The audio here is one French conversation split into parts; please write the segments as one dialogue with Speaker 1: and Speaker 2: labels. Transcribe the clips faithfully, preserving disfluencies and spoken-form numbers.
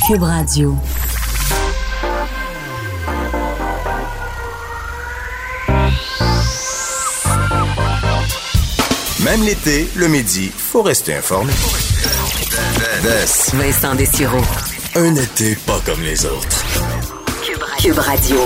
Speaker 1: Cube Radio.
Speaker 2: Même l'été, le midi, faut rester informé.
Speaker 1: Vincent Dessureau.
Speaker 2: Un été pas comme les autres.
Speaker 1: Cube Radio.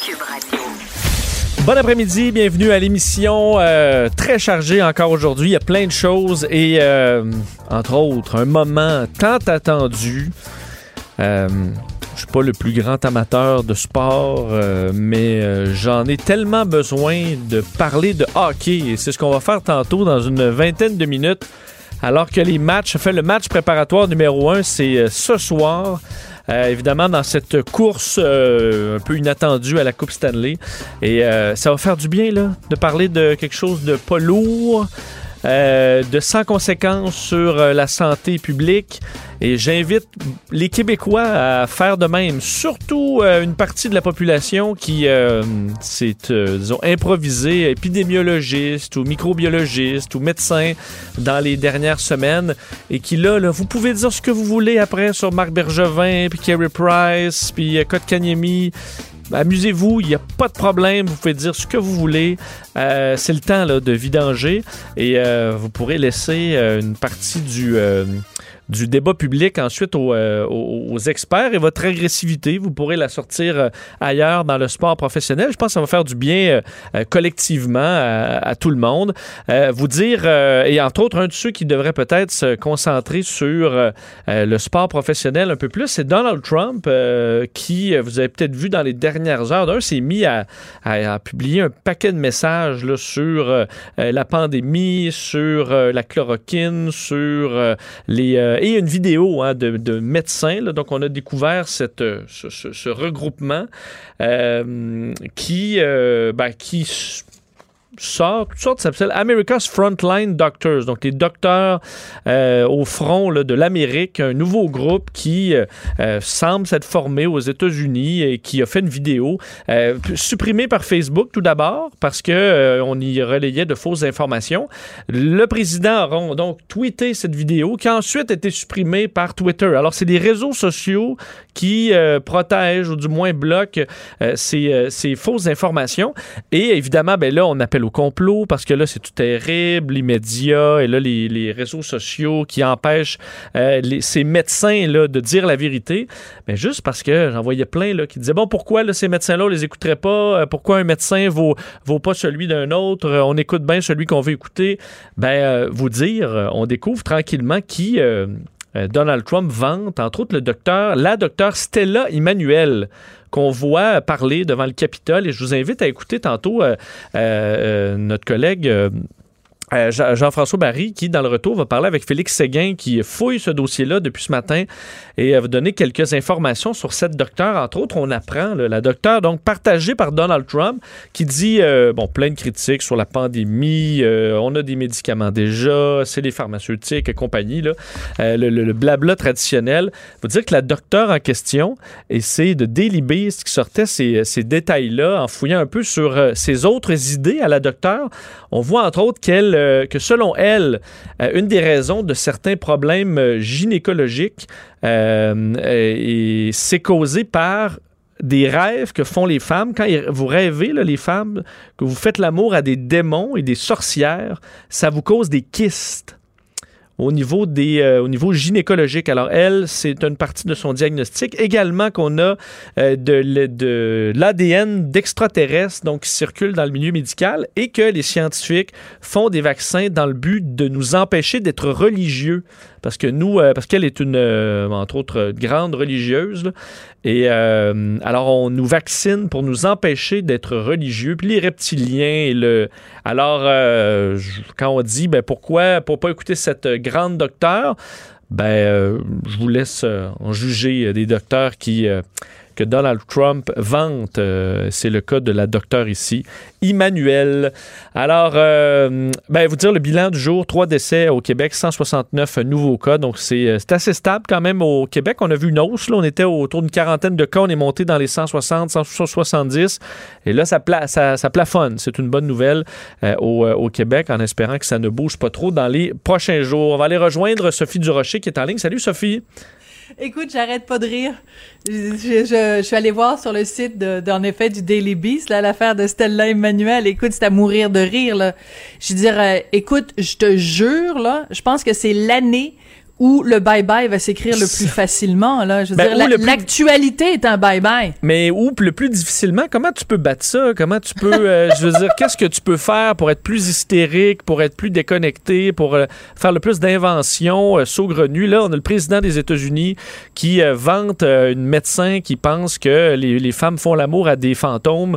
Speaker 3: Bon après-midi, bienvenue à l'émission euh, très chargée encore aujourd'hui. Il y a plein de choses et, euh, entre autres, un moment tant attendu. Euh, je suis pas le plus grand amateur de sport, euh, mais euh, j'en ai tellement besoin de parler de hockey. Et c'est ce qu'on va faire tantôt dans une vingtaine de minutes. Alors que les matchs, fait le match préparatoire numéro un, c'est euh, ce soir. Euh, évidemment, dans cette course euh, un peu inattendue à la Coupe Stanley. Et euh, ça va faire du bien, là, de parler de quelque chose de pas lourd, euh, de sans conséquences sur euh, la santé publique. Et j'invite les Québécois à faire de même. Surtout euh, une partie de la population qui euh, s'est, euh, disons, improvisée, épidémiologiste ou microbiologiste ou médecin dans les dernières semaines et qui, là, là vous pouvez dire ce que vous voulez après sur Marc Bergevin, puis Carey Price, puis euh, Kotkaniemi. Amusez-vous, il n'y a pas de problème, vous pouvez dire ce que vous voulez. Euh, c'est le temps là, de vidanger et euh, vous pourrez laisser euh, une partie du... Euh, du débat public ensuite aux, euh, aux, aux experts et votre agressivité, vous pourrez la sortir euh, ailleurs dans le sport professionnel. Je pense que ça va faire du bien euh, collectivement à, à tout le monde. Euh, vous dire, euh, et entre autres, un de ceux qui devrait peut-être se concentrer sur euh, le sport professionnel un peu plus, c'est Donald Trump euh, qui, vous avez peut-être vu dans les dernières heures, d'un, s'est mis à, à, à publier un paquet de messages là, sur euh, la pandémie, sur euh, la chloroquine, sur euh, les... Euh, Et une vidéo hein, de, de médecins. Là, donc, on a découvert cette, ce, ce, ce regroupement euh, qui, euh, ben, qui sort, toutes sortes, ça s'appelle America's Frontline Doctors. Donc, les docteurs euh, au front là, de l'Amérique, un nouveau groupe qui euh, euh, semble s'être formé aux États-Unis et qui a fait une vidéo euh, supprimée par Facebook tout d'abord parce qu'on euh, y relayait de fausses informations. Le président a donc tweeté cette vidéo qui a ensuite été supprimée par Twitter. Alors, c'est des réseaux sociaux qui euh, protègent ou du moins bloquent euh, ces, euh, ces fausses informations. Et évidemment, ben là, on appelle au complot parce que là, c'est tout terrible, les médias et là, les, les réseaux sociaux qui empêchent euh, les, ces médecins-là de dire la vérité. Mais juste parce que j'en voyais plein là, qui disaient, bon, pourquoi là, ces médecins-là, on les écouterait pas? Pourquoi un médecin vaut, vaut pas celui d'un autre? On écoute bien celui qu'on veut écouter. Ben, euh, vous dire, on découvre tranquillement qui... Euh, Donald Trump vante, entre autres, le docteur, la docteure Stella Immanuel, qu'on voit parler devant le Capitole. Et je vous invite à écouter tantôt euh, euh, notre collègue... Euh, Euh, Jean-François Barry, qui, dans le retour, va parler avec Félix Séguin, qui fouille ce dossier-là depuis ce matin et va donner quelques informations sur cette docteure. Entre autres, on apprend, là, la docteure, donc, partagée par Donald Trump, qui dit, euh, bon, plein de critiques sur la pandémie, euh, on a des médicaments déjà, c'est les pharmaceutiques et compagnie, là, euh, le, le, le blabla traditionnel. Faut dire que la docteure en question essaie de déliber ce qui sortait ces, ces détails-là en fouillant un peu sur euh, ses autres idées à la docteure. On voit, entre autres, qu'elle Euh, que selon elle, euh, une des raisons de certains problèmes euh, gynécologiques, euh, et c'est causé par des rêves que font les femmes. Quand vous rêvez, là, les femmes, que vous faites l'amour à des démons et des sorcières, ça vous cause des kystes au niveau, des, euh, au niveau gynécologique. Alors, elle, c'est une partie de son diagnostic. Également qu'on a euh, de, de l'A D N d'extraterrestres donc, qui circule dans le milieu médical et que les scientifiques font des vaccins dans le but de nous empêcher d'être religieux. Parce que nous, euh, parce qu'elle est une, euh, entre autres, grande religieuse. Là, et euh, alors, on nous vaccine pour nous empêcher d'être religieux. Puis les reptiliens et le... Alors, euh, quand on dit, ben pourquoi, pour pas écouter cette grande docteure, ben, euh, je vous laisse euh, en juger des docteurs qui... Euh, que Donald Trump vante. Euh, c'est le cas de la docteure ici, Immanuel. Alors, euh, ben, vous dire le bilan du jour, trois décès au Québec, cent soixante-neuf nouveaux cas. Donc, c'est, c'est assez stable quand même au Québec. On a vu une hausse. Là, on était autour d'une quarantaine de cas. On est monté dans les cent soixante, cent soixante-dix. Et là, ça, pla- ça, ça plafonne. C'est une bonne nouvelle euh, au, au Québec, en espérant que ça ne bouge pas trop dans les prochains jours. On va aller rejoindre Sophie Durocher qui est en ligne. Salut, Sophie.
Speaker 4: Écoute, j'arrête pas de rire. Je, je, je, je suis allée voir sur le site de, de, en effet, du Daily Beast, là, l'affaire de Stella Emmanuel. Écoute, c'est à mourir de rire, là. Je veux dire, euh, écoute, je te jure, là, je pense que c'est l'année où le bye-bye va s'écrire le plus facilement, là. Je veux ben, dire, la, plus... l'actualité est un bye-bye.
Speaker 3: Mais où le plus difficilement, comment tu peux battre ça? Comment tu peux, euh, je veux dire, qu'est-ce que tu peux faire pour être plus hystérique, pour être plus déconnecté, pour euh, faire le plus d'inventions euh, saugrenues? Là, on a le président des États-Unis qui euh, vante euh, une médecin qui pense que les, les femmes font l'amour à des fantômes.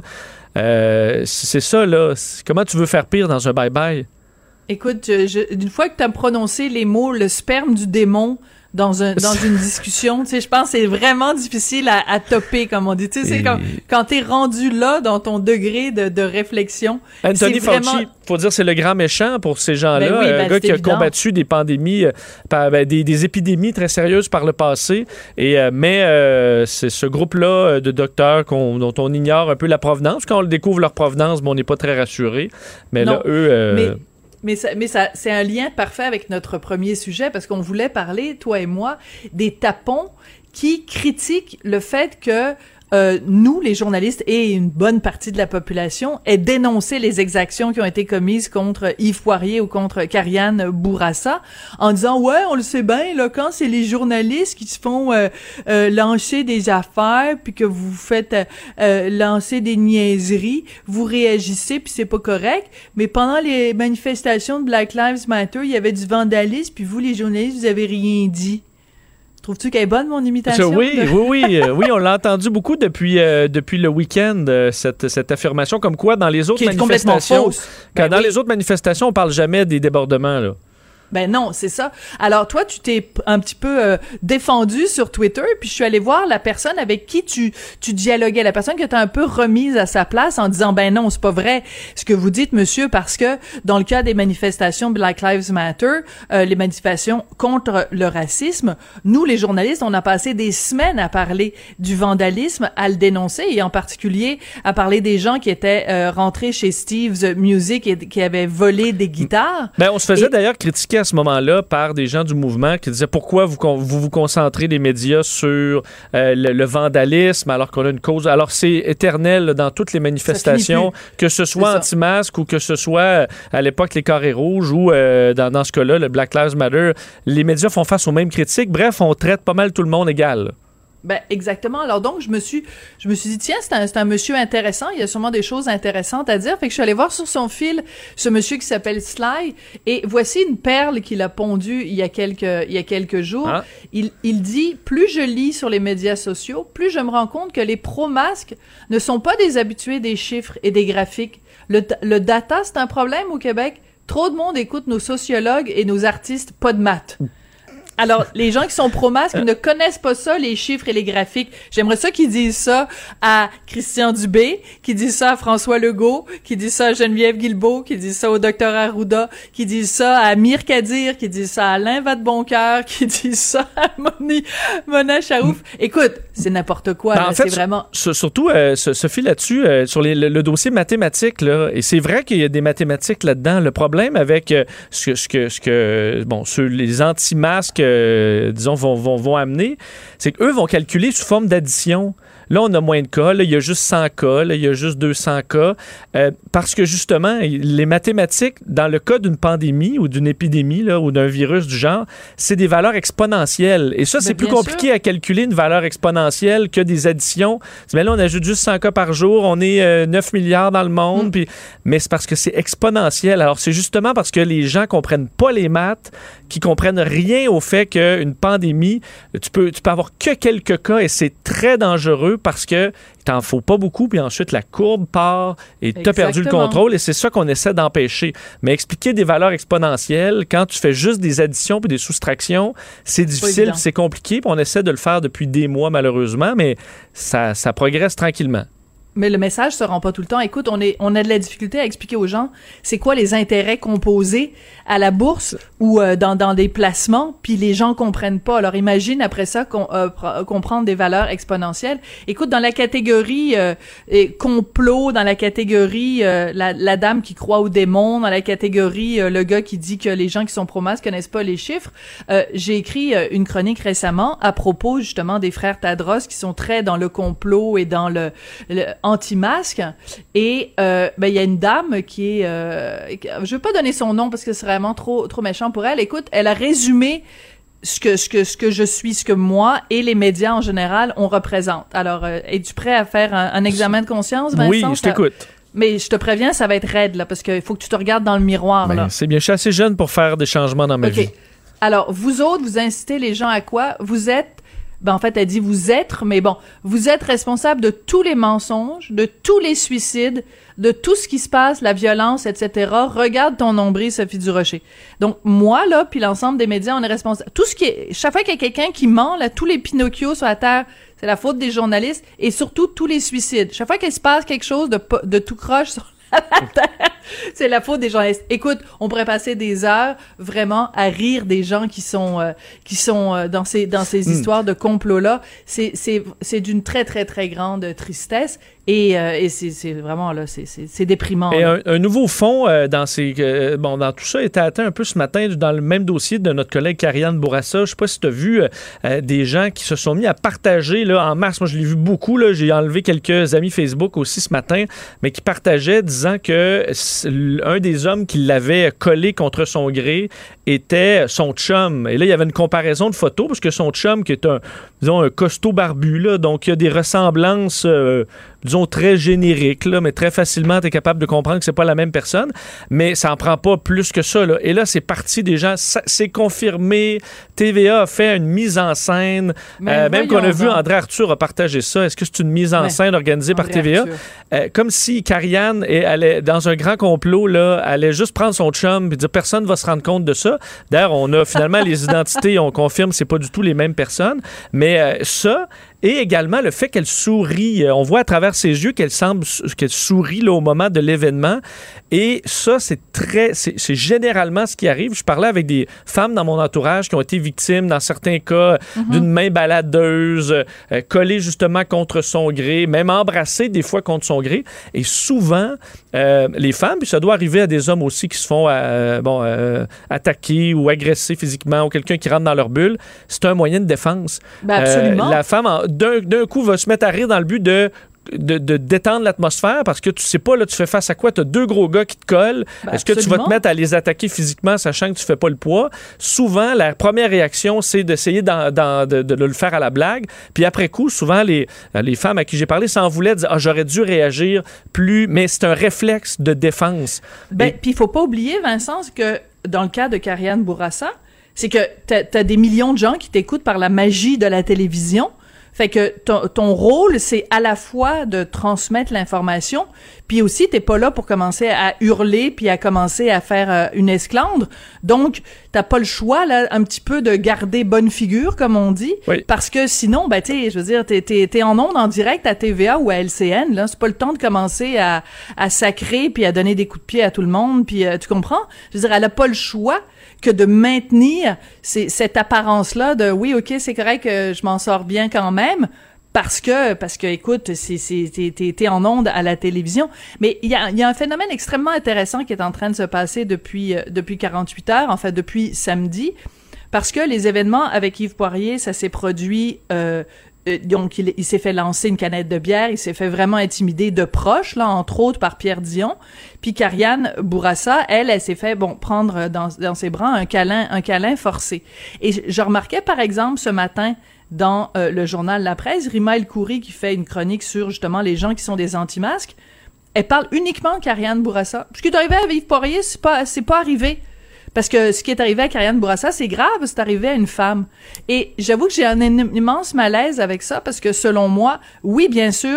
Speaker 3: Euh, c'est ça, là. Comment tu veux faire pire dans un bye-bye?
Speaker 4: Écoute, je, je, une fois que tu as prononcé les mots « le sperme du démon », dans un dans une discussion, tu sais, je pense que c'est vraiment difficile à, à topper, comme on dit. Tu sais, c'est comme quand t'es rendu là dans ton degré de, de réflexion.
Speaker 3: Anthony
Speaker 4: c'est vraiment...
Speaker 3: Fauci, faut dire, c'est le grand méchant pour ces gens-là.
Speaker 4: Ben oui, ben
Speaker 3: un gars qui
Speaker 4: évident.
Speaker 3: a combattu des pandémies, euh, par, ben, des, des épidémies très sérieuses par le passé. Et euh, mais euh, c'est ce groupe-là de docteurs qu'on, dont on ignore un peu la provenance. Quand on le découvre leur provenance, bon, on n'est pas très rassuré. Mais
Speaker 4: non,
Speaker 3: là, eux. Euh,
Speaker 4: mais... Mais, ça, mais ça, c'est un lien parfait avec notre premier sujet parce qu'on voulait parler, toi et moi, des tapons qui critiquent le fait que euh, nous, les journalistes et une bonne partie de la population, aient dénoncé les exactions qui ont été commises contre Yves Poirier ou contre Karianne Bourassa en disant « Ouais, on le sait bien, là, quand c'est les journalistes qui se font euh, euh, lancer des affaires puis que vous faites euh, lancer des niaiseries, vous réagissez puis c'est pas correct. Mais pendant les manifestations de Black Lives Matter, il y avait du vandalisme puis vous, les journalistes, vous avez rien dit. » Trouves-tu qu'elle est bonne, mon imitation?
Speaker 3: Oui, oui, oui. Euh, oui, on l'a entendu beaucoup depuis, euh, depuis le week-end, euh, cette, cette affirmation, comme quoi dans les autres
Speaker 4: Qui est
Speaker 3: manifestations...
Speaker 4: complètement fausse.
Speaker 3: Quand
Speaker 4: Ben
Speaker 3: dans
Speaker 4: oui.
Speaker 3: les autres manifestations, on parle jamais des débordements, là.
Speaker 4: Ben non, c'est ça. Alors toi, tu t'es un petit peu euh, défendu sur Twitter, puis je suis allée voir la personne avec qui tu tu dialoguais, la personne que t'as un peu remise à sa place en disant ben non, c'est pas vrai ce que vous dites, monsieur, parce que dans le cas des manifestations Black Lives Matter, euh, les manifestations contre le racisme, nous les journalistes, on a passé des semaines à parler du vandalisme, à le dénoncer et en particulier à parler des gens qui étaient euh, rentrés chez Steve's Music et qui avaient volé des guitares.
Speaker 3: Ben on se faisait
Speaker 4: et...
Speaker 3: d'ailleurs critiquer à ce moment-là par des gens du mouvement qui disaient pourquoi vous vous, vous concentrez les médias sur euh, le, le vandalisme alors qu'on a une cause. Alors c'est éternel dans toutes les manifestations, que ce soit anti-masque ou que ce soit à l'époque les carrés rouges ou euh, dans, dans ce cas-là le Black Lives Matter. Les médias font face aux mêmes critiques. Bref, on traite pas mal tout le monde égal.
Speaker 4: Ben exactement. Alors donc je me suis je me suis dit tiens, c'est un c'est un monsieur intéressant, il y a sûrement des choses intéressantes à dire. Fait que je suis allée voir sur son fil ce monsieur qui s'appelle Sly et voici une perle qu'il a pondue il y a quelques il y a quelques jours. Ah. Il il dit plus je lis sur les médias sociaux, plus je me rends compte que les pro-masques ne sont pas des habitués des chiffres et des graphiques. Le le data, c'est un problème au Québec. Trop de monde écoute nos sociologues et nos artistes pas de maths. Alors, les gens qui sont pro-masques ne connaissent pas ça, les chiffres et les graphiques. J'aimerais ça qu'ils disent ça à Christian Dubé, qu'ils disent ça à François Legault, qu'ils disent ça à Geneviève Guilbeault, qu'ils disent ça au docteur Arruda, qu'ils disent ça à Amir Kadir, qu'ils disent ça à Alain Vadeboncoeur, qu'ils disent ça à Moni, Mona Charouf. Écoute, c'est n'importe quoi. Ben, là, en fait, c'est vraiment...
Speaker 3: Surtout, euh, Sophie, là-dessus, euh, sur les, le, le dossier mathématique, là, et c'est vrai qu'il y a des mathématiques là-dedans. Le problème avec euh, ce que, ce que, ce que bon, ceux, les anti-masques, Euh, disons, vont, vont, vont amener, c'est qu'eux vont calculer sous forme d'addition. Là, on a moins de cas. Là, il y a juste cent cas. Là, il y a juste deux cents cas. Euh, parce que, justement, les mathématiques, dans le cas d'une pandémie ou d'une épidémie là, ou d'un virus du genre, c'est des valeurs exponentielles. Et ça, c'est mais plus compliqué sûr. à calculer une valeur exponentielle que des additions. Mais là, on ajoute juste cent cas par jour. On est euh, neuf milliards dans le monde. Mm. Puis, mais c'est parce que c'est exponentiel. Alors, c'est justement parce que les gens comprennent pas les maths, qui comprennent rien au fait qu'une pandémie, tu peux, tu peux avoir que quelques cas et c'est très dangereux parce que t'en faut pas beaucoup, puis ensuite la courbe part et tu as perdu le contrôle et c'est ça qu'on essaie d'empêcher. Mais expliquer des valeurs exponentielles, quand tu fais juste des additions puis des soustractions, c'est difficile, c'est compliqué, puis on essaie de le faire depuis des mois malheureusement, mais ça, ça progresse tranquillement.
Speaker 4: Mais le message se rend pas tout le temps. Écoute, on est, on a de la difficulté à expliquer aux gens c'est quoi les intérêts composés à la bourse ou euh, dans dans des placements, puis les gens comprennent pas. Alors imagine après ça qu'on, euh, comprendre des valeurs exponentielles. Écoute, dans la catégorie euh, complot, dans la catégorie euh, la, la dame qui croit aux démons, dans la catégorie euh, le gars qui dit que les gens qui sont pro-masques connaissent pas les chiffres, euh, j'ai écrit euh, une chronique récemment à propos justement des frères Tadros qui sont très dans le complot et dans le, le anti-masque, et euh, ben il y a une dame qui est euh, je veux pas donner son nom parce que c'est vraiment trop trop méchant pour elle. Écoute, elle a résumé ce que ce que ce que je suis, ce que moi et les médias en général on représente. Alors euh, es-tu prêt à faire un, un examen de conscience, Vincent?
Speaker 3: Oui, je t'écoute.
Speaker 4: Mais je te préviens, ça va être raide là parce qu'il faut que tu te regardes dans le miroir.
Speaker 3: Ben,
Speaker 4: là.
Speaker 3: C'est bien, je suis assez jeune pour faire des changements dans ma
Speaker 4: okay.
Speaker 3: vie.
Speaker 4: Alors, vous autres, vous incitez les gens à quoi? Vous êtes Ben, en fait, elle dit vous êtes, mais bon, vous êtes responsable de tous les mensonges, de tous les suicides, de tout ce qui se passe, la violence, et cetera. Regarde ton nombril, Sophie Durocher. Donc, moi, là, puis l'ensemble des médias, on est responsable. Tout ce qui est, chaque fois qu'il y a quelqu'un qui ment, là, tous les Pinocchio sur la terre, c'est la faute des journalistes, et surtout tous les suicides. Chaque fois qu'il se passe quelque chose de, de tout croche sur la terre, c'est la faute des journalistes. Écoute, on pourrait passer des heures vraiment à rire des gens qui sont euh, qui sont euh, dans ces dans ces mm. histoires de complot là. C'est c'est c'est d'une très très très grande tristesse et euh, et c'est c'est vraiment là c'est c'est c'est déprimant.
Speaker 3: Et
Speaker 4: un,
Speaker 3: un nouveau fond euh, dans ces euh, bon dans tout ça était atteint un peu ce matin dans le même dossier de notre collègue Karianne Bourassa. Je sais pas si tu as vu euh, des gens qui se sont mis à partager là en masse. Moi je l'ai vu beaucoup là, j'ai enlevé quelques amis Facebook aussi ce matin, mais qui partageaient disant que un des hommes qui l'avait collé contre son gré était son chum. Et là, il y avait une comparaison de photos, parce que son chum, qui est un, disons, un costaud barbu, là, donc il y a des ressemblances, euh, disons, très génériques, là, mais très facilement, tu es capable de comprendre que c'est pas la même personne, mais ça en prend pas plus que ça, là. Et là, c'est parti des gens, ça, c'est confirmé, T V A a fait une mise en scène, euh, même qu'on a vu, André Arthur a partagé ça. Est-ce que c'est une mise en mais, scène organisée André par T V A? Euh, comme si Karianne allait, dans un grand complot, là, allait juste prendre son chum et dire personne va se rendre compte de ça. D'ailleurs, on a finalement les identités, on confirme que c'est pas du tout les mêmes personnes, mais euh, ça, et également le fait qu'elle sourit, on voit à travers ses yeux qu'elle semble qu'elle sourit là, au moment de l'événement, et ça, c'est très, c'est, c'est généralement ce qui arrive. Je parlais avec des femmes dans mon entourage qui ont été victimes, dans certains cas, mm-hmm. d'une main baladeuse, euh, collée justement contre son gré, même embrassée des fois contre son gré, et souvent, euh, les femmes, puis ça doit arriver à des hommes aussi qui se font euh, bon, euh, attaquer ou agresser physiquement, ou quelqu'un qui rentre dans leur bulle, c'est un moyen de défense.
Speaker 4: Ben absolument.
Speaker 3: Euh, la femme, en, d'un, d'un coup, va se mettre à rire dans le but de De, de détendre l'atmosphère parce que tu sais pas, là, tu fais face à quoi? Tu as deux gros gars qui te collent. Ben Est-ce que absolument. Tu vas te mettre à les attaquer physiquement sachant que tu fais pas le poids? Souvent, la première réaction, c'est d'essayer d'en, d'en, de, de le faire à la blague. Puis après coup, souvent, les, les femmes à qui j'ai parlé s'en voulaient, disaient « Ah, j'aurais dû réagir plus. » Mais c'est un réflexe de défense.
Speaker 4: Ben, puis il faut pas oublier, Vincent, que dans le cas de Karianne Bourassa, c'est que t'as, t'as des millions de gens qui t'écoutent par la magie de la télévision. Fait que ton, ton rôle, c'est à la fois de transmettre l'information, puis aussi, t'es pas là pour commencer à hurler puis à commencer à faire euh, une esclandre. Donc, t'as pas le choix, là, un petit peu de garder bonne figure, comme on dit,
Speaker 3: oui.
Speaker 4: parce que sinon, ben, tu sais, je veux dire, t'es, t'es, t'es en ondes en direct à T V A ou à L C N, là, c'est pas le temps de commencer à, à sacrer puis à donner des coups de pied à tout le monde, puis euh, tu comprends? Je veux dire, elle a pas le choix que de maintenir ces, cette apparence-là de oui, ok, c'est correct que je m'en sors bien quand même, parce que, parce que, écoute, c'est, c'est, t'es, t'es, t'es en ondes à la télévision. Mais il y a, il y a un phénomène extrêmement intéressant qui est en train de se passer depuis, depuis quarante-huit heures, en fait, depuis samedi, parce que les événements avec Yves Poirier, ça s'est produit, euh, donc, il, il s'est fait lancer une canette de bière, il s'est fait vraiment intimider de proche, là, entre autres par Pierre Dion. Puis Karianne Bourassa, elle, elle s'est fait, bon, prendre dans, dans ses bras un câlin, un câlin forcé. Et je, je remarquais, par exemple, ce matin, dans euh, le journal La Presse, Rima El Khoury, qui fait une chronique sur, justement, les gens qui sont des anti-masques, elle parle uniquement de Karianne Bourassa. Ce qui est arrivé à Yves Poirier, c'est pas, c'est pas arrivé. Parce que ce qui est arrivé à Karianne Bourassa, c'est grave, c'est arrivé à une femme. Et j'avoue que j'ai un immense malaise avec ça, parce que selon moi, oui, bien sûr,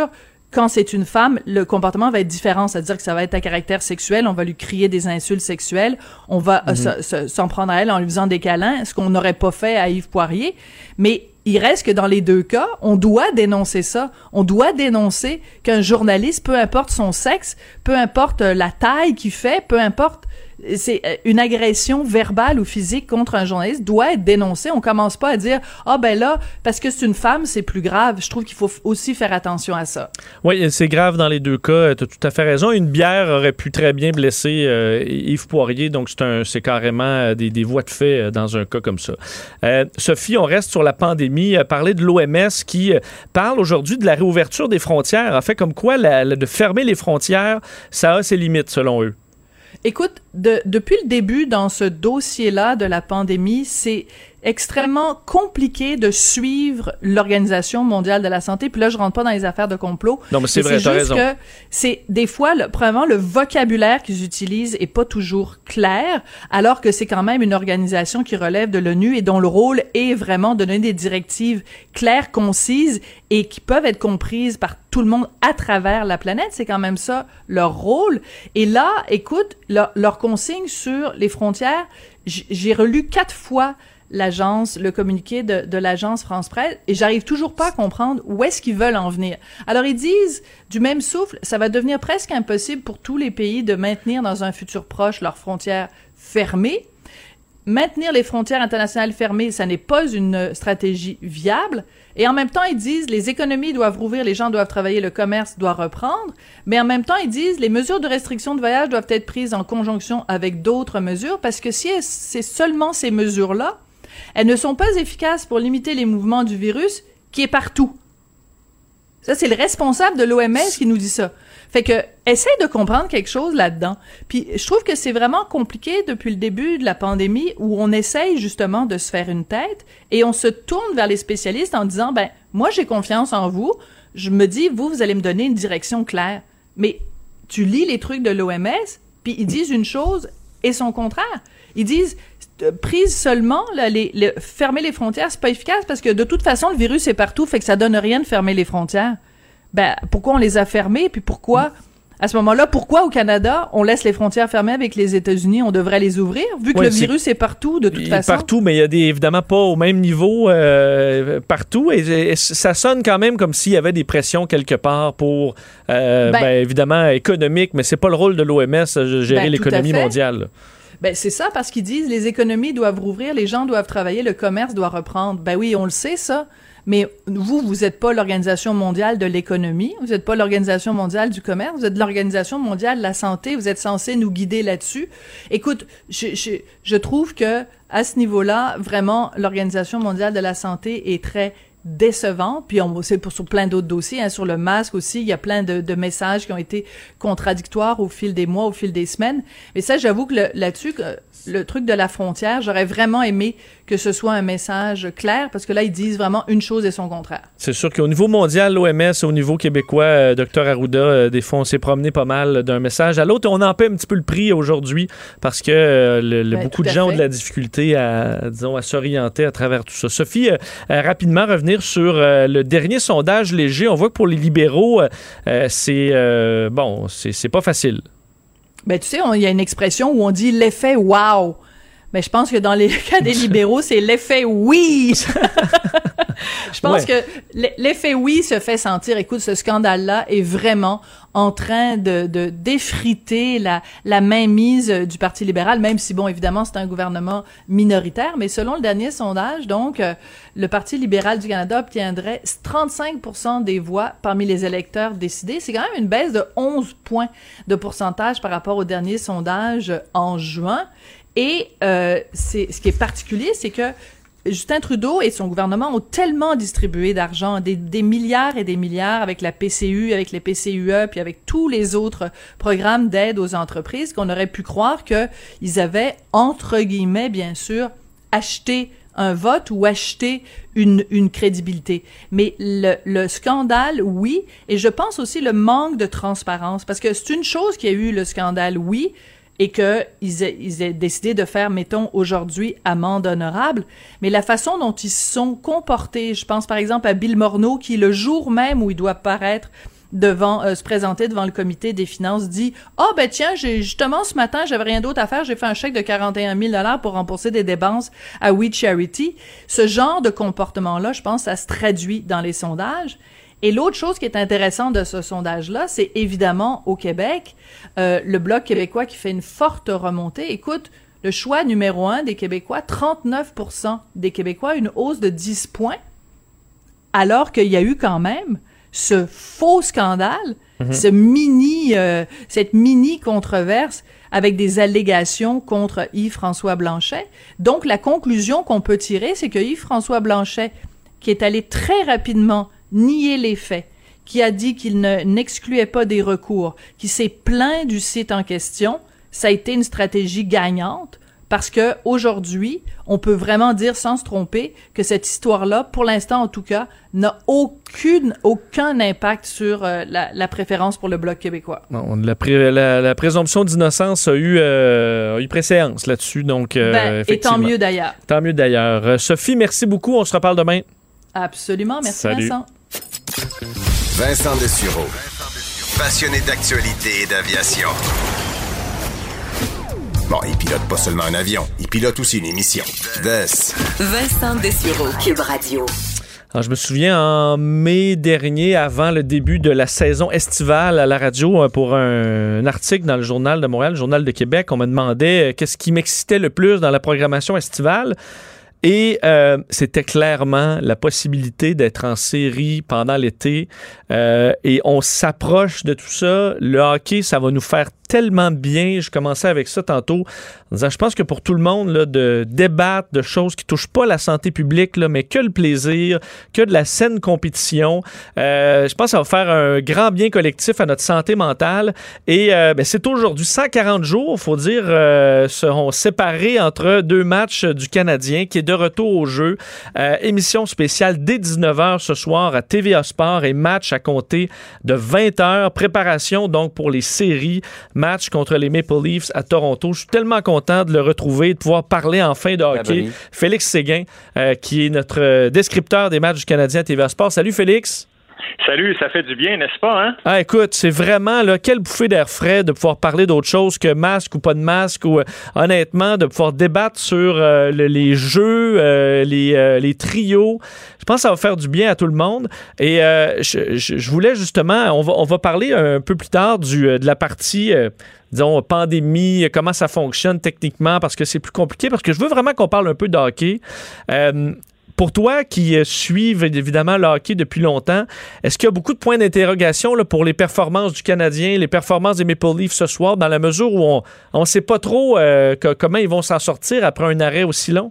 Speaker 4: quand c'est une femme, le comportement va être différent, c'est-à-dire que ça va être à caractère sexuel, on va lui crier des insultes sexuelles, on va mm-hmm. euh, s'en prendre à elle en lui faisant des câlins, ce qu'on n'aurait pas fait à Yves Poirier, mais il reste que dans les deux cas, on doit dénoncer ça. On doit dénoncer qu'un journaliste, peu importe son sexe, peu importe la taille qu'il fait, peu importe, c'est une agression verbale ou physique contre un journaliste doit être dénoncée. On commence pas à dire ah oh, ben là parce que c'est une femme c'est plus grave. Je trouve qu'il faut aussi faire attention à ça.
Speaker 3: Oui, c'est grave dans les deux cas. Tu as tout à fait raison. Une bière aurait pu très bien blesser euh, Yves Poirier, donc c'est un c'est carrément des, des voies de fait dans un cas comme ça. Euh, Sophie, on reste sur la pandémie. Euh, parler de l'O M S qui euh, parle aujourd'hui de la réouverture des frontières. En fait, comme quoi la, la, de fermer les frontières, ça a ses limites selon eux.
Speaker 4: Écoute, de, depuis le début dans ce dossier-là de la pandémie, c'est extrêmement compliqué de suivre l'Organisation mondiale de la santé. Puis là, je rentre pas dans les affaires de complot.
Speaker 3: Non, mais c'est mais vrai, t'as raison.
Speaker 4: C'est juste que c'est des fois, le, premièrement, le vocabulaire qu'ils utilisent est pas toujours clair, alors que c'est quand même une organisation qui relève de l'ONU et dont le rôle est vraiment de donner des directives claires, concises et qui peuvent être comprises par tout le monde à travers la planète. C'est quand même ça leur rôle. Et là, écoute, leur, leur consigne sur les frontières, j'ai relu quatre fois l'agence, le communiqué de, de l'agence France Presse, et j'arrive toujours pas à comprendre où est-ce qu'ils veulent en venir. Alors, ils disent, du même souffle, ça va devenir presque impossible pour tous les pays de maintenir dans un futur proche leurs frontières fermées. Maintenir les frontières internationales fermées, ça n'est pas une stratégie viable. Et en même temps, ils disent, les économies doivent rouvrir, les gens doivent travailler, le commerce doit reprendre. Mais en même temps, ils disent, les mesures de restriction de voyage doivent être prises en conjonction avec d'autres mesures, parce que si c'est seulement ces mesures-là, elles ne sont pas efficaces pour limiter les mouvements du virus qui est partout. Ça, c'est le responsable de l'O M S qui nous dit ça. Fait que, essaye de comprendre quelque chose là-dedans. Puis, je trouve que c'est vraiment compliqué depuis le début de la pandémie où on essaye justement de se faire une tête et on se tourne vers les spécialistes en disant, ben, moi, j'ai confiance en vous. Je me dis, vous, vous allez me donner une direction claire. Mais tu lis les trucs de l'O M S, puis ils disent une chose et son contraire. Ils disent, prise seulement, là, les, les, fermer les frontières, c'est pas efficace parce que de toute façon, le virus est partout, fait que ça donne rien de fermer les frontières. Ben, pourquoi on les a fermées, puis pourquoi, à ce moment-là, pourquoi au Canada, on laisse les frontières fermées avec les États-Unis, on devrait les ouvrir, vu que ouais, le virus est, est partout, de toute il façon?
Speaker 3: Partout, mais il y a des, évidemment pas au même niveau euh, partout, et, et ça sonne quand même comme s'il y avait des pressions quelque part pour, euh, ben, ben, évidemment, économique, mais c'est pas le rôle de l'O M S de gérer ben, l'économie mondiale.
Speaker 4: Ben, c'est ça, parce qu'ils disent, les économies doivent rouvrir, les gens doivent travailler, le commerce doit reprendre. Ben oui, on le sait, ça. Mais vous, vous n'êtes pas l'Organisation mondiale de l'économie, vous n'êtes pas l'Organisation mondiale du commerce, vous êtes l'Organisation mondiale de la santé, vous êtes censé nous guider là-dessus. Écoute, je, je, je trouve que à ce niveau-là, vraiment, l'Organisation mondiale de la santé est très décevante, puis on c'est pour sur plein d'autres dossiers, hein, sur le masque aussi, il y a plein de, de messages qui ont été contradictoires au fil des mois, au fil des semaines. Mais ça, j'avoue que le, là-dessus, le truc de la frontière, j'aurais vraiment aimé que ce soit un message clair, parce que là, ils disent vraiment une chose et son contraire.
Speaker 3: C'est sûr qu'au niveau mondial, l'O M S, au niveau québécois, euh, Dr Arruda, euh, des fois, on s'est promené pas mal d'un message à l'autre. On en paie un petit peu le prix aujourd'hui, parce que euh, le, le, ben, beaucoup de gens fait. ont de la difficulté à, disons, à s'orienter à travers tout ça. Sophie, euh, euh, rapidement revenir sur euh, le dernier sondage léger. On voit que pour les libéraux, euh, c'est, euh, bon, c'est, c'est pas facile.
Speaker 4: Ben, tu sais, il y a une expression où on dit l'effet « wow ». Mais je pense que dans les cas des libéraux, c'est l'effet « oui ». Je pense ouais. que l'effet « oui » se fait sentir. Écoute, ce scandale-là est vraiment en train de, de d'effriter la, la mainmise du Parti libéral, même si, bon, évidemment, c'est un gouvernement minoritaire. Mais selon le dernier sondage, donc, euh, le Parti libéral du Canada obtiendrait trente-cinq pour cent des voix parmi les électeurs décidés. C'est quand même une baisse de onze points de pourcentage par rapport au dernier sondage en juin. Et euh, c'est, ce qui est particulier, c'est que Justin Trudeau et son gouvernement ont tellement distribué d'argent, des, des milliards et des milliards avec la P C U, avec les P C U E, puis avec tous les autres programmes d'aide aux entreprises, qu'on aurait pu croire qu'ils avaient, entre guillemets, bien sûr, acheté un vote ou acheter une, une crédibilité. Mais le, le scandale, oui, et je pense aussi le manque de transparence, parce que c'est une chose qu'il y a eu, le scandale, oui, et qu'ils aient, ils aient décidé de faire, mettons, aujourd'hui, amende honorable, mais la façon dont ils se sont comportés, je pense par exemple à Bill Morneau, qui, le jour même où il doit paraître devant euh, se présenter devant le comité des finances dit « Ah, oh, ben tiens, j'ai justement ce matin, j'avais rien d'autre à faire, j'ai fait un chèque de quarante et un mille dollars pour rembourser des dépenses à We Charity. » Ce genre de comportement-là, je pense, ça se traduit dans les sondages. Et l'autre chose qui est intéressante de ce sondage-là, c'est évidemment au Québec, euh, le Bloc québécois qui fait une forte remontée. Écoute, le choix numéro un des Québécois, trente-neuf pour cent des Québécois, une hausse de dix points, alors qu'il y a eu quand même ce faux scandale, mm-hmm. ce mini, euh, cette mini controverse avec des allégations contre Yves-François Blanchet. Donc, la conclusion qu'on peut tirer, c'est que Yves-François Blanchet, qui est allé très rapidement nier les faits, qui a dit qu'il ne, n'excluait pas des recours, qui s'est plaint du site en question, ça a été une stratégie gagnante parce que aujourd'hui, on peut vraiment dire sans se tromper que cette histoire-là, pour l'instant en tout cas, n'a aucune, aucun impact sur euh, la, la préférence pour le Bloc québécois.
Speaker 3: Bon, la, pré, la, la présomption d'innocence a eu, euh, a eu préséance là-dessus, donc euh,
Speaker 4: ben,
Speaker 3: effectivement.
Speaker 4: Et tant mieux d'ailleurs.
Speaker 3: Tant mieux d'ailleurs. Euh, Sophie, merci beaucoup. On se reparle demain.
Speaker 4: Absolument. Merci
Speaker 3: Salut.
Speaker 4: Vincent.
Speaker 2: Vincent Dessureau, passionné d'actualité et d'aviation. Bon, il pilote pas seulement un avion, il pilote aussi une émission. Vess.
Speaker 1: Vincent Dessureau, Cube Radio.
Speaker 3: Alors, je me souviens, en mai dernier, avant le début de la saison estivale à la radio, pour un, un article dans le Journal de Montréal, le Journal de Québec, on me demandait qu'est-ce qui m'excitait le plus dans la programmation estivale. Et euh, c'était clairement la possibilité d'être en série pendant l'été. Euh, et on s'approche de tout ça. Le hockey, ça va nous faire tellement bien. Je commençais avec ça tantôt en disant, je pense que pour tout le monde, là, de débattre de choses qui touchent pas la santé publique, là, mais que le plaisir, que de la saine compétition, euh, je pense que ça va faire un grand bien collectif à notre santé mentale. Et euh, ben, c'est aujourd'hui cent quarante jours, il faut dire, euh, seront séparés entre deux matchs du Canadien qui est de retour au jeu. Euh, émission spéciale dès dix-neuf heures ce soir à T V A Sport et match à compter de vingt heures. Préparation donc pour les séries. Match contre les Maple Leafs à Toronto. Je suis tellement content de le retrouver, de pouvoir parler enfin de hockey. Félix Séguin, euh, qui est notre euh, descripteur des matchs du Canadien à T V A Sport. Salut Félix.
Speaker 5: Salut, ça fait du bien, n'est-ce pas, hein?
Speaker 3: Ah, écoute, c'est vraiment, là, quelle bouffée d'air frais de pouvoir parler d'autre chose que masque ou pas de masque, ou euh, honnêtement, de pouvoir débattre sur euh, le, les jeux, euh, les, euh, les trios. Je pense que ça va faire du bien à tout le monde. Et euh, je, je, je voulais justement, on va, on va parler un peu plus tard du, de la partie, euh, disons, pandémie, comment ça fonctionne techniquement, parce que c'est plus compliqué, parce que je veux vraiment qu'on parle un peu de hockey. Euh, Pour toi qui euh, suivent évidemment le hockey depuis longtemps, est-ce qu'il y a beaucoup de points d'interrogation là, pour les performances du Canadien, les performances des Maple Leafs ce soir, dans la mesure où on ne sait pas trop euh, que, comment ils vont s'en sortir après un arrêt aussi long?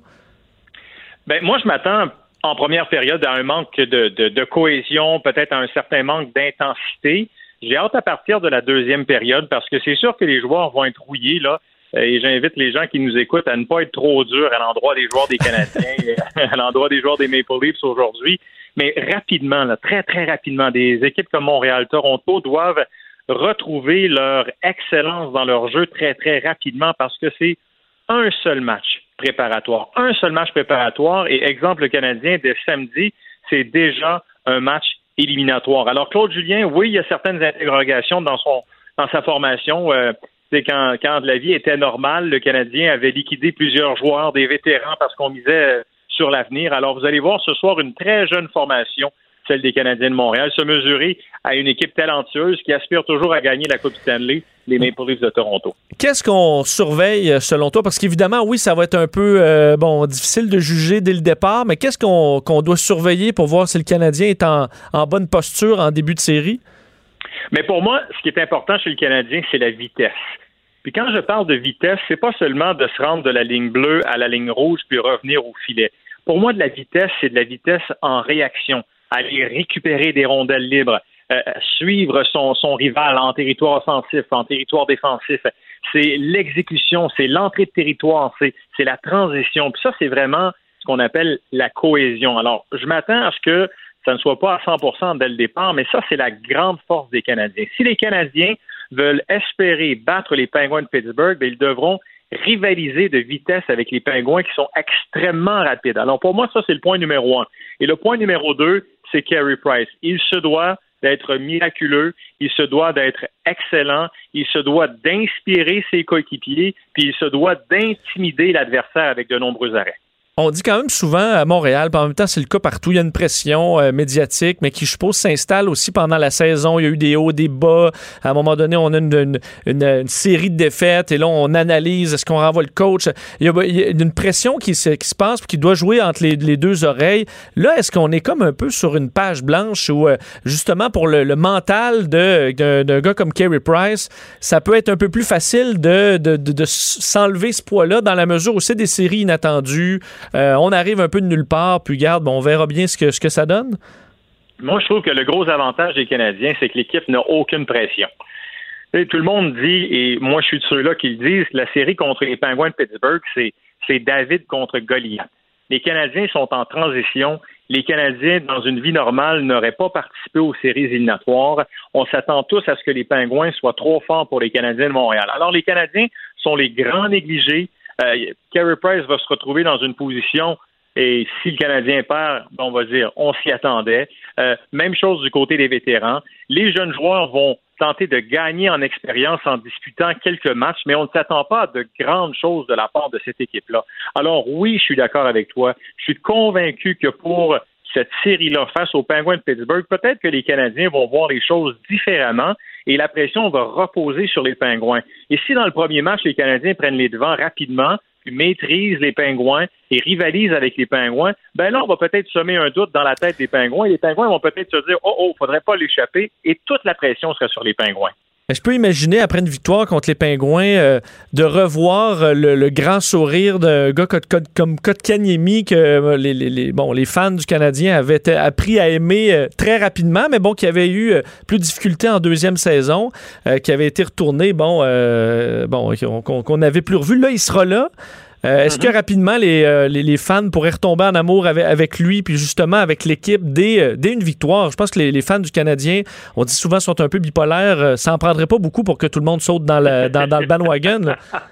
Speaker 5: Ben moi, je m'attends en première période à un manque de, de, de cohésion, peut-être à un certain manque d'intensité. J'ai hâte à partir de la deuxième période parce que c'est sûr que les joueurs vont être rouillés, là. Et j'invite les gens qui nous écoutent à ne pas être trop durs à l'endroit des joueurs des Canadiens, à l'endroit des joueurs des Maple Leafs aujourd'hui. Mais rapidement, là, très, très rapidement, des équipes comme Montréal, Toronto doivent retrouver leur excellence dans leur jeu très, très rapidement parce que c'est un seul match préparatoire. Un seul match préparatoire. Et exemple, le Canadien, dès samedi, c'est déjà un match éliminatoire. Alors, Claude Julien, oui, il y a certaines interrogations dans son dans sa formation. Euh, C'est quand, quand la vie était normale, le Canadien avait liquidé plusieurs joueurs, des vétérans, parce qu'on misait sur l'avenir. Alors, vous allez voir ce soir une très jeune formation, celle des Canadiens de Montréal, se mesurer à une équipe talentueuse qui aspire toujours à gagner la Coupe Stanley, les Maple Leafs de Toronto.
Speaker 3: Qu'est-ce qu'on surveille selon toi? Parce qu'évidemment, oui, ça va être un peu euh, bon difficile de juger dès le départ, mais qu'est-ce qu'on, qu'on doit surveiller pour voir si le Canadien est en, en bonne posture en début de série?
Speaker 5: Mais pour moi, ce qui est important chez le Canadien, c'est la vitesse. Puis quand je parle de vitesse, c'est pas seulement de se rendre de la ligne bleue à la ligne rouge puis revenir au filet. Pour moi, de la vitesse, c'est de la vitesse en réaction. Aller récupérer des rondelles libres, euh, suivre son, son rival en territoire offensif, en territoire défensif. C'est l'exécution, c'est l'entrée de territoire, c'est, c'est la transition. Puis ça, c'est vraiment ce qu'on appelle la cohésion. Alors, je m'attends à ce que ça ne soit pas à cent pour cent dès le départ, mais ça, c'est la grande force des Canadiens. Si les Canadiens veulent espérer battre les Penguins de Pittsburgh, bien, ils devront rivaliser de vitesse avec les Penguins qui sont extrêmement rapides. Alors, pour moi, ça, c'est le point numéro un. Et le point numéro deux, c'est Carey Price. Il se doit d'être miraculeux, il se doit d'être excellent, il se doit d'inspirer ses coéquipiers, puis il se doit d'intimider l'adversaire avec de nombreux arrêts.
Speaker 3: On dit quand même souvent à Montréal, puis en même temps, c'est le cas partout, il y a une pression euh, médiatique, mais qui, je suppose, s'installe aussi pendant la saison. Il y a eu des hauts, des bas. À un moment donné, on a une, une, une, une série de défaites et là, on analyse, est-ce qu'on renvoie le coach? Il y a, il y a une pression qui se, qui se passe puis qui doit jouer entre les, les deux oreilles. Là, est-ce qu'on est comme un peu sur une page blanche où, euh, justement, pour le, le mental de, de, d'un gars comme Carey Price, ça peut être un peu plus facile de, de, de, de s'enlever ce poids-là dans la mesure où c'est des séries inattendues. Euh, on arrive un peu de nulle part, puis regarde, bon, on verra bien ce que, ce que ça donne.
Speaker 5: Moi, je trouve que le gros avantage des Canadiens, c'est que l'équipe n'a aucune pression. Et tout le monde dit, et moi, je suis de ceux-là qui le disent, la série contre les Penguins de Pittsburgh, c'est, c'est David contre Goliath. Les Canadiens sont en transition. Les Canadiens, dans une vie normale, n'auraient pas participé aux séries éliminatoires. On s'attend tous à ce que les Penguins soient trop forts pour les Canadiens de Montréal. Alors, les Canadiens sont les grands négligés. Euh, Carey Price va se retrouver dans une position, et si le Canadien perd, on va dire, on s'y attendait. Euh, même chose du côté des vétérans. Les jeunes joueurs vont tenter de gagner en expérience en disputant quelques matchs, mais on ne s'attend pas à de grandes choses de la part de cette équipe-là. Alors oui, je suis d'accord avec toi. Je suis convaincu que pour cette série-là face aux Penguins de Pittsburgh, peut-être que les Canadiens vont voir les choses différemment et la pression va reposer sur les Penguins. Et si dans le premier match, les Canadiens prennent les devants rapidement, puis maîtrisent les Penguins et rivalisent avec les Penguins, ben là, on va peut-être semer un doute dans la tête des Penguins et les Penguins vont peut-être se dire « Oh, oh, faudrait pas l'échapper » et toute la pression sera sur les Penguins.
Speaker 3: Je peux imaginer, après une victoire contre les Pingouins, euh, de revoir euh, le, le grand sourire d'un gars comme, comme Kotkaniemi que euh, les, les, les, bon, les fans du Canadien avaient t- appris à aimer euh, très rapidement, mais bon, qui avait eu euh, plus de difficultés en deuxième saison, euh, qui avait été retourné, bon, euh, bon qu'on, qu'on n'avait plus revu. Là, il sera là. Euh, est-ce mm-hmm. que rapidement les, euh, les, les fans pourraient retomber en amour avec, avec lui puis justement avec l'équipe dès, euh, dès une victoire? Je pense que les, les fans du Canadien, on dit souvent, sont un peu bipolaires. Euh, ça en prendrait pas beaucoup pour que tout le monde saute dans le, dans, dans le bandwagon.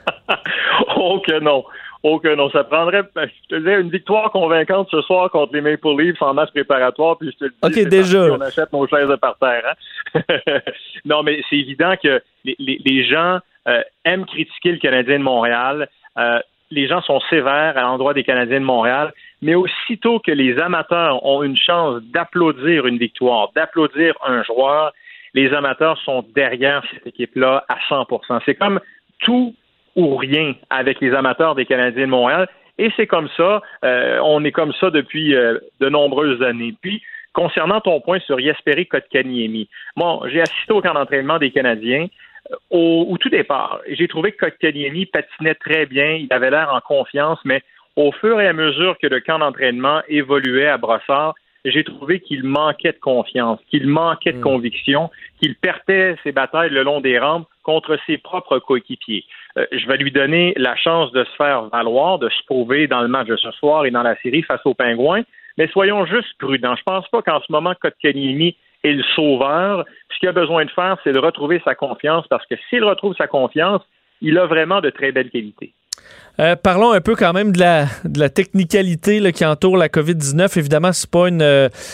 Speaker 5: Oh que non. Oh que non. Ça prendrait, je te disais, une victoire convaincante ce soir contre les Maple Leafs en match préparatoire, puis je te le dis,
Speaker 3: OK,
Speaker 5: c'est
Speaker 3: déjà.
Speaker 5: On achète nos chaises de par terre. Hein? Non, mais c'est évident que les, les, les gens euh, aiment critiquer le Canadien de Montréal. Euh, Les gens sont sévères à l'endroit des Canadiens de Montréal, mais aussitôt que les amateurs ont une chance d'applaudir une victoire, d'applaudir un joueur, les amateurs sont derrière cette équipe-là à cent pour cent. C'est comme tout ou rien avec les amateurs des Canadiens de Montréal, et c'est comme ça, euh, on est comme ça depuis euh, de nombreuses années. Puis, concernant ton point sur Jesperi Kotkaniemi, bon, j'ai assisté au camp d'entraînement des Canadiens. Au, au tout départ, j'ai trouvé que Kotkaniemi patinait très bien, il avait l'air en confiance, mais au fur et à mesure que le camp d'entraînement évoluait à Brossard, j'ai trouvé qu'il manquait de confiance, qu'il manquait de mmh. conviction, qu'il perdait ses batailles le long des rampes contre ses propres coéquipiers. Euh, je vais lui donner la chance de se faire valoir, de se prouver dans le match de ce soir et dans la série face aux Pingouins, mais soyons juste prudents. Je pense pas qu'en ce moment, Kotkaniemi est le sauveur. Ce qu'il a besoin de faire, c'est de retrouver sa confiance, parce que s'il retrouve sa confiance, il a vraiment de très belles qualités.
Speaker 3: Euh, parlons un peu quand même de la, de la technicalité là, qui entoure la covid dix-neuf. Évidemment, c'est pas une,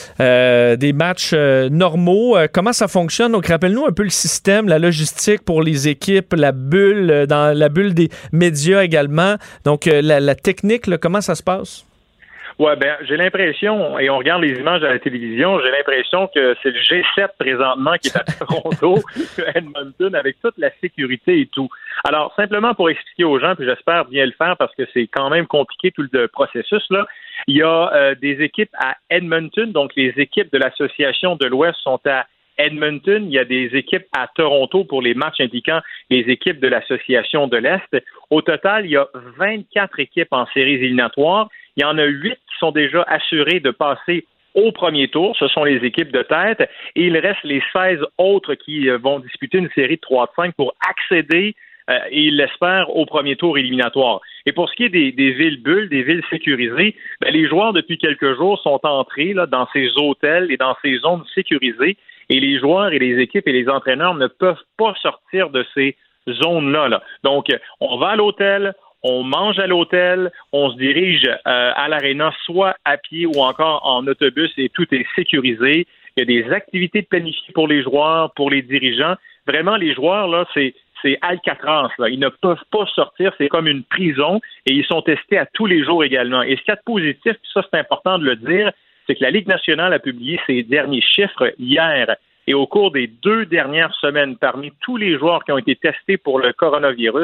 Speaker 3: euh, des matchs euh, normaux. Euh, comment ça fonctionne? Donc, rappelle-nous un peu le système, la logistique pour les équipes, la bulle, euh, dans la bulle des médias également. Donc, euh, la, la technique, là, comment ça se passe?
Speaker 5: Ouais, ben, j'ai l'impression, et on regarde les images à la télévision, j'ai l'impression que c'est le G sept présentement qui est à Toronto, Edmonton, avec toute la sécurité et tout. Alors, simplement pour expliquer aux gens, puis j'espère bien le faire parce que c'est quand même compliqué tout le processus, là, il y a euh, des équipes à Edmonton, donc les équipes de l'Association de l'Ouest sont à Edmonton, il y a des équipes à Toronto pour les matchs impliquant les équipes de l'Association de l'Est. Au total, il y a vingt-quatre équipes en séries éliminatoires. Il y en a huit qui sont déjà assurées de passer au premier tour. Ce sont les équipes de tête. Et il reste les seize autres qui vont disputer une série de trois de cinq pour accéder, euh, et ils l'espèrent, au premier tour éliminatoire. Et pour ce qui est des, des villes bulles, des villes sécurisées, ben, les joueurs, depuis quelques jours, sont entrés là, dans ces hôtels et dans ces zones sécurisées. Et les joueurs et les équipes et les entraîneurs ne peuvent pas sortir de ces zones-là. Là. Donc, on va à l'hôtel, on mange à l'hôtel, on se dirige euh, à l'aréna soit à pied ou encore en autobus et tout est sécurisé. Il y a des activités planifiées pour les joueurs, pour les dirigeants. Vraiment, les joueurs, là, c'est, c'est Alcatraz, là. Ils ne peuvent pas sortir. C'est comme une prison et ils sont testés à tous les jours également. Et ce qu'il y a de positif, puis ça, c'est important de le dire, c'est que la Ligue nationale a publié ses derniers chiffres hier. Et au cours des deux dernières semaines, parmi tous les joueurs qui ont été testés pour le coronavirus,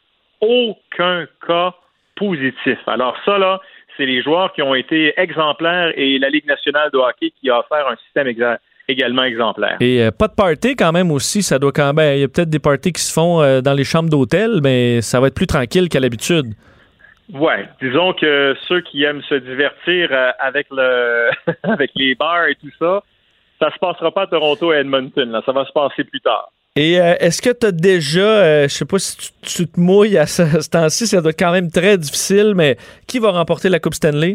Speaker 5: aucun cas positif. Alors ça, là, c'est les joueurs qui ont été exemplaires et la Ligue nationale de hockey qui a offert un système exa- également exemplaire.
Speaker 3: Et euh, pas de party quand même aussi, ça doit quand même... Il y a peut-être des parties qui se font euh, dans les chambres d'hôtel, mais ça va être plus tranquille qu'à l'habitude.
Speaker 5: Ouais, disons que ceux qui aiment se divertir euh, avec le avec les bars et tout ça, ça se passera pas à Toronto et à Edmonton, là, ça va se passer plus tard.
Speaker 3: Et euh, est-ce que tu as déjà, euh, je sais pas si tu, tu te mouilles à ce, ce temps-ci, ça doit être quand même très difficile, mais qui va remporter la Coupe Stanley?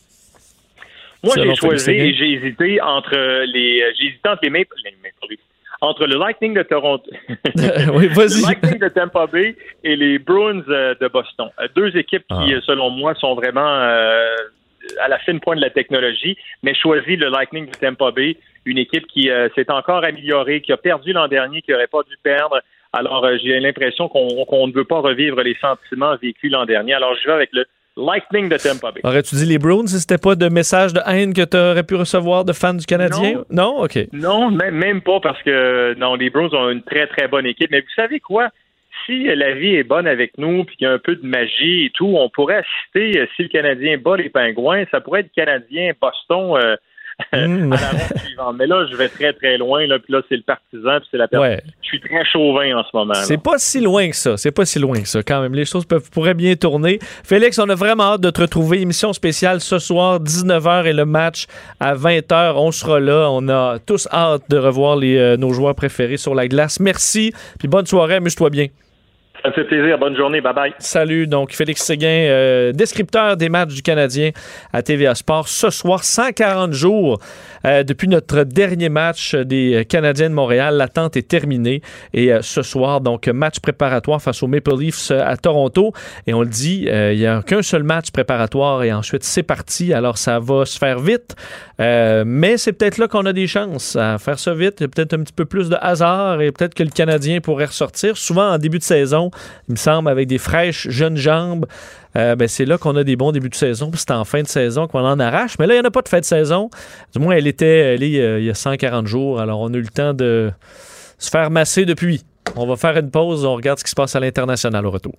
Speaker 5: Moi, j'ai choisi et j'ai hésité entre les j'ai hésité entre les Maple, les Maple Leafs, entre le Lightning de Toronto,
Speaker 3: oui, vas-y.
Speaker 5: le Lightning de Tampa Bay et les Bruins euh, de Boston. Euh, deux équipes qui, ah. selon moi, sont vraiment euh, à la fine pointe de la technologie, mais choisi le Lightning de Tampa Bay, une équipe qui euh, s'est encore améliorée, qui a perdu l'an dernier, qui n'aurait pas dû perdre. Alors, euh, j'ai l'impression qu'on, qu'on ne veut pas revivre les sentiments vécus l'an dernier. Alors, je vais avec le Lightning de Tampa Bay.
Speaker 3: Aurais-tu dit les Bruins si c'était pas de messages de haine que tu aurais pu recevoir de fans du Canadien? Non? Non? OK.
Speaker 5: Non, même, même pas parce que non, les Bruins ont une très, très bonne équipe. Mais vous savez quoi? Si la vie est bonne avec nous puis qu'il y a un peu de magie et tout, on pourrait assister, si le Canadien bat les Pingouins, ça pourrait être Canadien-Boston euh, mmh. à la ronde suivante. Mais là, je vais très, très loin. Là, puis là, c'est le partisan puis c'est la personne. Ouais. Je suis très chauvin en ce moment.
Speaker 3: C'est
Speaker 5: là.
Speaker 3: pas si loin que ça. C'est pas si loin que ça, quand même. Les choses peuvent, pourraient bien tourner. Félix, on a vraiment hâte de te retrouver. Émission spéciale ce soir, dix-neuf heures, et le match à vingt heures. On sera là. On a tous hâte de revoir les, euh, nos joueurs préférés sur la glace. Merci. Puis bonne soirée. Amuse-toi bien.
Speaker 5: Ça me fait plaisir. Bonne journée. Bye-bye.
Speaker 3: Salut. Donc, Félix Séguin, euh, descripteur des matchs du Canadien à T V A Sport. Ce soir, cent quarante jours euh, depuis notre dernier match des Canadiens de Montréal. L'attente est terminée. Et euh, ce soir, donc, match préparatoire face aux Maple Leafs à Toronto. Et on le dit, euh, il n'y a qu'un seul match préparatoire et ensuite, c'est parti. Alors, ça va se faire vite. Euh, mais c'est peut-être là qu'on a des chances à faire ça vite. Il y a peut-être un petit peu plus de hasard et peut-être que le Canadien pourrait ressortir. Souvent, en début de saison, il me semble, avec des fraîches jeunes jambes, euh, ben c'est là qu'on a des bons débuts de saison. Puis c'est en fin de saison qu'on en arrache. Mais là, il n'y en a pas de fin de saison. Du moins, elle était elle est, euh, il y a cent quarante jours. Alors, on a eu le temps de se faire masser depuis. On va faire une pause. On regarde ce qui se passe à l'international au retour.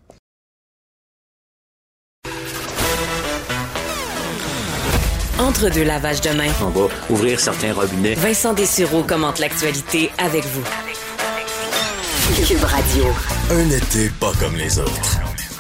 Speaker 1: Entre deux lavages de main.
Speaker 6: On va ouvrir certains robinets.
Speaker 1: Vincent Dessureau commente l'actualité avec vous. Cube Radio.
Speaker 2: Un été pas comme les autres.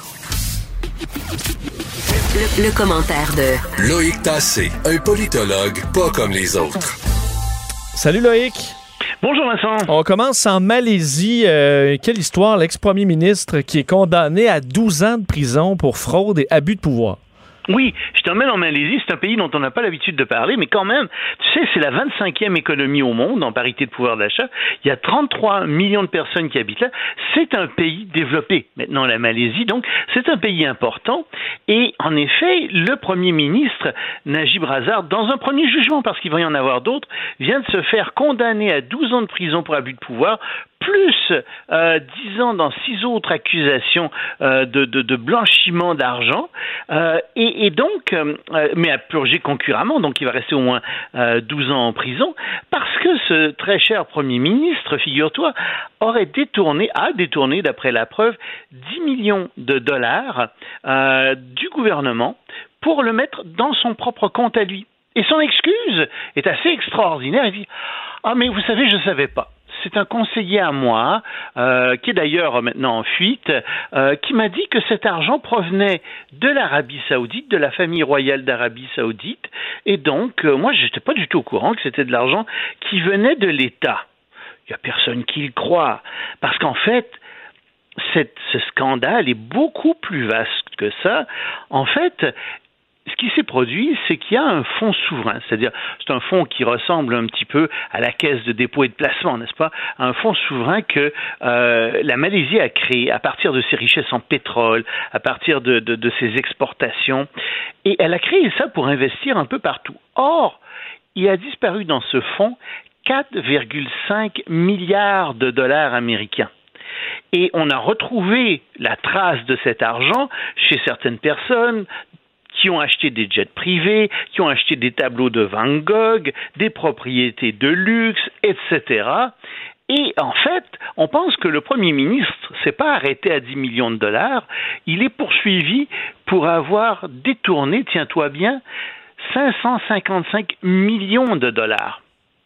Speaker 1: Le, le commentaire de
Speaker 2: Loïc Tassé, un politologue pas comme les autres.
Speaker 3: Salut Loïc.
Speaker 7: Bonjour Vincent.
Speaker 3: On commence en Malaisie. Euh, quelle histoire, l'ex-premier ministre qui est condamné à douze ans de prison pour fraude et abus de pouvoir.
Speaker 7: Oui, je t'emmène en Malaisie, c'est un pays dont on n'a pas l'habitude de parler, mais quand même, tu sais, c'est la vingt-cinquième économie au monde en parité de pouvoir d'achat. Il y a trente-trois millions de personnes qui habitent là. C'est un pays développé, maintenant la Malaisie, donc c'est un pays important. Et en effet, le Premier ministre, Najib Razak, dans un premier jugement, parce qu'il va y en avoir d'autres, vient de se faire condamner à douze ans de prison pour abus de pouvoir, plus euh, dix ans dans six autres accusations euh, de, de, de blanchiment d'argent, euh, et, et donc, euh, mais à purger concurremment, donc il va rester au moins euh, douze ans en prison, parce que ce très cher Premier ministre, figure-toi, aurait détourné, a détourné, d'après la preuve, dix millions de dollars euh, du gouvernement pour le mettre dans son propre compte à lui. Et son excuse est assez extraordinaire. Il dit « Ah, mais vous savez, je ne savais pas. » C'est un conseiller à moi, euh, qui est d'ailleurs maintenant en fuite, euh, qui m'a dit que cet argent provenait de l'Arabie Saoudite, de la famille royale d'Arabie Saoudite, et donc euh, moi je n'étais pas du tout au courant que c'était de l'argent qui venait de l'État. Il n'y a personne qui le croit, parce qu'en fait, cette, ce scandale est beaucoup plus vaste que ça. En fait, ce qui s'est produit, c'est qu'il y a un fonds souverain, c'est-à-dire c'est un fonds qui ressemble un petit peu à la caisse de dépôt et de placement, n'est-ce pas? Un fonds souverain que euh, la Malaisie a créé à partir de ses richesses en pétrole, à partir de, de, de ses exportations, et elle a créé ça pour investir un peu partout. Or, il a disparu dans ce fonds quatre virgule cinq milliards de dollars américains. Et on a retrouvé la trace de cet argent chez certaines personnes qui ont acheté des jets privés, qui ont acheté des tableaux de Van Gogh, des propriétés de luxe, et cetera. Et en fait, on pense que le premier ministre s'est pas arrêté à dix millions de dollars, il est poursuivi pour avoir détourné, tiens-toi bien, cinq cent cinquante-cinq millions de dollars.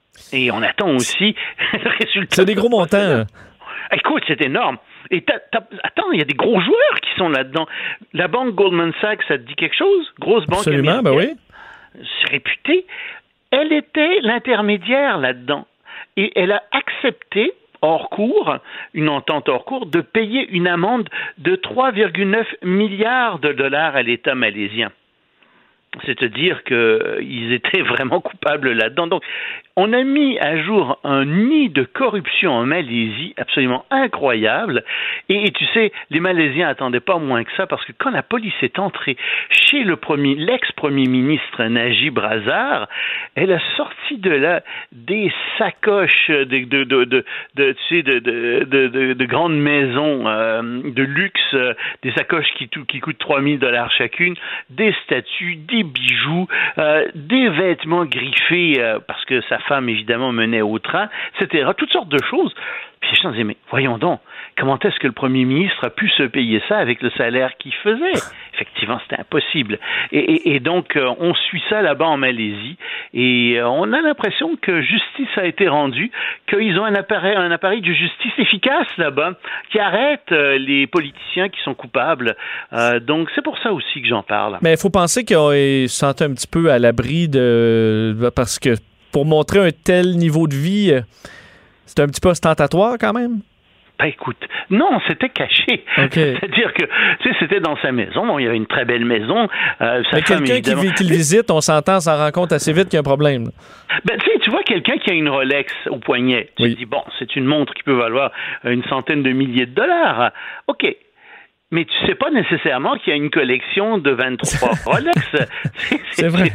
Speaker 7: Et on attend aussi le résultat.
Speaker 3: C'est des gros montants.
Speaker 7: Écoute, c'est énorme. Et t'as, t'as, attends, il y a des gros joueurs qui sont là-dedans. La banque Goldman Sachs, ça te dit quelque chose? Grosse banque
Speaker 3: Absolument,
Speaker 7: américaine.
Speaker 3: ben oui.
Speaker 7: C'est réputé. Elle était l'intermédiaire là-dedans. Et elle a accepté, hors cours, une entente hors cours, de payer une amende de trois virgule neuf milliards de dollars à l'État malaisien. C'est-à-dire qu'ils étaient vraiment coupables là-dedans. Donc, on a mis à jour un nid de corruption en Malaisie absolument incroyable. Et, et tu sais, les Malaisiens n'attendaient pas moins que ça parce que quand la police est entrée chez le premier, l'ex-premier ministre Najib Razak, elle a sorti de là des sacoches de, de, de, de, de, tu sais, de, de, de, de, de grandes maisons euh, de luxe, euh, des sacoches qui, qui coûtent trois mille dollars chacune, des statues, des bijoux, euh, des vêtements griffés euh, parce que sa femme évidemment menait au train, et cetera. Toutes sortes de choses. Puis je me disais, mais voyons donc, comment est-ce que le premier ministre a pu se payer ça avec le salaire qu'il faisait? Effectivement, c'était impossible. Et, et, et donc, euh, on suit ça là-bas en Malaisie et euh, on a l'impression que justice a été rendue, qu'ils ont un appareil, un appareil de justice efficace là-bas qui arrête euh, les politiciens qui sont coupables. Euh, donc, c'est pour ça aussi que j'en parle.
Speaker 3: Mais il faut penser qu'ils se sentent un petit peu à l'abri de... parce que pour montrer un tel niveau de vie, c'est un petit peu ostentatoire quand même?
Speaker 7: Ben écoute, non, c'était caché.
Speaker 3: Okay.
Speaker 7: C'est-à-dire que, tu sais, c'était dans sa maison. Bon, il y avait une très belle maison. Euh, sa
Speaker 3: Mais
Speaker 7: femme,
Speaker 3: quelqu'un
Speaker 7: évidemment...
Speaker 3: qui, qui le visite, on s'entend, s'en rend compte assez vite qu'il y a un problème.
Speaker 7: Ben, tu sais, tu vois quelqu'un qui a une Rolex au poignet. Tu
Speaker 3: oui.
Speaker 7: te dis, bon, c'est une montre qui peut valoir une centaine de milliers de dollars. OK. Mais tu sais pas nécessairement qu'il y a une collection de vingt-trois Rolex.
Speaker 3: C'est, c'est vrai.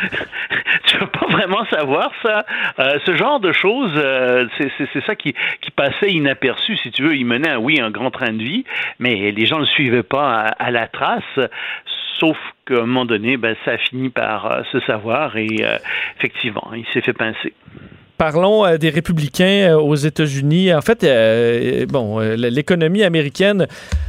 Speaker 7: Tu veux pas vraiment savoir ça. Euh, ce genre de choses, euh, c'est, c'est, c'est ça qui, qui passait inaperçu, si tu veux. Il menait, oui, un grand train de vie, mais les gens ne le suivaient pas à, à la trace, sauf qu'à un moment donné, ben, ça a fini par euh, se savoir et euh, effectivement, il s'est fait pincer.
Speaker 3: Parlons euh, des républicains euh, aux États-Unis. En fait, euh, bon, euh, l'économie américaine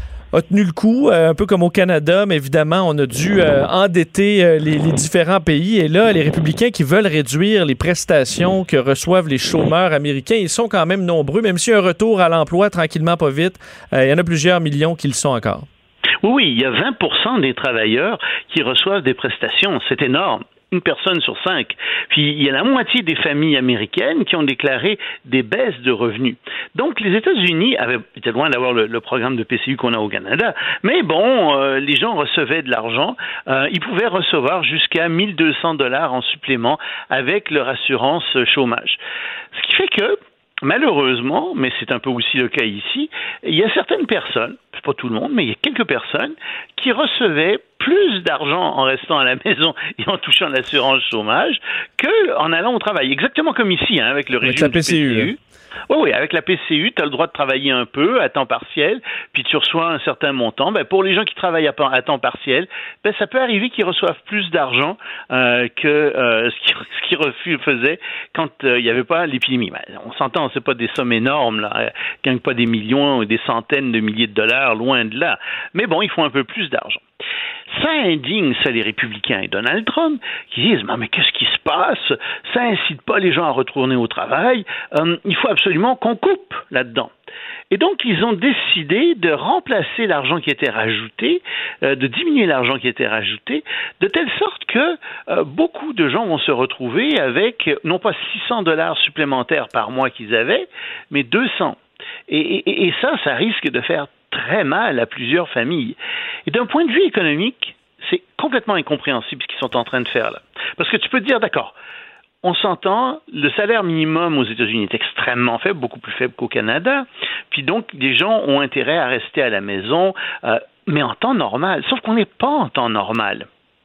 Speaker 3: a tenu le coup, euh, un peu comme au Canada, mais évidemment, on a dû euh, endetter euh, les, les différents pays. Et là, les républicains qui veulent réduire les prestations que reçoivent les chômeurs américains, ils sont quand même nombreux, même s'il y a un retour à l'emploi tranquillement, pas vite. Euh, il y en a plusieurs millions qui le sont encore.
Speaker 7: Oui, oui, il y a vingt pour cent des travailleurs qui reçoivent des prestations. C'est énorme. Une personne sur cinq. Puis il y a la moitié des familles américaines qui ont déclaré des baisses de revenus. Donc les États-Unis avaient étaient loin d'avoir le, le programme de P C U qu'on a au Canada, mais bon, euh, les gens recevaient de l'argent. Euh, ils pouvaient recevoir jusqu'à mille deux cents dollars en supplément avec leur assurance chômage. Ce qui fait que malheureusement, mais c'est un peu aussi le cas ici, il y a certaines personnes, c'est pas tout le monde, mais il y a quelques personnes qui recevaient plus d'argent en restant à la maison et en touchant l'assurance chômage qu'en allant au travail. Exactement comme ici, hein, avec le régime
Speaker 3: avec la P C U.
Speaker 7: P C U. Oui, oui, avec la P C U, tu as le droit de travailler un peu à temps partiel, puis tu reçois un certain montant. Ben, pour les gens qui travaillent à, à temps partiel, ben, ça peut arriver qu'ils reçoivent plus d'argent euh, que euh, ce qu'ils ce qu'ils faisaient quand il euh, n'y avait pas l'épidémie. Ben, on s'entend, c'est pas des sommes énormes, là, ils gagnent pas des millions ou des centaines de milliers de dollars, loin de là. Mais bon, ils font un peu plus d'argent. Ça indigne, ça, les républicains et Donald Trump, qui disent « Mais qu'est-ce qui se passe? Ça incite pas les gens à retourner au travail. Euh, il faut absolument qu'on coupe là-dedans. » Et donc, ils ont décidé de remplacer l'argent qui était rajouté, euh, de diminuer l'argent qui était rajouté, de telle sorte que euh, beaucoup de gens vont se retrouver avec, non pas six cents dollars supplémentaires par mois qu'ils avaient, mais deux cents. Et, et, et ça, ça risque de faire très mal à plusieurs familles. Et d'un point de vue économique, c'est complètement incompréhensible ce qu'ils sont en train de faire là. Parce que tu peux te dire, d'accord, on s'entend, le salaire minimum aux États-Unis est extrêmement faible, beaucoup plus faible qu'au Canada, puis donc les gens ont intérêt à rester à la maison, euh, mais en temps normal, sauf qu'on n'est pas en temps normal.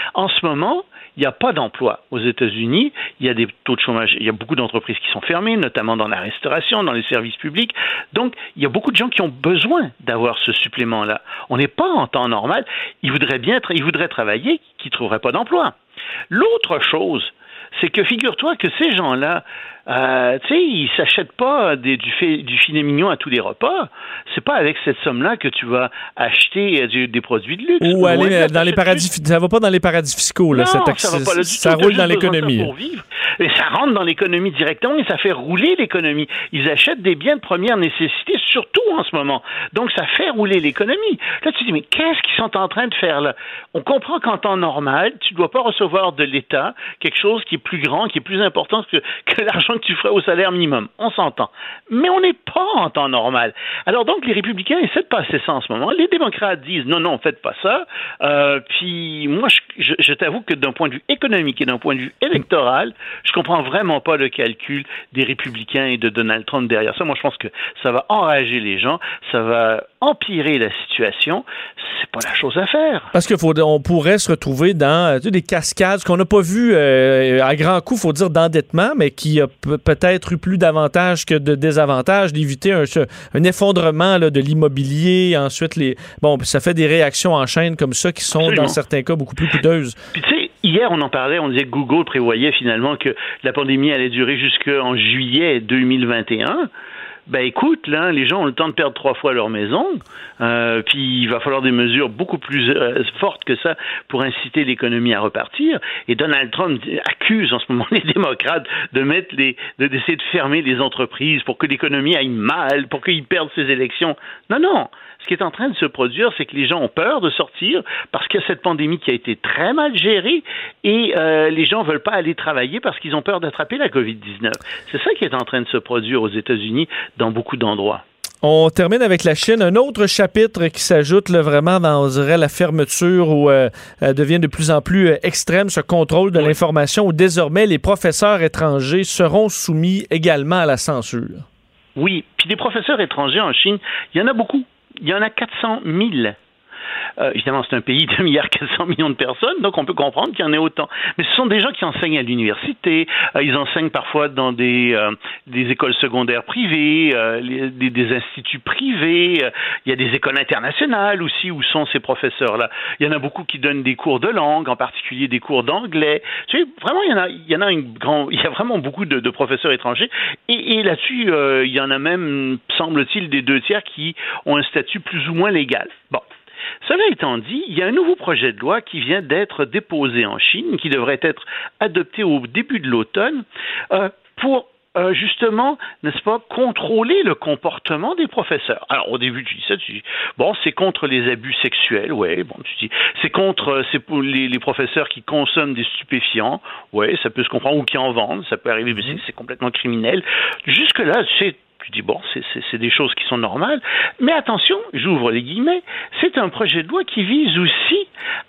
Speaker 7: En ce moment, il n'y a pas d'emploi aux États-Unis. Il y a des taux de chômage. Il y a beaucoup d'entreprises qui sont fermées, notamment dans la restauration, dans les services publics. Donc, il y a beaucoup de gens qui ont besoin d'avoir ce supplément-là. On n'est pas en temps normal. Ils voudraient bien, tra- ils voudraient travailler, qui ne trouveraient pas d'emploi. L'autre chose, c'est que figure-toi que ces gens-là, euh, tu sais, ils s'achètent pas des, du, fait, du filet mignon à tous les repas. C'est pas avec cette somme-là que tu vas acheter des, des produits de luxe.
Speaker 3: Ou aller là, dans les paradis, plus. Ça va pas dans les paradis fiscaux, là.
Speaker 7: Non,
Speaker 3: cette
Speaker 7: ça va pas là du
Speaker 3: ça
Speaker 7: tout.
Speaker 3: roule dans l'économie.
Speaker 7: Ça pour vivre. Et ça rentre dans l'économie directement et ça fait rouler l'économie. Ils achètent des biens de première nécessité, surtout en ce moment. Donc, ça fait rouler l'économie. Là, tu te dis, mais qu'est-ce qu'ils sont en train de faire là? On comprend qu'en temps normal, tu ne dois pas recevoir de l'État quelque chose qui est plus grand, qui est plus important que, que l'argent que tu ferais au salaire minimum. On s'entend. Mais on n'est pas en temps normal. Alors donc, les républicains essaient de passer ça en ce moment. Les démocrates disent, non, non, faites pas ça. Euh, puis moi, je, je, je t'avoue que d'un point de vue économique et d'un point de vue électoral, je comprends vraiment pas le calcul des républicains et de Donald Trump derrière ça. Moi, je pense que ça va enrager les gens, ça va empirer la situation. C'est pas la chose à faire.
Speaker 3: Parce qu'on pourrait se retrouver dans tu sais, des cascades, ce qu'on n'a pas vu euh, à grands coups, il faut dire, d'endettement, mais qui a p- peut-être eu plus d'avantages que de désavantages, d'éviter un, un effondrement là, de l'immobilier. Ensuite, les bon, ça fait des réactions en chaîne comme ça qui sont, Absolument. Dans certains cas, beaucoup plus coûteuses.
Speaker 7: Puis tu sais, hier, on en parlait, on disait que Google prévoyait finalement que la pandémie allait durer jusqu'en juillet deux mille vingt et un. Ben écoute, là, les gens ont le temps de perdre trois fois leur maison, euh, puis il va falloir des mesures beaucoup plus euh, fortes que ça pour inciter l'économie à repartir. Et Donald Trump accuse en ce moment les démocrates de mettre les, de, d'essayer de fermer les entreprises pour que l'économie aille mal, pour qu'ils perdent ces élections. Non, non. Ce qui est en train de se produire, c'est que les gens ont peur de sortir parce qu'il y a cette pandémie qui a été très mal gérée et euh, les gens ne veulent pas aller travailler parce qu'ils ont peur d'attraper la covid dix-neuf. C'est ça qui est en train de se produire aux États-Unis dans beaucoup d'endroits.
Speaker 3: On termine avec la Chine. Un autre chapitre qui s'ajoute là, vraiment dans, on dirait, la fermeture où euh, devient de plus en plus euh, extrême ce contrôle de oui. l'information où désormais les professeurs étrangers seront soumis également à la censure.
Speaker 7: Oui, puis des professeurs étrangers en Chine, il y en a beaucoup. Il y en a quatre cent mille. Euh, évidemment, c'est un pays de deux milliards quatre cents millions de personnes, donc on peut comprendre qu'il y en ait autant. Mais ce sont des gens qui enseignent à l'université, euh, ils enseignent parfois dans des, euh, des écoles secondaires privées, euh, les, des, des instituts privés, euh, il y a des écoles internationales aussi où sont ces professeurs-là. Il y en a beaucoup qui donnent des cours de langue, en particulier des cours d'anglais. Tu sais, vraiment, il y en a, il y en a une grand, il y a vraiment beaucoup de, de professeurs étrangers. Et, et là-dessus, euh, il y en a même, semble-t-il, des deux tiers qui ont un statut plus ou moins légal. Bon. Cela étant dit, il y a un nouveau projet de loi qui vient d'être déposé en Chine, qui devrait être adopté au début de l'automne, euh, pour euh, justement, n'est-ce pas, contrôler le comportement des professeurs. Alors, au début, tu dis ça, tu dis, bon, c'est contre les abus sexuels, ouais, bon, tu dis, c'est contre, c'est pour les, les professeurs qui consomment des stupéfiants, ouais, ça peut se comprendre, ou qui en vendent, ça peut arriver, mais c'est, c'est complètement criminel. Jusque-là, c'est tu dis, bon, c'est, c'est, c'est des choses qui sont normales. Mais attention, j'ouvre les guillemets, c'est un projet de loi qui vise aussi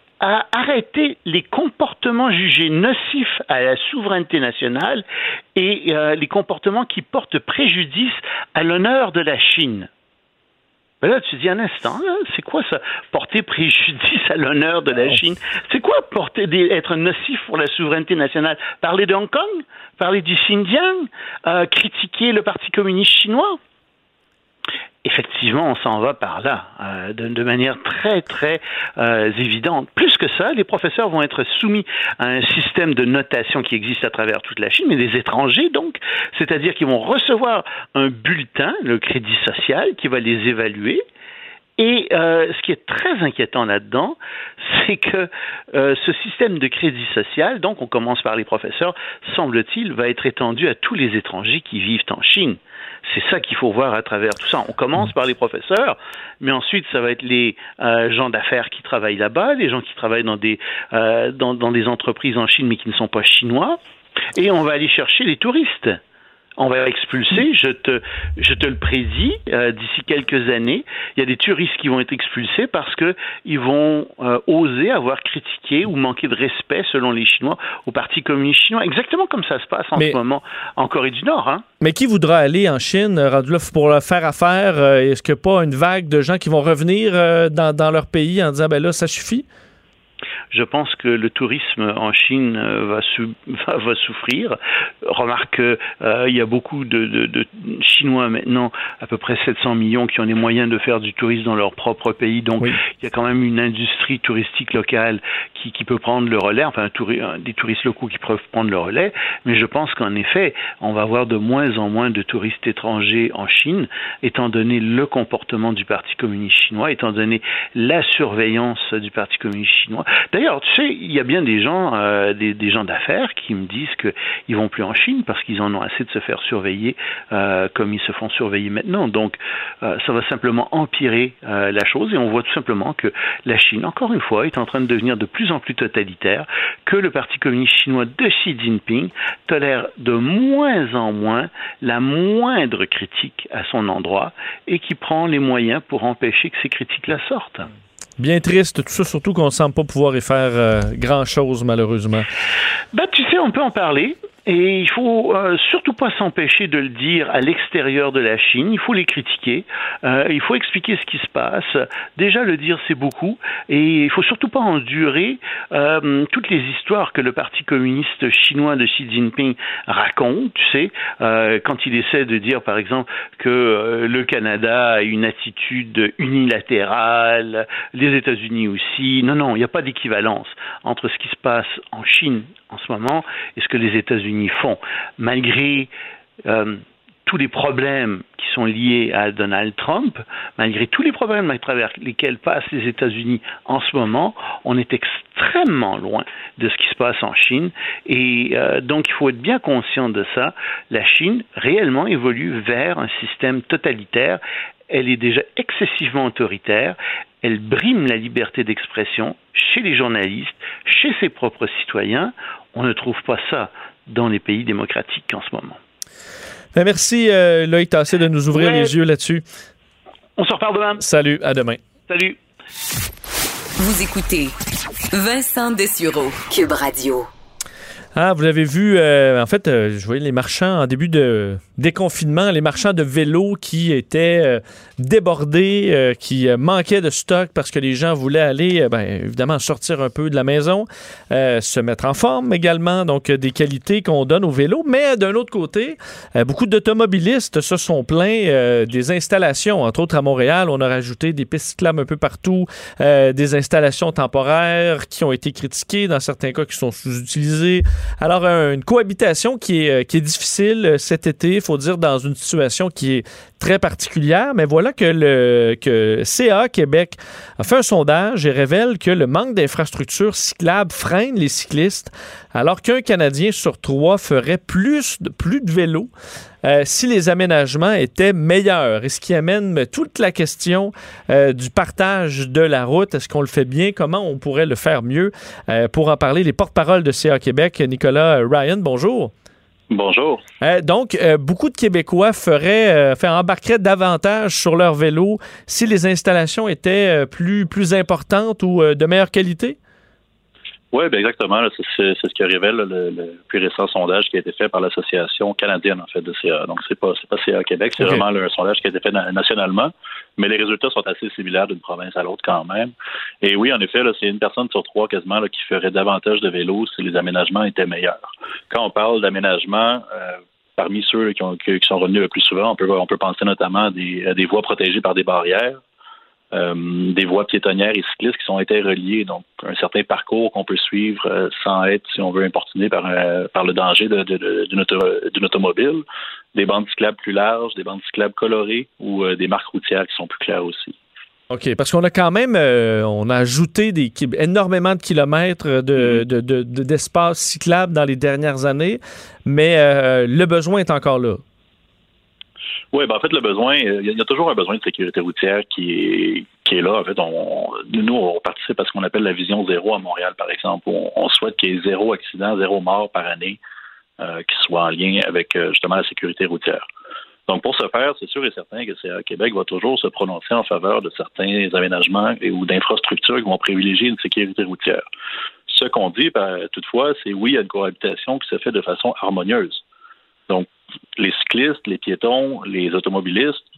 Speaker 7: à arrêter les comportements jugés nocifs à la souveraineté nationale et euh, les comportements qui portent préjudice à l'honneur de la Chine. Ben là, tu dis un instant, là, c'est quoi ça, porter préjudice à l'honneur de la Chine? C'est quoi porter des, être nocif pour la souveraineté nationale? Parler de Hong Kong? Parler du Xinjiang? Euh, critiquer le Parti communiste chinois? Effectivement, on s'en va par là, euh, de, de manière très, très euh, évidente. Plus que ça, les professeurs vont être soumis à un système de notation qui existe à travers toute la Chine, mais des étrangers donc, c'est-à-dire qu'ils vont recevoir un bulletin, le crédit social, qui va les évaluer. Et euh, ce qui est très inquiétant là-dedans, c'est que euh, ce système de crédit social, donc on commence par les professeurs, semble-t-il, va être étendu à tous les étrangers qui vivent en Chine. C'est ça qu'il faut voir à travers tout ça. On commence par les professeurs, mais ensuite ça va être les euh, gens d'affaires qui travaillent là-bas, les gens qui travaillent dans des euh, dans, dans des entreprises en Chine mais qui ne sont pas chinois, et on va aller chercher les touristes. On va expulser, je te, je te le prédis, euh, d'ici quelques années, il y a des touristes qui vont être expulsés parce que ils vont euh, oser avoir critiqué ou manqué de respect, selon les Chinois, au Parti communiste chinois. Exactement comme ça se passe en mais, ce moment en Corée du Nord. Hein.
Speaker 3: Mais qui voudra aller en Chine, rendu là, pour faire affaire? Euh, est-ce qu'il n'y a pas une vague de gens qui vont revenir euh, dans, dans leur pays en disant, ben là, ça suffit?
Speaker 7: je pense que le tourisme en Chine va, su- va, va souffrir. Remarque qu'il euh, y a beaucoup de, de, de Chinois maintenant, à peu près sept cents millions, qui ont les moyens de faire du tourisme dans leur propre pays. Donc, oui. il y a quand même une industrie touristique locale qui, qui peut prendre le relais, enfin un touri- un, des touristes locaux qui peuvent prendre le relais. Mais je pense qu'en effet, on va avoir de moins en moins de touristes étrangers en Chine, étant donné le comportement du Parti communiste chinois, étant donné la surveillance du Parti communiste chinois. D'ailleurs, tu sais, il y a bien des gens, euh, des, des gens d'affaires qui me disent qu'ils vont plus en Chine parce qu'ils en ont assez de se faire surveiller euh, comme ils se font surveiller maintenant. Donc, euh, ça va simplement empirer euh, la chose et on voit tout simplement que la Chine, encore une fois, est en train de devenir de plus en plus totalitaire, que le Parti communiste chinois de Xi Jinping tolère de moins en moins la moindre critique à son endroit et qui prend les moyens pour empêcher que ces critiques-là sortent.
Speaker 3: Bien triste, tout ça, surtout qu'on ne semble pas pouvoir y faire euh, grand-chose, malheureusement.
Speaker 7: Ben, tu sais, on peut en parler. Et il faut euh, surtout pas s'empêcher de le dire à l'extérieur de la Chine. Il faut les critiquer. Euh, il faut expliquer ce qui se passe. Déjà, le dire, c'est beaucoup. Et il faut surtout pas endurer euh, toutes les histoires que le Parti communiste chinois de Xi Jinping raconte. Tu sais, euh, quand il essaie de dire, par exemple, que euh, le Canada a une attitude unilatérale, les États-Unis aussi. Non, non, il n'y a pas d'équivalence entre ce qui se passe en Chine en ce moment et ce que les États-Unis font. Malgré euh, tous les problèmes qui sont liés à Donald Trump, malgré tous les problèmes à travers lesquels passent les États-Unis en ce moment, on est extrêmement loin de ce qui se passe en Chine. Et euh, donc, il faut être bien conscient de ça. La Chine, réellement, évolue vers un système totalitaire. Elle est déjà excessivement autoritaire. Elle brime la liberté d'expression chez les journalistes, chez ses propres citoyens. On ne trouve pas ça dans les pays démocratiques en ce moment.
Speaker 3: Ben merci euh, Loïc Tassé de nous ouvrir ouais. les yeux là-dessus.
Speaker 7: On se reparle demain.
Speaker 3: Salut, à demain.
Speaker 7: Salut.
Speaker 1: Vous écoutez Vincent Dessureau, Cube Radio.
Speaker 3: Ah, vous l'avez vu, euh, en fait, euh, je voyais les marchands en début de déconfinement, les marchands de vélos qui étaient euh, débordés, euh, qui euh, manquaient de stock parce que les gens voulaient aller, euh, ben, évidemment, sortir un peu de la maison, euh, se mettre en forme également, donc euh, des qualités qu'on donne aux vélos. Mais d'un autre côté, euh, beaucoup d'automobilistes se sont plaints euh, des installations. Entre autres, à Montréal, on a rajouté des pistes cyclables un peu partout, euh, des installations temporaires qui ont été critiquées, dans certains cas qui sont sous-utilisées. Alors, une cohabitation qui est, qui est difficile cet été, il faut dire, dans une situation qui est très particulière, mais voilà que le que C A Québec a fait un sondage et révèle que le manque d'infrastructures cyclables freine les cyclistes, alors qu'un Canadien sur trois ferait plus de, plus de vélos euh, si les aménagements étaient meilleurs. Et ce qui amène toute la question euh, du partage de la route. Est-ce qu'on le fait bien? Comment on pourrait le faire mieux? Euh, pour en parler, les porte-paroles de C A Québec, Nicolas Ryan, bonjour.
Speaker 8: Bonjour.
Speaker 3: Euh, donc, euh, beaucoup de Québécois feraient, euh, faire embarqueraient davantage sur leur vélo si les installations étaient euh, plus, plus importantes ou euh, de meilleure qualité?
Speaker 8: Oui, bien exactement. Là, c'est, c'est, c'est ce que révèle le, le plus récent sondage qui a été fait par l'Association canadienne en fait de C A. Donc, c'est pas c'est pas C A Québec, c'est okay. vraiment là, un sondage qui a été fait nationalement, mais les résultats sont assez similaires d'une province à l'autre quand même. Et oui, en effet, là, c'est une personne sur trois quasiment là, qui ferait davantage de vélos si les aménagements étaient meilleurs. Quand on parle d'aménagement, euh, parmi ceux qui, ont, qui sont revenus le plus souvent, on peut on peut penser notamment à des, à des voies protégées par des barrières. Euh, des voies piétonnières et cyclistes qui sont interreliées, donc un certain parcours qu'on peut suivre euh, sans être, si on veut, importuné par, euh, par le danger de, de, de, d'une, auto, d'une automobile, des bandes cyclables plus larges, des bandes cyclables colorées ou euh, des marques routières qui sont plus claires aussi.
Speaker 3: OK, parce qu'on a quand même, euh, on a ajouté des, énormément de kilomètres de, mm-hmm. de, de, de, d'espace cyclable dans les dernières années, mais euh, le besoin est encore là.
Speaker 8: Oui, ben en fait, le besoin, il y a toujours un besoin de sécurité routière qui est, qui est là. En fait, on, nous, on participe à ce qu'on appelle la vision zéro à Montréal, par exemple. On, on souhaite qu'il y ait zéro accident, zéro mort par année euh, qui soit en lien avec justement la sécurité routière. Donc, pour ce faire, c'est sûr et certain que C A Québec va toujours se prononcer en faveur de certains aménagements et, ou d'infrastructures qui vont privilégier une sécurité routière. Ce qu'on dit, ben, toutefois, c'est oui, il y a une cohabitation qui se fait de façon harmonieuse. Donc, les cyclistes, les piétons, les automobilistes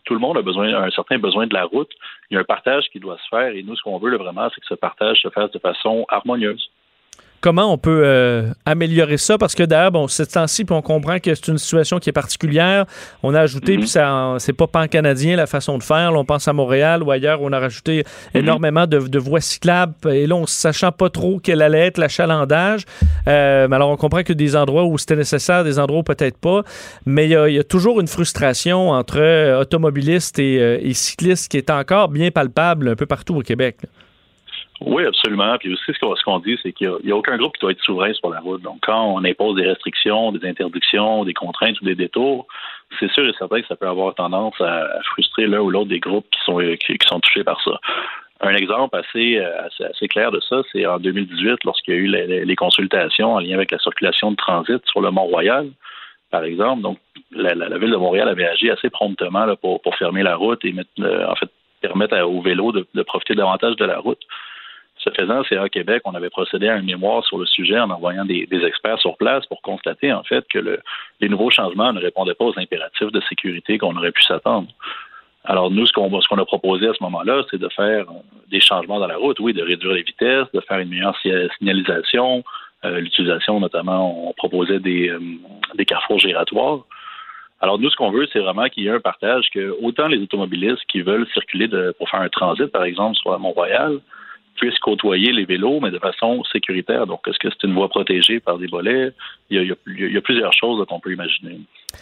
Speaker 8: tout le monde a besoin, un certain besoin de la route. Il y a un partage qui doit se faire et nous, ce qu'on veut là, vraiment, c'est que ce partage se fasse de façon harmonieuse.
Speaker 3: Comment on peut euh, améliorer ça? Parce que d'ailleurs, bon, ce temps-ci, puis on comprend que c'est une situation qui est particulière. On a ajouté, mm-hmm. puis ça, c'est pas pan-canadien la façon de faire. Là, on pense à Montréal ou ailleurs, on a rajouté mm-hmm. énormément de, de voies cyclables. Et là, on ne sachant pas trop quel allait être l'achalandage. Euh, alors, on comprend que des endroits où c'était nécessaire, des endroits où peut-être pas. Mais il y, y a toujours une frustration entre euh, automobilistes et, euh, et cyclistes qui est encore bien palpable un peu partout au Québec, là.
Speaker 8: Oui, absolument. Puis aussi, ce qu'on, ce qu'on dit, c'est qu'il n'y a, a aucun groupe qui doit être souverain sur la route. Donc, quand on impose des restrictions, des interdictions, des contraintes ou des détours, c'est sûr et certain que ça peut avoir tendance à frustrer l'un ou l'autre des groupes qui sont, qui, qui sont touchés par ça. Un exemple assez, assez, assez clair de ça, c'est en deux mille dix-huit, lorsqu'il y a eu les, les consultations en lien avec la circulation de transit sur le Mont-Royal, par exemple. Donc, la, la, la Ville de Montréal avait agi assez promptement là, pour, pour fermer la route et mettre, euh, en fait, permettre à, aux vélos de, de profiter davantage de la route. Ce faisant, C A Québec, on avait procédé à un mémoire sur le sujet en envoyant des, des experts sur place pour constater, en fait, que le, les nouveaux changements ne répondaient pas aux impératifs de sécurité qu'on aurait pu s'attendre. Alors, nous, ce qu'on, ce qu'on a proposé à ce moment-là, c'est de faire des changements dans la route, oui, de réduire les vitesses, de faire une meilleure signalisation, euh, l'utilisation, notamment, on proposait des, euh, des carrefours giratoires. Alors, nous, ce qu'on veut, c'est vraiment qu'il y ait un partage que autant les automobilistes qui veulent circuler de, pour faire un transit, par exemple, sur la Mont-Royal, puissent côtoyer les vélos, mais de façon sécuritaire. Donc, est-ce que c'est une voie protégée par des volets? Il y a, il y a, il y a plusieurs choses là, qu'on peut imaginer.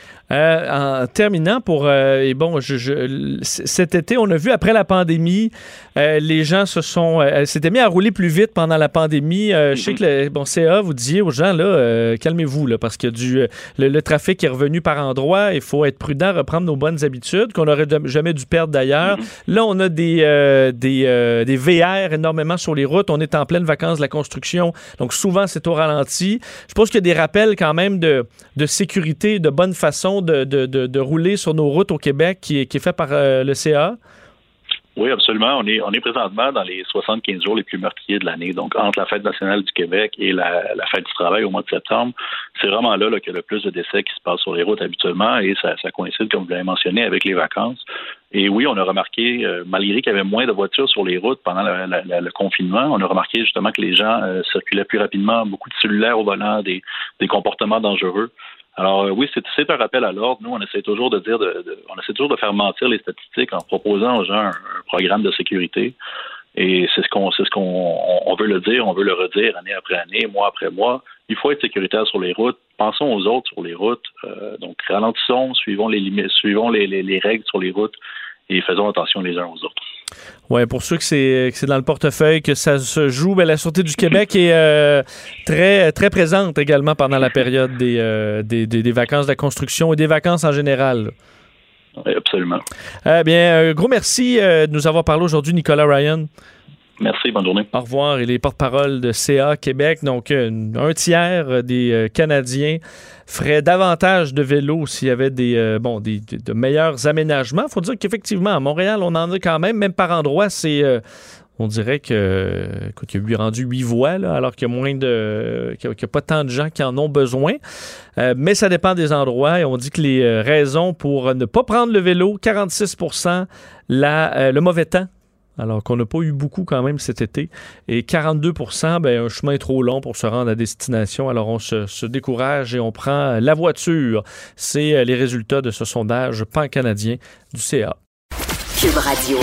Speaker 3: Euh, en terminant, pour euh, et bon, je, je, cet été, on a vu après la pandémie, euh, les gens se sont euh, s'étaient mis à rouler plus vite pendant la pandémie. Euh, mm-hmm. Je sais que le bon C A, vous disiez aux gens là, euh, calmez-vous là, parce que du le, le trafic est revenu par endroits. Il faut être prudent, reprendre nos bonnes habitudes qu'on n'aurait jamais dû perdre d'ailleurs. Mm-hmm. Là, on a des euh, des euh, des V R énormément sur les routes. On est en pleine vacances de la construction, donc souvent c'est au ralenti. Je pense qu'il y a des rappels quand même de de sécurité, de bonne façon de, de, de, de rouler sur nos routes au Québec qui est, qui est fait par euh, le C A?
Speaker 8: Oui, absolument. On est, on est présentement dans les soixante-quinze jours les plus meurtriers de l'année. Donc, entre la Fête nationale du Québec et la, la Fête du travail au mois de septembre, c'est vraiment là, là qu'il y a le plus de décès qui se passent sur les routes habituellement et ça, ça coïncide, comme vous l'avez mentionné, avec les vacances. Et oui, on a remarqué, euh, malgré qu'il y avait moins de voitures sur les routes pendant la, la, la, le confinement, on a remarqué justement que les gens euh, circulaient plus rapidement, beaucoup de cellulaires au volant, des, des comportements dangereux. Alors euh, oui, c'est, c'est un rappel à l'ordre. Nous, on essaie toujours de dire, de, de, on essaie toujours de faire mentir les statistiques en proposant aux gens un, un programme de sécurité. Et c'est ce qu'on, c'est ce qu'on, on, on veut le dire, on veut le redire année après année, mois après mois. Il faut être sécuritaire sur les routes. Pensons aux autres sur les routes. Euh, donc ralentissons, suivons les limites, suivons les, les, les règles sur les routes et faisons attention les uns aux autres.
Speaker 3: Oui, pour ceux que c'est, que c'est dans le portefeuille, que ça se joue, bien, la Sûreté du Québec est euh, très, très présente également pendant la période des, euh, des, des, des vacances de la construction et des vacances en général.
Speaker 8: Oui, absolument.
Speaker 3: Eh bien, un gros merci euh, de nous avoir parlé aujourd'hui, Nicolas Ryan.
Speaker 8: Merci, bonne journée.
Speaker 3: Au revoir. Il est porte-parole de C A Québec. Donc, un tiers des Canadiens feraient davantage de vélos s'il y avait des, euh, bon, des, de meilleurs aménagements. Il faut dire qu'effectivement, à Montréal, on en a quand même, même par endroits, c'est... Euh, on dirait que, écoute, qu'il y a rendu huit voies, là, alors qu'il y a moins de, qu'il n'y a, a pas tant de gens qui en ont besoin. Euh, mais ça dépend des endroits et on dit que les euh, raisons pour ne pas prendre le vélo, quarante-six pour cent la, euh, le mauvais temps. Alors qu'on n'a pas eu beaucoup quand même cet été. Et quarante-deux pour cent, ben, un chemin trop long pour se rendre à destination. Alors on se, se décourage et on prend la voiture. C'est les résultats de ce sondage pan-canadien du C A.
Speaker 1: Cube Radio.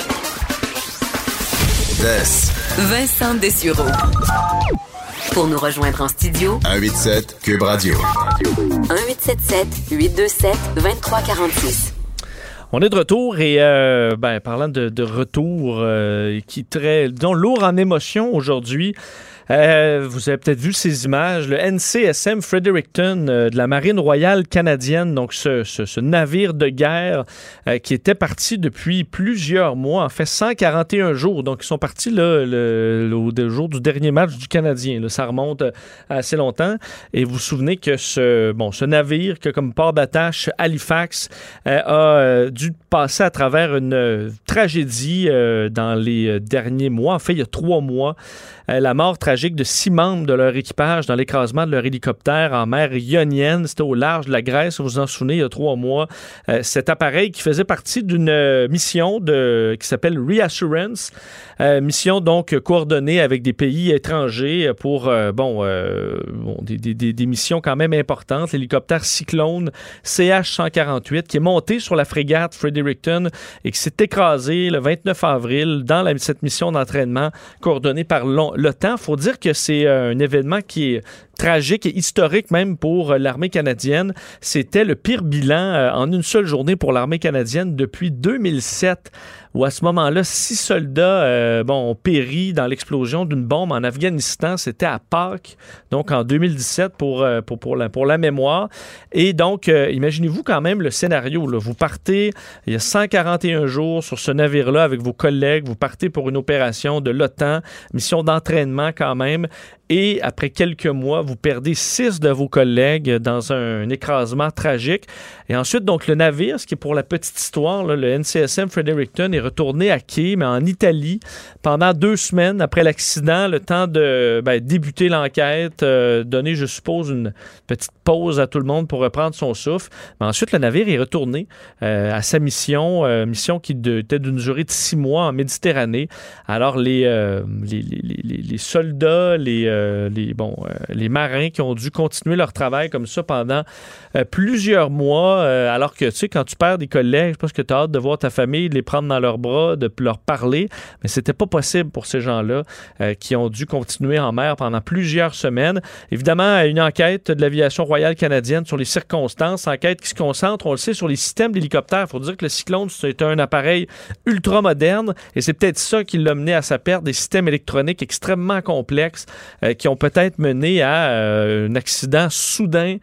Speaker 1: Vincent Dessureau. Pour nous rejoindre en studio,
Speaker 2: un huit sept Cube Radio.
Speaker 1: un huit sept sept huit deux sept deux trois quatre six.
Speaker 3: On est de retour et, euh, ben, parlant de, de retour euh, qui est très, disons, lourd en émotion aujourd'hui, euh, vous avez peut-être vu ces images, le N C S M Fredericton euh, de la Marine royale canadienne, donc ce, ce, ce navire de guerre euh, qui était parti depuis plusieurs mois, en fait cent quarante et un jours, donc ils sont partis là, le, le, le jour du dernier match du Canadien, là, ça remonte à assez longtemps, et vous vous souvenez que ce, bon, ce navire qui a comme port d'attache Halifax euh, a euh, dû passer à travers une euh, tragédie euh, dans les derniers mois, en fait il y a trois mois, euh, la mort tragique tragique de six membres de leur équipage dans l'écrasement de leur hélicoptère en mer Ionienne. C'était au large de la Grèce, vous vous en souvenez, il y a trois mois. Euh, cet appareil qui faisait partie d'une euh, mission de, qui s'appelle Reassurance, euh, mission donc coordonnée avec des pays étrangers pour euh, bon, euh, bon des, des, des missions quand même importantes. L'hélicoptère Cyclone C H cent quarante-huit qui est monté sur la frégate Fredericton et qui s'est écrasé le vingt-neuf avril dans la, cette mission d'entraînement coordonnée par l'OTAN. Il faut dire que c'est un événement qui est tragique et historique même pour l'armée canadienne. C'était le pire bilan euh, en une seule journée pour l'armée canadienne depuis deux mille sept, où à ce moment-là, six soldats euh, bon, ont péri dans l'explosion d'une bombe en Afghanistan. C'était à Pâques, donc en deux mille dix-sept pour, euh, pour, pour, la, pour la mémoire. Et donc, euh, imaginez-vous quand même le scénario. Là. Vous partez, il y a cent quarante et un jours sur ce navire-là avec vos collègues. Vous partez pour une opération de l'OTAN, mission d'entraînement quand même. Et après quelques mois, vous perdez six de vos collègues dans un, un écrasement tragique. Et ensuite, donc, le navire, ce qui est pour la petite histoire, là, le N C S M Fredericton est retourné à quai, mais en Italie, pendant deux semaines après l'accident, le temps de ben, débuter l'enquête, euh, donner, je suppose, une petite pause à tout le monde pour reprendre son souffle. Mais ensuite, le navire est retourné euh, à sa mission, euh, mission qui de, était d'une durée de six mois en Méditerranée. Alors, les, euh, les, les, les, les soldats, les... Euh, Les, bon, euh, les marins qui ont dû continuer leur travail comme ça pendant euh, plusieurs mois, euh, alors que, tu sais, quand tu perds des collègues, je pense que tu as hâte de voir ta famille, de les prendre dans leurs bras, de leur parler, mais c'était pas possible pour ces gens-là euh, qui ont dû continuer en mer pendant plusieurs semaines. Évidemment, une enquête de l'Aviation royale canadienne sur les circonstances, enquête qui se concentre, on le sait, sur les systèmes d'hélicoptères. Il faut dire que le Cyclone, c'est un appareil ultra moderne et c'est peut-être ça qui l'a mené à sa perte, des systèmes électroniques extrêmement complexes euh, qui ont peut-être mené à euh, un accident soudain.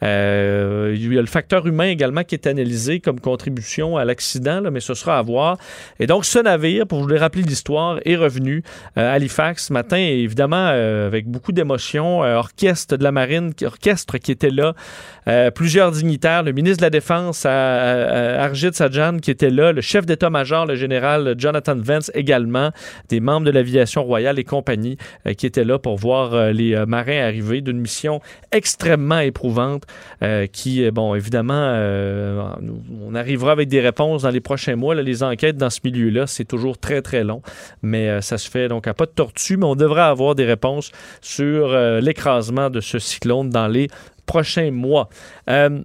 Speaker 3: Euh, il y a le facteur humain également qui est analysé comme contribution à l'accident, là, mais ce sera à voir. Et donc, ce navire, pour vous le rappeler l'histoire, est revenu euh, à Halifax ce matin, et évidemment, euh, avec beaucoup d'émotion, euh, orchestre de la marine, orchestre qui était là, euh, plusieurs dignitaires, le ministre de la Défense, à, à, à Arjit Sajjan qui était là, le chef d'état-major, le général Jonathan Vance également, des membres de l'Aviation royale et compagnie euh, qui étaient là pour voir euh, les euh, marins arriver d'une mission extrêmement éprouvante. Euh, qui, bon, évidemment, euh, on arrivera avec des réponses dans les prochains mois. Là, les enquêtes dans ce milieu-là, c'est toujours très, très long, mais euh, ça se fait donc à pas de tortue, mais on devrait avoir des réponses sur euh, l'écrasement de ce cyclone dans les prochains mois. Euh,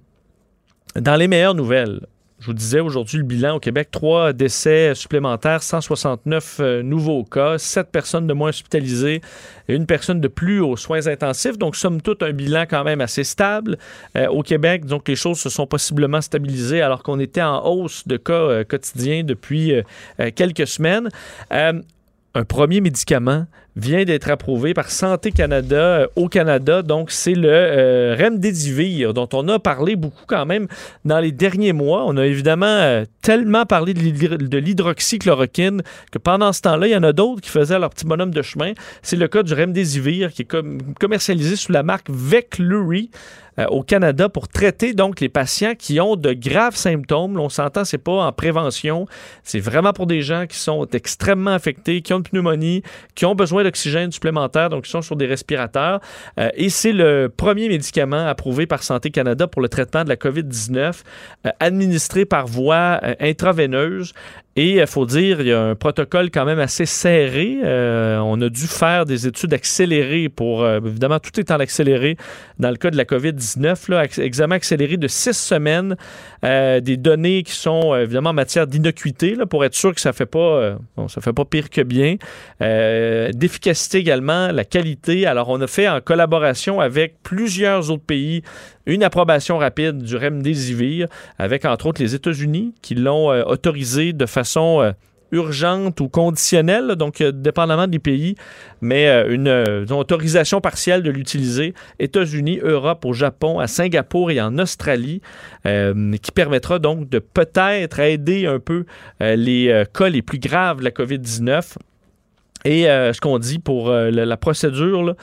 Speaker 3: dans les meilleures nouvelles, je vous disais aujourd'hui le bilan au Québec, trois décès supplémentaires, cent soixante-neuf euh, nouveaux cas, sept personnes de moins hospitalisées et une personne de plus aux soins intensifs. Donc, somme toute, un bilan quand même assez stable euh, au Québec. Donc, les choses se sont possiblement stabilisées alors qu'on était en hausse de cas euh, quotidiens depuis euh, euh, quelques semaines. Euh, un premier médicament vient d'être approuvé par Santé Canada euh, au Canada. Donc, c'est le euh, Remdesivir, dont on a parlé beaucoup quand même dans les derniers mois. On a évidemment euh, tellement parlé de, l'hydro- de l'hydroxychloroquine que pendant ce temps-là, il y en a d'autres qui faisaient leur petit bonhomme de chemin. C'est le cas du Remdesivir qui est com- commercialisé sous la marque Veklury euh, au Canada pour traiter donc les patients qui ont de graves symptômes. Là, on s'entend, c'est pas en prévention. C'est vraiment pour des gens qui sont extrêmement affectés, qui ont une pneumonie, qui ont besoin d'oxygène supplémentaire, donc qui sont sur des respirateurs. Euh, et c'est le premier médicament approuvé par Santé Canada pour le traitement de la covid dix-neuf, euh, administré par voie euh, intraveineuse. Et il faut dire, il y a un protocole quand même assez serré. Euh, on a dû faire des études accélérées pour... Euh, évidemment, tout est en accéléré dans le cas de la covid dix-neuf. Là, examen accéléré de six semaines. Euh, des données qui sont, euh, évidemment, en matière d'innocuité, là, pour être sûr que ça ne fait pas euh, bon, ça fait pas pire que bien. Euh, d'efficacité également, la qualité. Alors, on a fait en collaboration avec plusieurs autres pays une approbation rapide du Remdesivir, avec entre autres les États-Unis qui l'ont euh, autorisé de façon euh, urgente ou conditionnelle, donc euh, dépendamment des pays, mais euh, une, euh, une autorisation partielle de l'utiliser. États-Unis, Europe, au Japon, à Singapour et en Australie, euh, qui permettra donc de peut-être aider un peu euh, les euh, cas les plus graves de la covid dix-neuf. Et euh, ce qu'on dit pour euh, la, la procédure, là,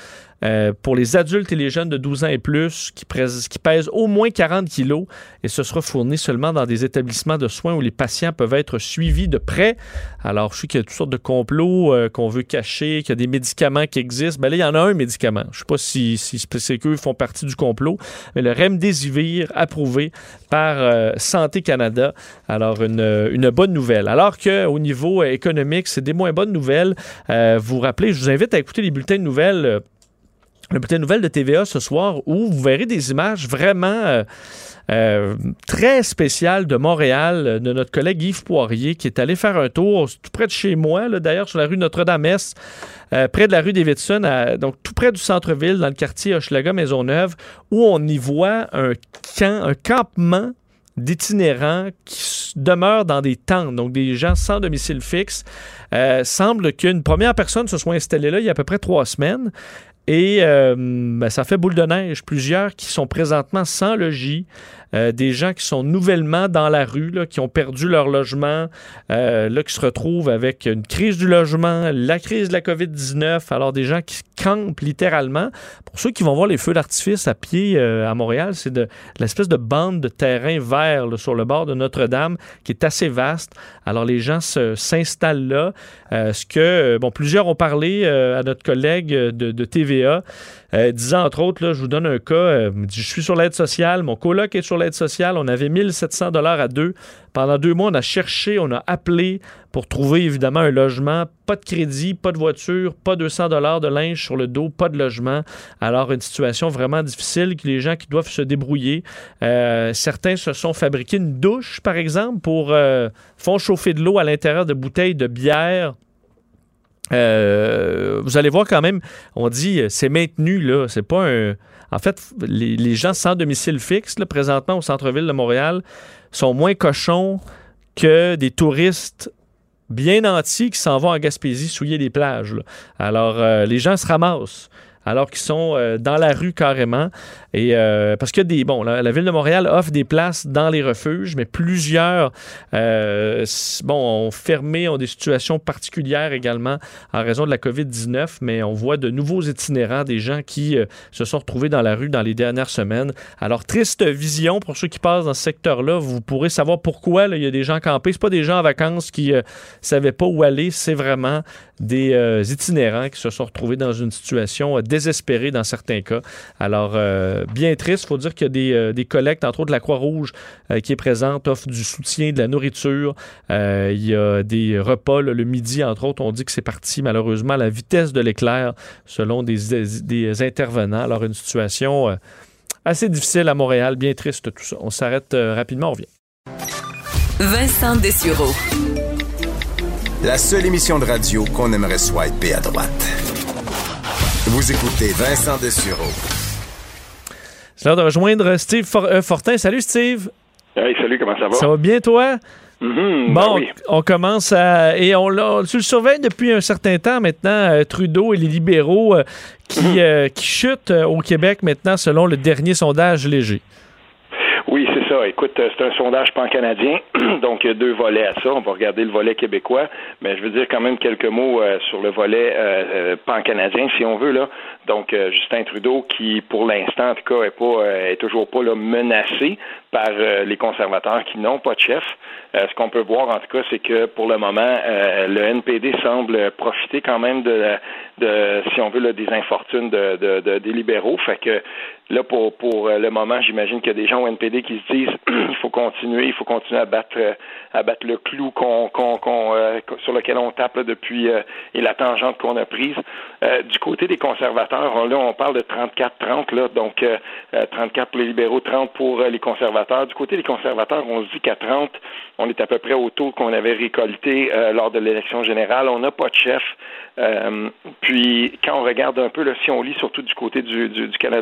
Speaker 3: euh, pour les adultes et les jeunes de douze ans et plus qui, pèsent, qui pèsent au moins quarante kilos et ce sera fourni seulement dans des établissements de soins où les patients peuvent être suivis de près. Alors, je sais qu'il y a toutes sortes de complots euh, qu'on veut cacher, qu'il y a des médicaments qui existent. Ben là, il y en a un médicament. Je ne sais pas si, si c'est qu'eux font partie du complot, mais le Remdesivir, approuvé par euh, Santé Canada. Alors, une, une bonne nouvelle. Alors qu'au niveau économique, c'est des moins bonnes nouvelles. Euh, vous vous rappelez, je vous invite à écouter les bulletins de nouvelles, euh, le bulletin de nouvelles de T V A ce soir, où vous verrez des images vraiment euh, euh, très spéciales de Montréal, de notre collègue Yves Poirier, qui est allé faire un tour tout près de chez moi, là, d'ailleurs, sur la rue Notre-Dame-Est, euh, près de la rue Davidson, à, donc tout près du centre-ville, dans le quartier Hochelaga-Maisonneuve, où on y voit un camp, un campement d'itinérants qui demeurent dans des tentes, donc des gens sans domicile fixe. Euh, semble qu'une première personne se soit installée là il y a à peu près trois semaines et euh, ben, ça fait boule de neige. Plusieurs qui sont présentement sans logis, euh, des gens qui sont nouvellement dans la rue, là, qui ont perdu leur logement, euh, là, qui se retrouvent avec une crise du logement, la crise de la covid dix-neuf, alors des gens qui campent littéralement. Pour ceux qui vont voir les feux d'artifice à pied euh, à Montréal, c'est de, de l'espèce de bande de terrain vert là, sur le bord de Notre-Dame qui est assez vaste. Alors les gens se, s'installent là. Euh, ce que, bon, plusieurs ont parlé euh, à notre collègue de, de T V A, euh, disant entre autres, là, je vous donne un cas, euh, je suis sur l'aide sociale, mon coloc est sur l'aide sociale, on avait mille sept cents dollars à deux. Pendant deux mois, on a cherché, on a appelé pour trouver évidemment un logement, pas de crédit, pas de voiture, pas deux cents dollars de linge sur le dos, pas de logement. Alors une situation vraiment difficile, que les gens qui doivent se débrouiller. Euh, certains se sont fabriqués une douche, par exemple, pour euh, font chauffer de l'eau à l'intérieur de bouteilles de bière. Euh, vous allez voir quand même, on dit c'est maintenu, là, c'est pas un... En fait, les, les gens sans domicile fixe, là, présentement au centre-ville de Montréal, sont moins cochons que des touristes bien nantis qui s'en vont en Gaspésie souiller les plages, là. Alors, euh, les gens se ramassent alors qu'ils sont euh, dans la rue carrément. Et euh, parce que des bon, la, la Ville de Montréal offre des places dans les refuges, mais plusieurs euh, bon, ont fermé, ont des situations particulières également en raison de la covid dix-neuf, mais on voit de nouveaux itinérants, des gens qui euh, se sont retrouvés dans la rue dans les dernières semaines. Alors, triste vision pour ceux qui passent dans ce secteur-là. Vous pourrez savoir pourquoi là, il y a des gens campés. C'est pas des gens en vacances qui euh, savaient pas où aller, c'est vraiment des euh, itinérants qui se sont retrouvés dans une situation euh, désespérée dans certains cas. Alors, euh, bien triste. Il faut dire qu'il y a des, euh, des collectes, entre autres la Croix-Rouge euh, qui est présente, offre du soutien, de la nourriture. Euh, il y a des repas là, le midi, entre autres. On dit que c'est parti malheureusement à la vitesse de l'éclair selon des, des, des intervenants. Alors, une situation euh, assez difficile à Montréal. Bien triste tout ça. On s'arrête euh, rapidement, on revient.
Speaker 1: Vincent Dessureau.
Speaker 2: La seule émission de radio qu'on aimerait swiper à droite. Vous écoutez Vincent Dessureau.
Speaker 3: C'est l'heure de rejoindre Steve For- euh, Fortin. Salut Steve.
Speaker 9: Hey, salut, comment ça va?
Speaker 3: Ça va bien toi?
Speaker 9: Mm-hmm,
Speaker 3: bon,
Speaker 9: ben oui.
Speaker 3: on, on commence à... Et on, on, tu le surveilles depuis un certain temps maintenant, euh, Trudeau et les libéraux euh, qui, mm-hmm. euh, qui chutent euh, au Québec maintenant selon le dernier sondage léger.
Speaker 9: Oui, c'est ça. Écoute, c'est un sondage pan-canadien, donc il y a deux volets à ça. On va regarder le volet québécois, mais je veux dire quand même quelques mots euh, sur le volet euh, pan-canadien, si on veut, là. Donc, euh, Justin Trudeau, qui, pour l'instant, en tout cas, est pas, euh, est toujours pas là, menacé par euh, les conservateurs qui n'ont pas de chef. Euh, ce qu'on peut voir, en tout cas, c'est que, pour le moment, euh, le N P D semble profiter quand même de, de si on veut, là, des infortunes de, de, de, des libéraux. Fait que, là, pour, pour le moment, j'imagine qu'il y a des gens au N P D qui se disent il faut continuer, il faut continuer à battre, à battre le clou qu'on, qu'on, qu'on, euh, sur lequel on tape là, depuis euh, et la tangente qu'on a prise. Euh, du côté des conservateurs, on, là, on parle de trente-quatre trente, là, donc euh, trente-quatre pour les libéraux, trente pour euh, les conservateurs. Du côté des conservateurs, on se dit qu'à trente, on est à peu près au taux qu'on avait récolté euh, lors de l'élection générale. On n'a pas de chef. Euh, puis, quand on regarde un peu, là, si on lit surtout du côté du, du, du Canada anglais,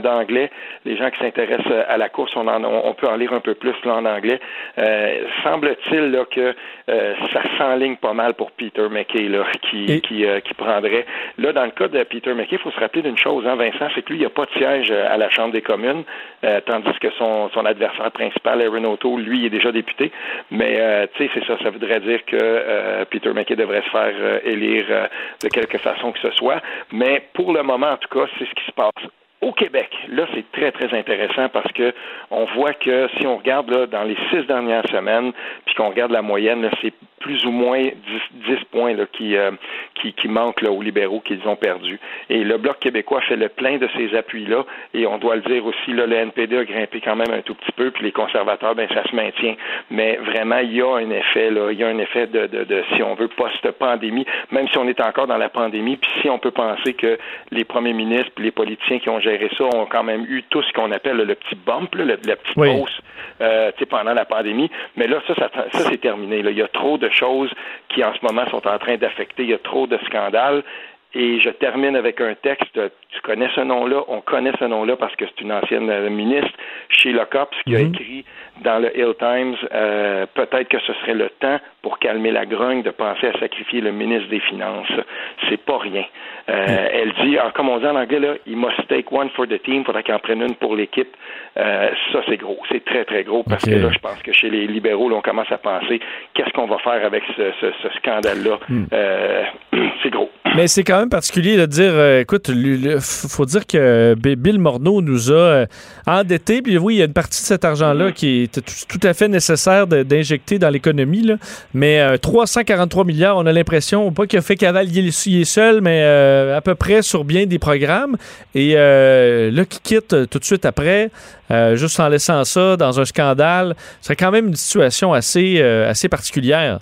Speaker 9: anglais. Les gens qui s'intéressent à la course, on, en, on peut en lire un peu plus là, en anglais. Euh, semble-t-il là, que euh, ça s'enligne pas mal pour Peter MacKay là, qui, Et... qui, euh, qui prendrait. Là, dans le cas de Peter MacKay, il faut se rappeler d'une chose, hein, Vincent, c'est que lui, il n'y a pas de siège à la Chambre des communes, euh, tandis que son, son adversaire principal, Erin O'Toole, lui, il est déjà député. Mais, euh, tu sais, c'est ça, ça voudrait dire que euh, Peter MacKay devrait se faire euh, élire euh, de quelque façon que ce soit. Mais pour le moment, en tout cas, c'est ce qui se passe. Au Québec, là, c'est très, très intéressant parce que on voit que si on regarde là, dans les six dernières semaines, puis qu'on regarde la moyenne, là, c'est plus ou moins dix points là, qui, euh, qui, qui manquent là, aux libéraux qu'ils ont perdus. Et le Bloc québécois fait le plein de ces appuis-là, et on doit le dire aussi, là, le N P D a grimpé quand même un tout petit peu, puis les conservateurs, ben ça se maintient. Mais vraiment, il y a un effet, là, il y a un effet de, de, de si on veut, post-pandémie, même si on est encore dans la pandémie, puis si on peut penser que les premiers ministres puis les politiciens qui ont géré ça ont quand même eu tout ce qu'on appelle là, le petit bump, là, la, la petite
Speaker 3: oui.
Speaker 9: hausse euh, pendant la pandémie. Mais là, ça, ça, ça c'est terminé. Là. Il y a trop de choses qui, en ce moment, sont en train d'affecter. Il y a trop de scandales. Et je termine avec un texte. Tu connais ce nom-là, on connaît ce nom-là parce que c'est une ancienne ministre, Sheila Copps, qui mm-hmm. a écrit dans le Hill Times, euh, peut-être que ce serait le temps pour calmer la grogne de penser à sacrifier le ministre des Finances. C'est pas rien. Euh, mm. Elle dit, comme on dit en anglais, là, il must take one for the team, il faudrait qu'il en prenne une pour l'équipe. Euh, ça, c'est gros. C'est très, très gros parce okay. que là, je pense que chez les libéraux, là, on commence à penser, qu'est-ce qu'on va faire avec ce, ce, ce scandale-là? Mm. Euh, c'est gros.
Speaker 3: Mais c'est quand même particulier de dire, euh, écoute, il faut dire que Bill Morneau nous a euh, endettés, puis oui, il y a une partie de cet argent-là mm. qui est tout, tout à fait nécessaire de, d'injecter dans l'économie, là. Mais euh, trois cent quarante-trois milliards, on a l'impression, pas qu'il a fait cavalier il est seul, mais euh, à peu près sur bien des programmes. Et euh, là, qui quitte tout de suite après, euh, juste en laissant ça dans un scandale, ce serait quand même une situation assez, euh, assez particulière.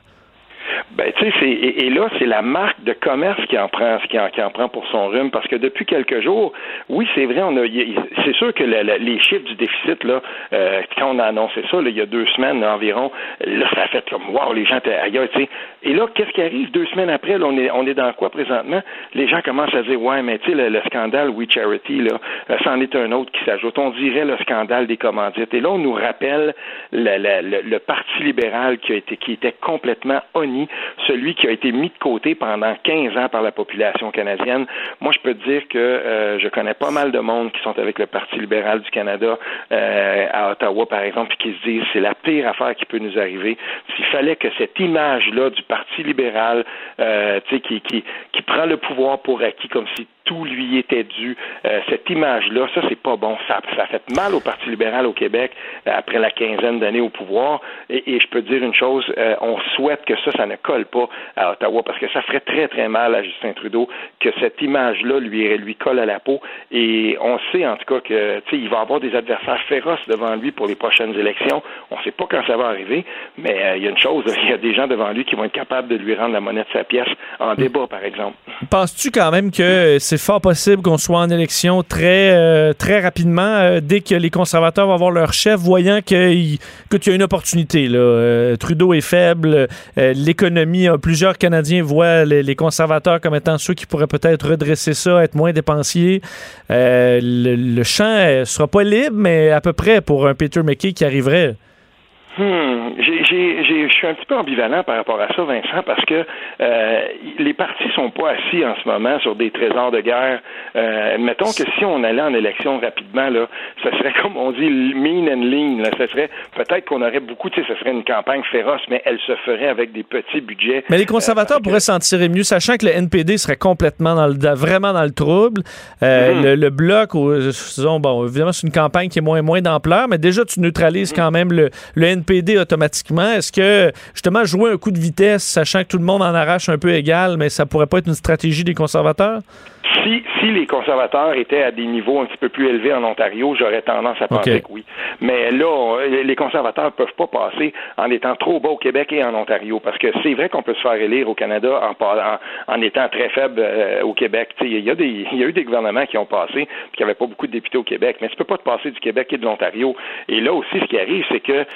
Speaker 9: Ben, tu sais, c'est, et, et là, c'est la marque de commerce qui en prend, qui en, qui en prend pour son rhume, parce que depuis quelques jours, oui, c'est vrai, on a, y, c'est sûr que la, la, les chiffres du déficit, là, euh, quand on a annoncé ça, là, il y a deux semaines là, environ, là, ça a fait comme, wow, les gens étaient ailleurs, tu sais. Et là, qu'est-ce qui arrive deux semaines après, là, on est, on est dans quoi présentement? Les gens commencent à dire, ouais, mais tu sais, le, le scandale We Charity, là, c'en est un autre qui s'ajoute. On dirait le scandale des commandites. Et là, on nous rappelle la, la, le, le Parti libéral qui a été, qui était complètement honni, celui qui a été mis de côté pendant quinze ans par la population canadienne. Moi, je peux te dire que euh, je connais pas mal de monde qui sont avec le Parti libéral du Canada euh, à Ottawa, par exemple, puis qui se disent c'est la pire affaire qui peut nous arriver. S'il fallait que cette image-là du Parti libéral, euh, tu sais, qui, qui, qui prend le pouvoir pour acquis comme si tout lui était dû. Euh, cette image-là, ça, c'est pas bon. Ça, ça a fait mal au Parti libéral au Québec euh, après la quinzaine d'années au pouvoir. Et, et je peux te dire une chose, euh, on souhaite que ça, ça ne colle pas à Ottawa parce que ça ferait très, très mal à Justin Trudeau que cette image-là lui, lui colle à la peau. Et on sait, en tout cas, que, tu sais, il va avoir des adversaires féroces devant lui pour les prochaines élections. On sait pas quand ça va arriver, mais euh, il y a une chose, il y a des gens devant lui qui vont être capables de lui rendre la monnaie de sa pièce en débat, par exemple.
Speaker 3: Penses-tu quand même que c'est fort possible qu'on soit en élection très, euh, très rapidement euh, dès que les conservateurs vont avoir leur chef, voyant qu'il, qu'il y a une opportunité, là. Euh, Trudeau est faible, euh, l'économie, euh, plusieurs Canadiens voient les, les conservateurs comme étant ceux qui pourraient peut-être redresser ça, être moins dépensiers. Euh, le, le champ ne sera pas libre, mais à peu près pour un Peter MacKay qui arriverait.
Speaker 9: Hmm. J'ai, j'ai, j'ai, je suis un petit peu ambivalent par rapport à ça, Vincent, parce que euh, les partis sont pas assis en ce moment sur des trésors de guerre. Euh, mettons que si on allait en élection rapidement, là, ça serait comme on dit mean and lean. Là, ça serait peut-être qu'on aurait beaucoup, tu sais, ça serait une campagne féroce, mais elle se ferait avec des petits budgets.
Speaker 3: Mais les conservateurs euh, pourraient que... s'en tirer mieux, sachant que le N P D serait complètement dans le, vraiment dans le trouble. Euh, mm-hmm. le, le bloc, ou, disons, bon, évidemment, c'est une campagne qui est moins moins d'ampleur, mais déjà tu neutralises mm-hmm. quand même le, le N P D automatiquement. Est-ce que, justement, jouer un coup de vitesse, sachant que tout le monde en arrache un peu égal, mais ça pourrait pas être une stratégie des conservateurs?
Speaker 9: Si, si les conservateurs étaient à des niveaux un petit peu plus élevés en Ontario, j'aurais tendance à penser okay. que oui. Mais là, on, les conservateurs ne peuvent pas passer en étant trop bas au Québec et en Ontario, parce que c'est vrai qu'on peut se faire élire au Canada en, en, en étant très faible euh, au Québec. Il y, a des, y a eu des gouvernements qui ont passé puis qui n'avaient pas beaucoup de députés au Québec, mais tu peux pas te passer du Québec et de l'Ontario. Et là aussi, ce qui arrive, c'est que euh,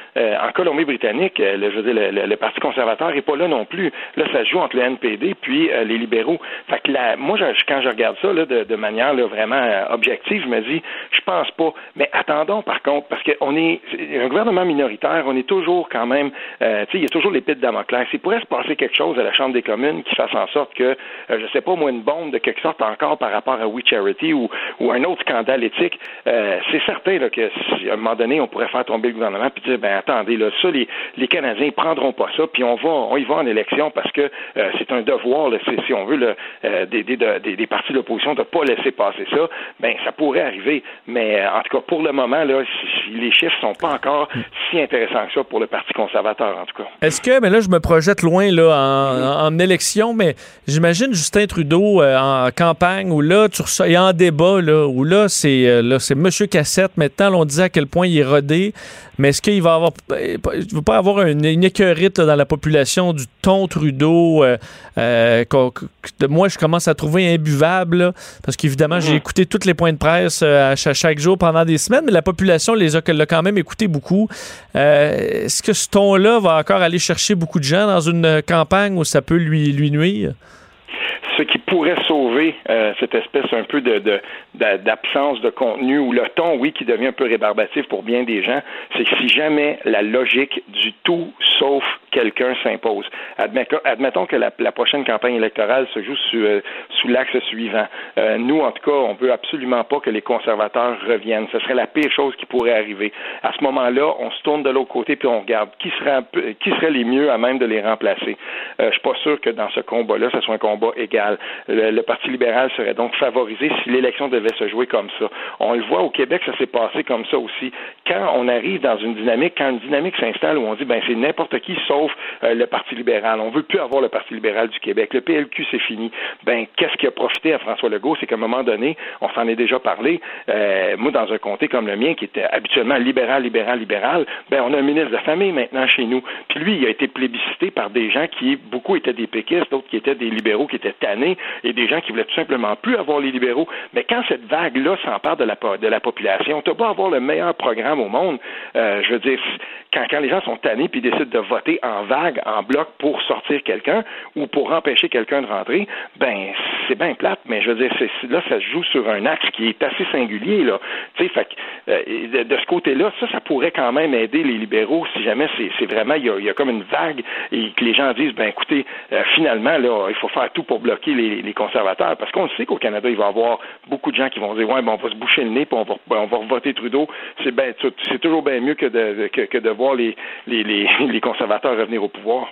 Speaker 9: en Colombie-Britannique, euh, le, je veux dire, le, le, le Parti conservateur n'est pas là non plus. Là, ça se joue entre le N P D puis euh, les libéraux. Fait que la, moi, je, quand je regarde ça là, de, de manière là, vraiment euh, objective, je me dis, je pense pas. Mais attendons, par contre, parce qu'on est un gouvernement minoritaire, on est toujours quand même, euh, tu sais, il y a toujours l'épée de Damoclès. Il pourrait se passer quelque chose à la Chambre des communes qui fasse en sorte que, euh, je sais pas moi, une bombe de quelque sorte encore par rapport à We Charity ou, ou un autre scandale éthique. Euh, c'est certain là, que si, à un moment donné, on pourrait faire tomber le gouvernement puis dire, ben attendez, là, ça, les, les Canadiens ils prendront pas ça, puis on va, on y va en élection parce que euh, c'est un devoir, là, c'est, si on veut, là, euh, des, des, des, des partis de l'opposition de pas laisser passer ça. Ben ça pourrait arriver, mais euh, en tout cas, pour le moment, là, si, si les chiffres sont pas encore si intéressants que ça pour le Parti conservateur, en tout cas.
Speaker 3: Est-ce que, mais là, je me projette loin là en, en, en élection, mais j'imagine Justin Trudeau euh, en campagne où là, tu reçois, et en débat, là, où là, c'est euh, là, c'est Monsieur Cassette. Maintenant, là, on disait à quel point il est rodé, mais est-ce qu'il va avoir, il va pas avoir une, une écœurite là, dans la population du ton Trudeau euh, euh, que, que moi, je commence à trouver imbuvable, là, parce qu'évidemment, mm-hmm. j'ai écouté tous les points de presse euh, à chaque, chaque jour pendant des semaines, mais la population les a, l'a quand même écouté beaucoup. Euh, est-ce que ce ton-là va encore aller chercher beaucoup de gens dans une campagne où ça peut lui, lui nuire?
Speaker 9: Ce qui pourrait sauver euh, cette espèce un peu de, de, de d'absence de contenu ou le ton, oui, qui devient un peu rébarbatif pour bien des gens, c'est que si jamais la logique du tout sauf quelqu'un s'impose. Admettons, admettons que la, la prochaine campagne électorale se joue sous, euh, sous l'axe suivant. Euh, nous, en tout cas, on veut absolument pas que les conservateurs reviennent. Ce serait la pire chose qui pourrait arriver. À ce moment-là, on se tourne de l'autre côté puis on regarde qui serait, qui serait les mieux à même de les remplacer. Euh, je suis pas sûr que dans ce combat-là, ce soit un combat égal. Le, le Parti libéral serait donc favorisé si l'élection devait se jouer comme ça. On le voit au Québec, ça s'est passé comme ça aussi. Quand on arrive dans une dynamique, quand une dynamique s'installe où on dit ben c'est n'importe qui sauf euh, le Parti libéral, on veut plus avoir le Parti libéral du Québec. Le P L Q, c'est fini. Ben qu'est-ce qui a profité à François Legault, c'est qu'à un moment donné, on s'en est déjà parlé. Euh, moi, dans un comté comme le mien, qui était habituellement libéral, libéral, libéral, ben on a un ministre de la Famille maintenant chez nous. Puis lui, il a été plébiscité par des gens qui beaucoup étaient des péquistes, d'autres qui étaient des libéraux qui étaient tannés, et des gens qui voulaient tout simplement plus avoir les libéraux. Mais quand cette vague-là s'empare de la, de la population, t'as beau avoir le meilleur programme au monde, euh, je veux dire, quand, quand les gens sont tannés puis décident de voter en vague, en bloc pour sortir quelqu'un ou pour empêcher quelqu'un de rentrer, ben c'est bien plate, mais je veux dire, c'est, là, ça se joue sur un axe qui est assez singulier, là. Tu sais, fait que, euh, de, de ce côté-là, ça, ça pourrait quand même aider les libéraux si jamais c'est, c'est vraiment, il y a, il y a comme une vague et que les gens disent, ben écoutez, euh, finalement, là, il faut faire tout pour bloquer les, les conservateurs, parce qu'on sait qu'au Canada, il va y avoir beaucoup de gens qui vont dire, ouais, ben on va se boucher le nez puis on va, on va voter Trudeau. C'est ben, c'est toujours bien mieux que de, que, que de voir les, les, les, les conservateurs revenir au pouvoir.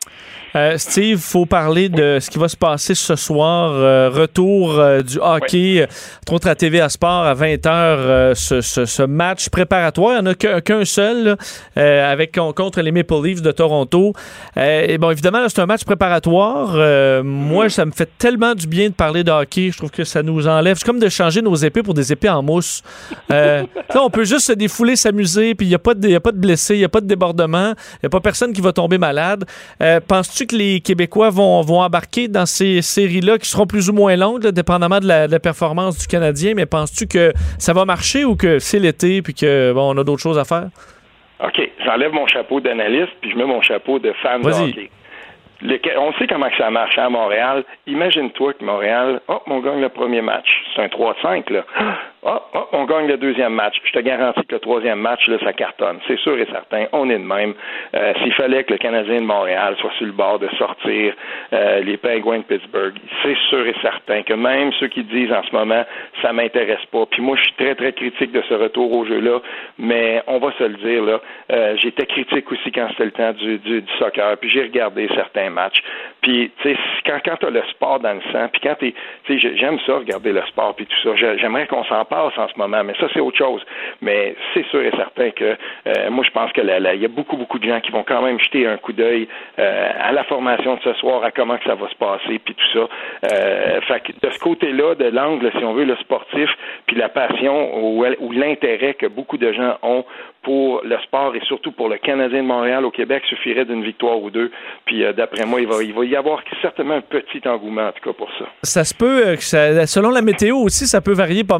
Speaker 3: Euh, Steve, il faut parler de ce qui va se passer ce soir. Euh, retour euh, du hockey, ouais. Entre autres à T V A Sport à vingt heures, euh, ce, ce, ce match préparatoire. Il n'y en a qu'un, qu'un seul là, euh, avec, contre les Maple Leafs de Toronto. Euh, et bon, évidemment, là, c'est un match préparatoire. Euh, mm-hmm. Moi, ça me fait tellement du bien de parler de hockey. Je trouve que ça nous enlève. C'est comme de changer nos épées pour des épées en mousse. Euh, là, on peut juste se défouler, s'amuser, puis il n'y a, a pas de blessés, il n'y a pas de débordement, il n'y a pas personne qui va tomber malade. Euh, penses-tu que les Québécois vont, vont embarquer dans ces séries-là qui seront plus ou moins longues, là, dépendamment de la, de la performance du Canadien, mais penses-tu que ça va marcher ou que c'est l'été puis que bon, on a d'autres choses à faire?
Speaker 9: OK, j'enlève mon chapeau d'analyste puis je mets mon chapeau de fan
Speaker 3: Vas-y.
Speaker 9: de hockey. Le, on sait comment que ça marche à Montréal. Imagine-toi que Montréal, oh, on gagne le premier match. C'est un trois cinq, là. Oh, oh, on gagne le deuxième match. Je te garantis que le troisième match, là, ça cartonne. C'est sûr et certain. On est de même. Euh, s'il fallait que le Canadien de Montréal soit sur le bord de sortir euh, les Penguins de Pittsburgh, c'est sûr et certain que même ceux qui disent en ce moment, ça m'intéresse pas. Puis moi, je suis très, très critique de ce retour au jeu-là, mais on va se le dire, là. Euh, j'étais critique aussi quand c'était le temps du, du, du soccer, puis j'ai regardé certains matchs. Puis, tu sais, quand, quand t'as le sport dans le sang, puis quand t'es, tu sais, j'aime ça, regarder le sport, puis tout ça. J'aimerais qu'on s'en passe en ce moment, mais ça, c'est autre chose. Mais c'est sûr et certain que, euh, moi, je pense que il y a beaucoup, beaucoup de gens qui vont quand même jeter un coup d'œil euh, à la formation de ce soir, à comment que ça va se passer, puis tout ça. Euh, fait que de ce côté-là, de l'angle, si on veut, le sportif, puis la passion ou, ou l'intérêt que beaucoup de gens ont pour le sport et surtout pour le Canadien de Montréal au Québec suffirait d'une victoire ou deux. Puis euh, d'après moi, il va, il va y avoir certainement un petit engouement, en tout cas, pour ça.
Speaker 3: Ça se peut, euh, que ça, selon la météo aussi, ça peut varier pas mal. Là.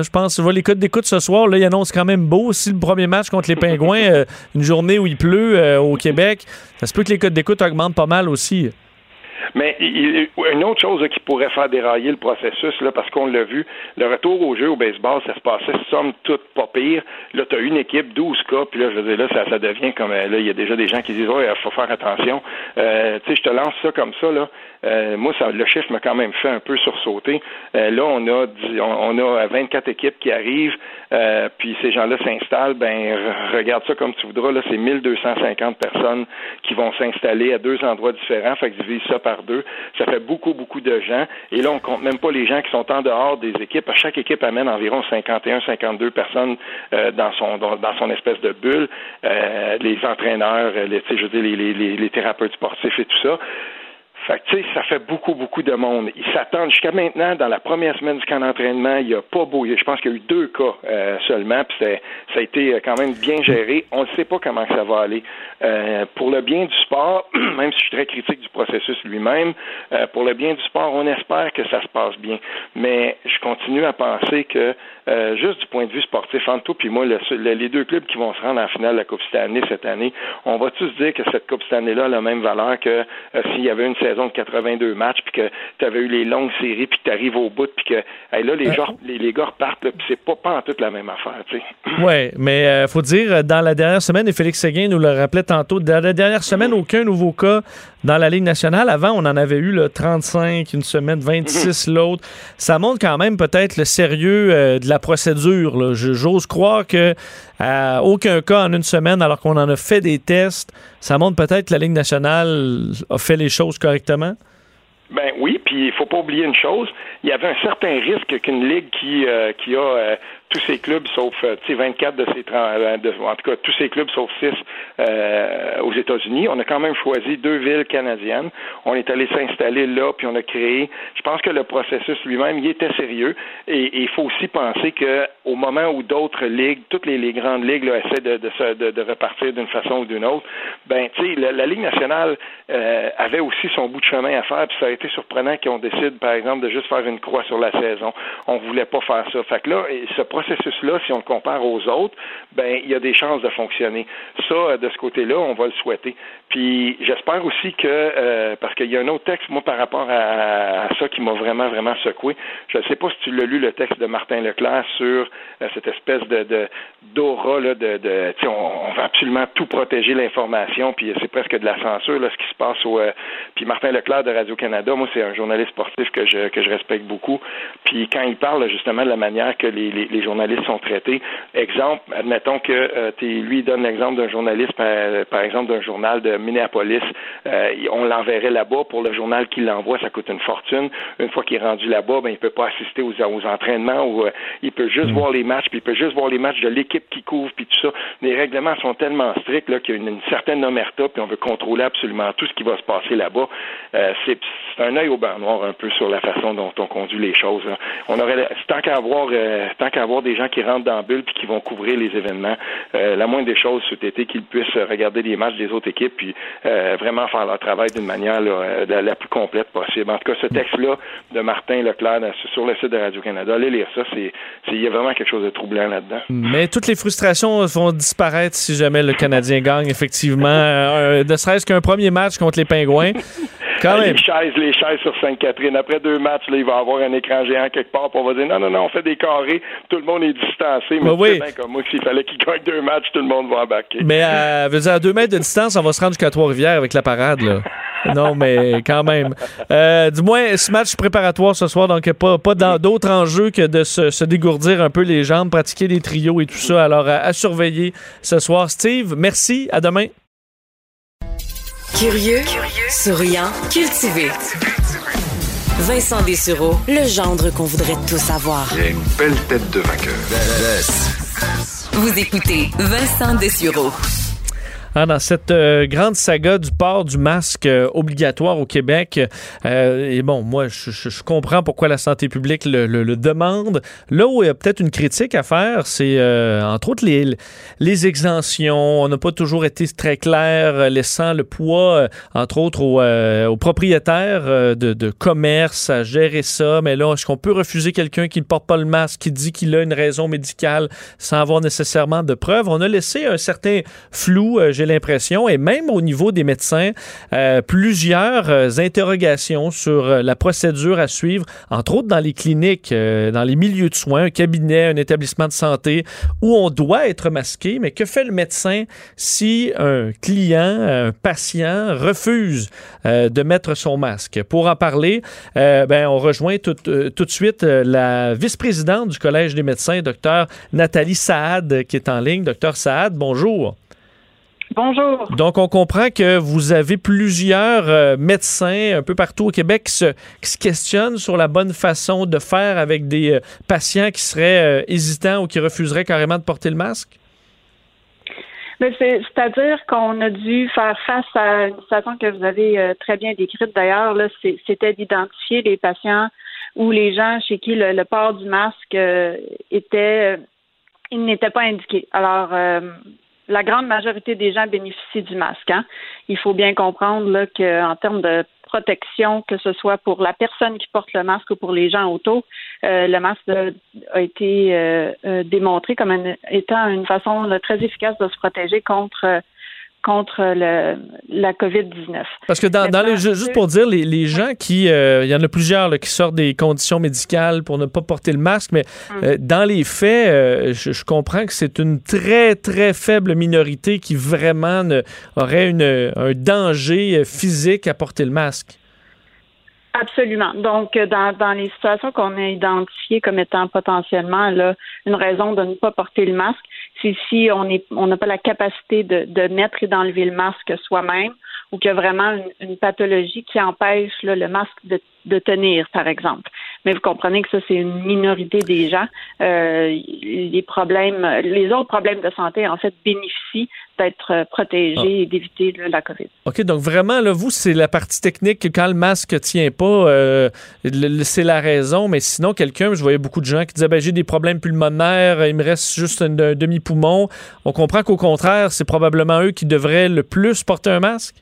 Speaker 3: je pense. Je vois les codes d'écoute ce soir, là, ils annoncent quand même beau. Si le premier match contre les Pingouins, euh, une journée où il pleut euh, au Québec, ça se peut que les codes d'écoute augmentent pas mal aussi.
Speaker 9: Mais il, une autre chose là, qui pourrait faire dérailler le processus, là, parce qu'on l'a vu, le retour au jeu au baseball, ça se passait somme toute pas pire. Là, tu as une équipe, douze cas, puis là, je veux dire, là, ça, ça devient comme, là, il y a déjà des gens qui disent, ouais, il faut faire attention. Euh, tu sais, je te lance ça comme ça, là. Euh, moi, ça, le chiffre m'a quand même fait un peu sursauter. Euh, là, on a on, on a vingt-quatre équipes qui arrivent, euh, puis ces gens-là s'installent. Ben, re- regarde ça comme tu voudras. Là, c'est mille deux cent cinquante personnes qui vont s'installer à deux endroits différents. Fait que divise ça par deux. Ça fait beaucoup, beaucoup de gens. Et là, on compte même pas les gens qui sont en dehors des équipes. Chaque équipe amène environ cinquante et un, cinquante-deux personnes euh, dans son dans, dans son espèce de bulle. Euh, les entraîneurs, les, je veux dire, les, les, les, les thérapeutes sportifs et tout ça. Fait que, tu sais, ça fait beaucoup, beaucoup de monde. Ils s'attendent. Jusqu'à maintenant, dans la première semaine du camp d'entraînement, il n'y a pas beau. Je pense qu'il y a eu deux cas euh, seulement, puis ça a été quand même bien géré. On ne sait pas comment que ça va aller. Euh, pour le bien du sport, même si je suis très critique du processus lui-même, euh, pour le bien du sport, on espère que ça se passe bien. Mais je continue à penser que, euh, juste du point de vue sportif, entre toi puis moi, le, le, les deux clubs qui vont se rendre en finale de la Coupe Stanley cette année, on va tous dire que cette Coupe Stanley-là a la même valeur que euh, s'il y avait une saison de quatre-vingt-deux matchs, puis que tu avais eu les longues séries, puis que tu arrives au bout, puis que hey, là, les, euh, gens, les, les gars repartent, puis c'est pas, pas en toute la même affaire, tu sais.
Speaker 3: Oui, mais euh, faut dire, dans la dernière semaine, et Félix Séguin nous le rappelait tantôt, dans la dernière semaine, aucun nouveau cas dans la Ligue nationale. Avant, on en avait eu là, trente-cinq, une semaine, vingt-six l'autre. Ça montre quand même peut-être le sérieux euh, de la procédure. Là. Je, j'ose croire que euh, aucun cas en une semaine, alors qu'on en a fait des tests, ça montre peut-être que la Ligue nationale a fait les choses correctement.
Speaker 9: Ben oui, puis il faut pas oublier une chose, il y avait un certain risque qu'une ligue qui euh, qui a euh, tous ces clubs sauf euh, tu sais vingt-quatre de ces trente, de, en tout cas tous ces clubs sauf six euh, aux États-Unis, on a quand même choisi deux villes canadiennes. On est allé s'installer là, puis on a créé. Je pense que le processus lui-même, il était sérieux. Et il faut aussi penser que au moment où d'autres ligues, toutes les, les grandes ligues là, essaient de, de, de, de repartir d'une façon ou d'une autre, ben tu sais la, la Ligue nationale euh, avait aussi son bout de chemin à faire. Puis ça a été surprenant qu'on décide, par exemple, de juste faire une croix sur la saison. On voulait pas faire ça. Fait que là, ce processus-là, si on le compare aux autres, ben il y a des chances de fonctionner. Ça, de ce côté-là, on va le souhaiter. Puis j'espère aussi que, euh, parce qu'il y a un autre texte, moi, par rapport à, à ça qui m'a vraiment, vraiment secoué. Je ne sais pas si tu l'as lu, le texte de Martin Leclerc sur euh, cette espèce de, de d'aura, là, de, de tu sais, on, on va absolument tout protéger l'information, puis c'est presque de la censure, là, ce qui se passe au... Euh, puis Martin Leclerc de Radio-Canada, moi, c'est un journaliste sportif que je que je respecte beaucoup. Puis quand il parle, justement, de la manière que les, les, les journalistes sont traités, exemple, admettons que euh, t'es, lui, il donne l'exemple d'un journaliste, par, par exemple, d'un journal de Minneapolis, euh, on l'enverrait là-bas. Pour le journal qui l'envoie, ça coûte une fortune. Une fois qu'il est rendu là-bas, ben il peut pas assister aux, aux entraînements, ou euh, il peut juste mmh. voir les matchs, puis il peut juste voir les matchs de l'équipe qui couvre, puis tout ça. Les règlements sont tellement stricts là, qu'il y a une, une certaine omerta, puis on veut contrôler absolument tout ce qui va se passer là-bas. Euh, c'est, c'est un œil au beurre noir un peu sur la façon dont on conduit les choses. Là. On aurait, tant qu'à avoir, euh, tant qu'à avoir des gens qui rentrent dans la bulle puis qui vont couvrir les événements, euh, la moindre des choses cet été, qu'ils puissent regarder les matchs des autres équipes puis euh, vraiment faire leur travail d'une manière là, la, la plus complète possible. En tout cas, ce texte-là de Martin Leclerc sur le site de Radio-Canada, allez lire ça, c'est, c'est, il y a vraiment quelque chose de troublant là-dedans.
Speaker 3: Mais toutes les frustrations vont disparaître si jamais le Canadien gagne, effectivement. euh, ne serait-ce qu'un premier match contre les Pingouins. Quand même.
Speaker 9: Les chaises, les chaises sur Sainte-Catherine. Après deux matchs, là, il va y avoir un écran géant quelque part, puis on va dire non, non, non, on fait des carrés, tout le monde est distancé, mais bah oui. C'est bien comme moi, s'il fallait qu'il gagne deux matchs, tout le monde va embarquer.
Speaker 3: Mais à, veut dire, à deux mètres de distance, on va se rendre jusqu'à Trois-Rivières avec la parade, là. Non, mais quand même. Euh, du moins, ce match préparatoire ce soir, donc pas, pas dans d'autres enjeux que de se, se dégourdir un peu les jambes, pratiquer des trios et tout ça. Alors, à, à surveiller ce soir. Steve, merci. À demain.
Speaker 1: Curieux, Curieux, souriant, cultivé. Vincent Dessureau, le gendre qu'on voudrait tous savoir.
Speaker 10: Il a une belle tête de vainqueur.
Speaker 1: Vous écoutez Vincent Dessureau.
Speaker 3: Hein, dans cette euh, grande saga du port du masque euh, obligatoire au Québec, euh, et bon, moi, je, je, je comprends pourquoi la santé publique le, le, le demande. Là où il y a peut-être une critique à faire, c'est euh, entre autres les, les exemptions. On n'a pas toujours été très clair, laissant le poids, euh, entre autres, aux, euh, aux propriétaires euh, de, de commerce à gérer ça. Mais là, est-ce qu'on peut refuser quelqu'un qui ne porte pas le masque, qui dit qu'il a une raison médicale sans avoir nécessairement de preuves? On a laissé un certain flou, euh, j'ai l'impression, et même au niveau des médecins, euh, plusieurs euh, interrogations sur euh, la procédure à suivre, entre autres dans les cliniques, euh, dans les milieux de soins, un cabinet, un établissement de santé, où on doit être masqué, mais que fait le médecin si un client, un patient refuse euh, de mettre son masque? Pour en parler, euh, ben, on rejoint tout, euh, tout de suite euh, la vice-présidente du Collège des médecins, Dr Nathalie Saad, qui est en ligne. Docteur Saad, bonjour.
Speaker 10: Bonjour.
Speaker 3: Donc, on comprend que vous avez plusieurs euh, médecins un peu partout au Québec qui se, qui se questionnent sur la bonne façon de faire avec des euh, patients qui seraient euh, hésitants ou qui refuseraient carrément de porter le masque?
Speaker 10: Mais c'est, c'est-à-dire qu'on a dû faire face à une situation que vous avez euh, très bien décrite d'ailleurs. Là, c'est, c'était d'identifier les patients ou les gens chez qui le, le port du masque euh, était, euh, il n'était pas indiqué. Alors, euh, la grande majorité des gens bénéficient du masque. Hein? Il faut bien comprendre là, qu'en termes de protection, que ce soit pour la personne qui porte le masque ou pour les gens autour, euh, le masque a, a été euh, euh, démontré comme un, étant une façon là, très efficace de se protéger contre euh, contre le, la covid dix-neuf.
Speaker 3: Parce que dans, dans les, juste pour dire, les, les gens qui... Euh, il y en a plusieurs là, qui sortent des conditions médicales pour ne pas porter le masque, mais hum. euh, dans les faits, euh, je, je comprends que c'est une très, très faible minorité qui vraiment ne, aurait une, un danger physique à porter le masque.
Speaker 10: Absolument. Donc, dans, dans les situations qu'on a identifiées comme étant potentiellement là, une raison de ne pas porter le masque, c'est si on est, on n'a pas la capacité de, de mettre et d'enlever le masque soi-même ou qu'il y a vraiment une, une pathologie qui empêche là, le masque de, de tenir, par exemple. Mais vous comprenez que ça, c'est une minorité des gens. Euh, les problèmes, les autres problèmes de santé, en fait, bénéficient d'être protégés ah. et d'éviter là, la COVID.
Speaker 3: OK, donc vraiment, là, vous, c'est la partie technique. Quand le masque ne tient pas, euh, le, c'est la raison. Mais sinon, quelqu'un, je voyais beaucoup de gens qui disaient, ben, j'ai des problèmes pulmonaires, il me reste juste un, un demi-poumon. On comprend qu'au contraire, c'est probablement eux qui devraient le plus porter un masque?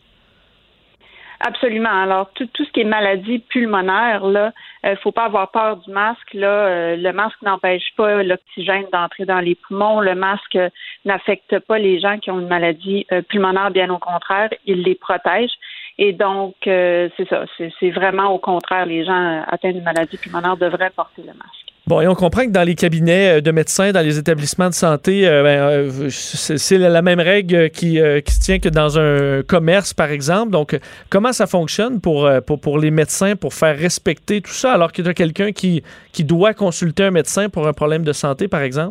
Speaker 10: Absolument. Alors, tout, tout ce qui est maladie pulmonaire, là, il euh, faut pas avoir peur du masque. Là, euh, le masque n'empêche pas l'oxygène d'entrer dans les poumons. Le masque euh, n'affecte pas les gens qui ont une maladie euh, pulmonaire. Bien au contraire, il les protège. Et donc, euh, c'est ça. C'est, c'est vraiment au contraire, les gens atteints d'une maladie pulmonaire devraient porter le masque.
Speaker 3: Bon, et on comprend que dans les cabinets de médecins, dans les établissements de santé, euh, ben, euh, c'est, c'est la même règle qui, euh, qui se tient que dans un commerce, par exemple. Donc, comment ça fonctionne pour, pour, pour les médecins, pour faire respecter tout ça, alors qu'il y a quelqu'un qui, qui doit consulter un médecin pour un problème de santé, par exemple?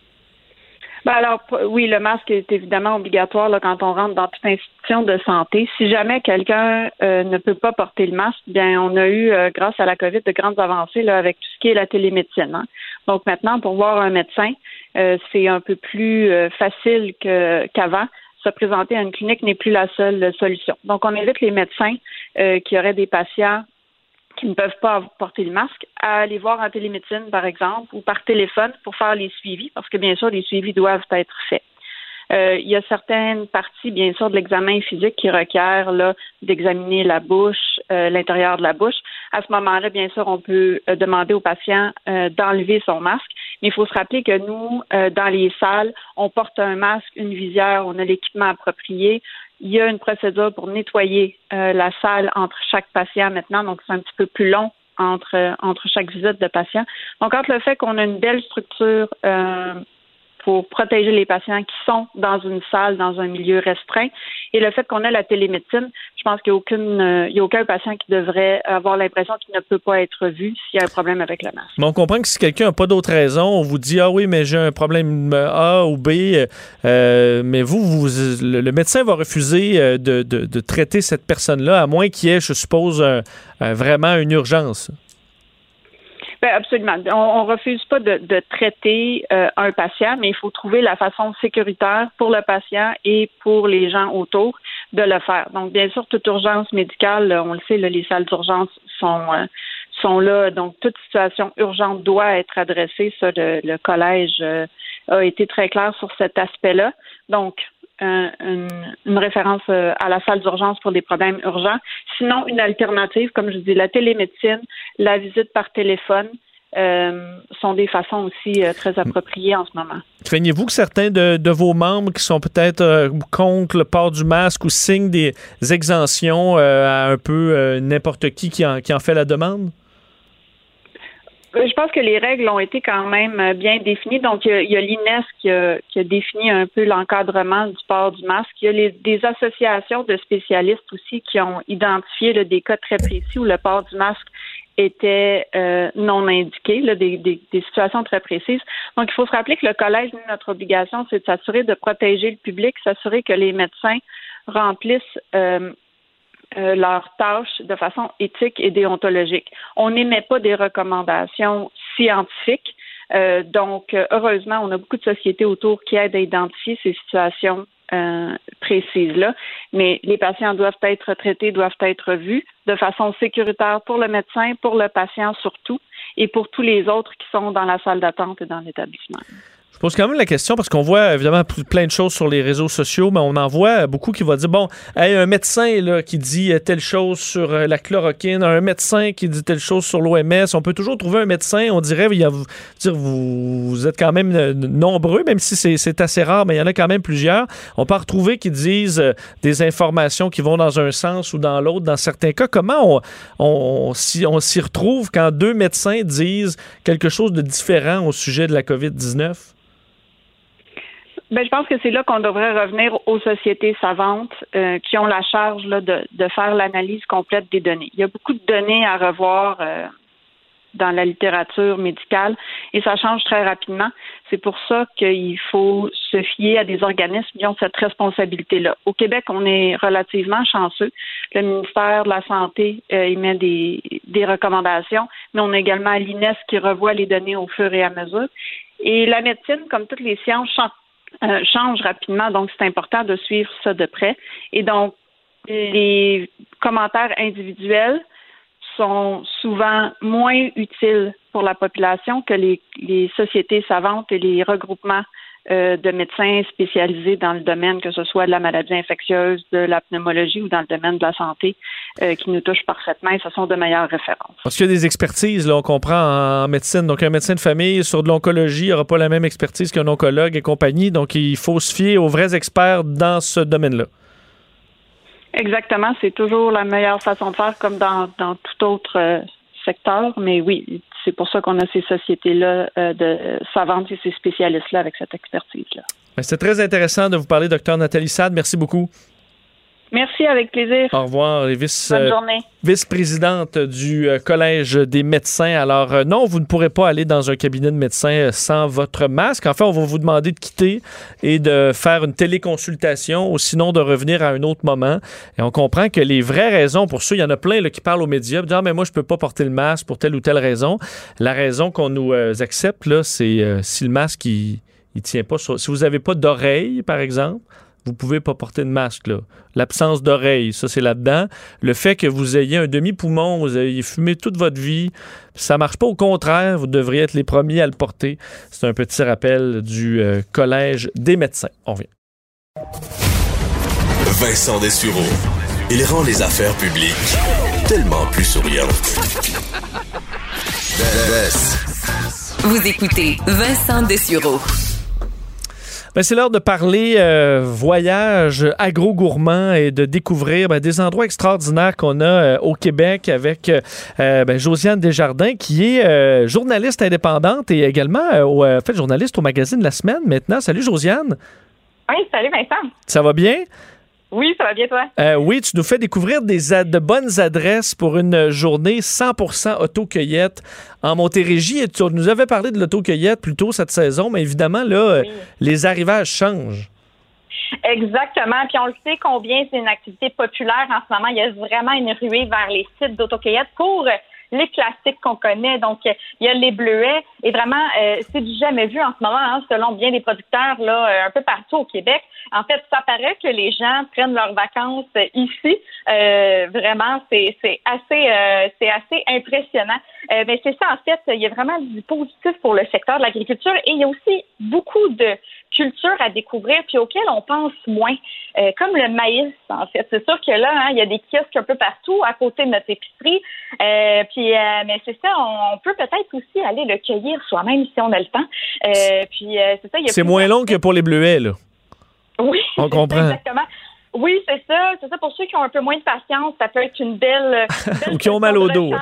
Speaker 10: Ben alors, oui, le masque est évidemment obligatoire là, quand on rentre dans toute institution de santé. Si jamais quelqu'un euh, ne peut pas porter le masque, bien, on a eu, euh, grâce à la COVID, de grandes avancées là, avec tout ce qui est la télémédecine. Hein. Donc maintenant, pour voir un médecin, euh, c'est un peu plus euh, facile que, qu'avant. Se présenter à une clinique n'est plus la seule solution. Donc, on invite les médecins euh, qui auraient des patients qui ne peuvent pas porter le masque, à aller voir en télémédecine, par exemple, ou par téléphone pour faire les suivis, parce que, bien sûr, les suivis doivent être faits. Euh, il y a certaines parties, bien sûr, de l'examen physique qui requièrent là, d'examiner la bouche, euh, l'intérieur de la bouche. À ce moment-là, bien sûr, on peut euh, demander au patient euh, d'enlever son masque, mais il faut se rappeler que nous, euh, dans les salles, on porte un masque, une visière, on a l'équipement approprié. Il y a une procédure pour nettoyer euh, la salle entre chaque patient maintenant, donc c'est un petit peu plus long entre, euh, entre chaque visite de patient. Donc, entre le fait qu'on a une belle structure euh, pour protéger les patients qui sont dans une salle, dans un milieu restreint, et le fait qu'on a la télémédecine, je pense qu'il n'y a, aucune, euh, il y a aucun patient qui devrait avoir l'impression qu'il ne peut pas être vu s'il y a un problème avec le masque.
Speaker 3: Mais on comprend que si quelqu'un n'a pas d'autre raison, on vous dit « Ah oui, mais j'ai un problème A ou B euh, », mais vous, vous, le, le médecin va refuser de, de, de traiter cette personne-là, à moins qu'il y ait, je suppose, un, un, vraiment une urgence.
Speaker 10: Ben absolument. On, on refuse pas de, de traiter euh, un patient, mais il faut trouver la façon sécuritaire pour le patient et pour les gens autour de le faire. Donc, bien sûr, toute urgence médicale, on le sait, là, les salles d'urgence sont euh, sont là. Donc, toute situation urgente doit être adressée. Ça, le, le collège euh, a été très clair sur cet aspect-là. Donc, euh, une, une référence euh, à la salle d'urgence pour des problèmes urgents. Sinon, une alternative, comme je dis, la télémédecine, la visite par téléphone, Euh, sont des façons aussi euh, très appropriées en ce moment.
Speaker 3: Craignez-vous que certains de, de vos membres qui sont peut-être euh, contre le port du masque ou signent des exemptions euh, à un peu euh, n'importe qui qui en, qui en fait la demande?
Speaker 10: Je pense que les règles ont été quand même bien définies. Donc, il y a, il y a l'I N E S qui a, qui a défini un peu l'encadrement du port du masque. Il y a les, des associations de spécialistes aussi qui ont identifié là, des cas très précis où le port du masque était euh, non indiqué, là, des, des, des situations très précises. Donc, il faut se rappeler que le collège, notre obligation, c'est de s'assurer de protéger le public, s'assurer que les médecins remplissent euh, euh, leurs tâches de façon éthique et déontologique. On n'émet pas des recommandations scientifiques. Euh, donc, heureusement, on a beaucoup de sociétés autour qui aident à identifier ces situations Euh, précises-là, mais les patients doivent être traités, doivent être vus de façon sécuritaire pour le médecin, pour le patient surtout, et pour tous les autres qui sont dans la salle d'attente et dans l'établissement.
Speaker 3: Je pose quand même la question parce qu'on voit évidemment plein de choses sur les réseaux sociaux, mais on en voit beaucoup qui vont dire, bon, hey, un médecin là, qui dit telle chose sur la chloroquine, un médecin qui dit telle chose sur l'O M S, on peut toujours trouver un médecin, on dirait, il y a, dire, vous, vous êtes quand même nombreux, même si c'est, c'est assez rare, mais il y en a quand même plusieurs. On peut en retrouver qui disent des informations qui vont dans un sens ou dans l'autre, dans certains cas. Comment on, on, on, s'y, on s'y retrouve quand deux médecins disent quelque chose de différent au sujet de la covid dix-neuf?
Speaker 10: Ben, je pense que c'est là qu'on devrait revenir aux sociétés savantes euh, qui ont la charge là, de, de faire l'analyse complète des données. Il y a beaucoup de données à revoir euh, dans la littérature médicale et ça change très rapidement. C'est pour ça qu'il faut se fier à des organismes qui ont cette responsabilité-là. Au Québec, on est relativement chanceux. Le ministère de la Santé euh, émet des, des recommandations, mais on a également l'I N E S qui revoit les données au fur et à mesure. Et la médecine, comme toutes les sciences, change Euh, change rapidement, donc c'est important de suivre ça de près. Et donc, les commentaires individuels sont souvent moins utiles pour la population que les, les sociétés savantes et les regroupements euh, de médecins spécialisés dans le domaine, que ce soit de la maladie infectieuse, de la pneumologie ou dans le domaine de la santé, euh, qui nous touchent parfaitement et ce sont de meilleures références.
Speaker 3: Parce qu'il y a des expertises, là, on comprend en médecine. Donc, un médecin de famille sur de l'oncologie n'aura pas la même expertise qu'un oncologue et compagnie. Donc, il faut se fier aux vrais experts dans ce domaine-là.
Speaker 10: Exactement. C'est toujours la meilleure façon de faire, comme dans, dans tout autre euh, secteur. Mais oui, c'est pour ça qu'on a ces sociétés-là euh, de savantes et ces spécialistes-là avec cette expertise-là.
Speaker 3: C'est très intéressant de vous parler, docteur Nathalie Sade. Merci beaucoup.
Speaker 10: Merci, avec plaisir.
Speaker 3: Au revoir. Les vice,
Speaker 10: Bonne journée.
Speaker 3: Euh, vice-présidente du euh, Collège des médecins. Alors, euh, non, vous ne pourrez pas aller dans un cabinet de médecin euh, sans votre masque. En fait, on va vous demander de quitter et de faire une téléconsultation ou sinon de revenir à un autre moment. Et on comprend que les vraies raisons pour ça, il y en a plein là, qui parlent aux médias, disant, ah, mais moi, je peux pas porter le masque pour telle ou telle raison. La raison qu'on nous euh, accepte, là, c'est euh, si le masque, il, il tient pas sur... Si vous n'avez pas d'oreille, par exemple, vous pouvez pas porter de masque, là. L'absence d'oreille, ça, c'est là-dedans. Le fait que vous ayez un demi-poumon, vous ayez fumé toute votre vie, ça marche pas. Au contraire, vous devriez être les premiers à le porter. C'est un petit rappel du euh, Collège des médecins. On revient.
Speaker 11: Vincent Dessureau. Il rend les affaires publiques tellement plus souriantes.
Speaker 1: Vous écoutez Vincent Dessureau.
Speaker 3: Ben, c'est l'heure de parler euh, voyage agro-gourmand et de découvrir ben, des endroits extraordinaires qu'on a euh, au Québec avec euh, ben, Josiane Desjardins, qui est euh, journaliste indépendante et également euh, au, euh, fait, journaliste au magazine La Semaine maintenant. Salut Josiane.
Speaker 12: Oui, salut Vincent.
Speaker 3: Ça va bien?
Speaker 12: Oui, ça va bien toi?
Speaker 3: Euh, oui, tu nous fais découvrir des ad- de bonnes adresses pour une journée cent pour cent autocueillette en Montérégie. Et tu nous avais parlé de l'autocueillette plus tôt cette saison, mais évidemment, là, oui. les arrivages changent.
Speaker 12: Exactement. Puis on le sait combien c'est une activité populaire en ce moment. Il y a vraiment une ruée vers les sites d'autocueillette pour les classiques qu'on connaît. Donc, il y a les bleuets. Et vraiment, euh, c'est du jamais vu en ce moment, hein, selon bien des producteurs là, un peu partout au Québec. En fait, ça paraît que les gens prennent leurs vacances ici. Euh, vraiment, c'est, c'est assez, euh, c'est assez impressionnant. Euh, mais c'est ça, en fait, il y a vraiment du positif pour le secteur de l'agriculture et il y a aussi beaucoup de cultures à découvrir puis auxquelles on pense moins, euh, comme le maïs, en fait. C'est sûr que là, hein, il y a des kiosques un peu partout à côté de notre épicerie. Euh, puis, euh, mais c'est ça, on, on peut peut-être aussi aller le cueillir soi-même si on a le temps. Euh, puis, euh, c'est ça. Il y a
Speaker 3: c'est moins long que pour les bleuets, là.
Speaker 12: Oui,
Speaker 3: on comprend.
Speaker 12: Exactement. Oui, c'est ça. C'est ça pour ceux qui ont un peu moins de patience. Ça peut être une belle. belle
Speaker 3: Ou qui ont mal au dos.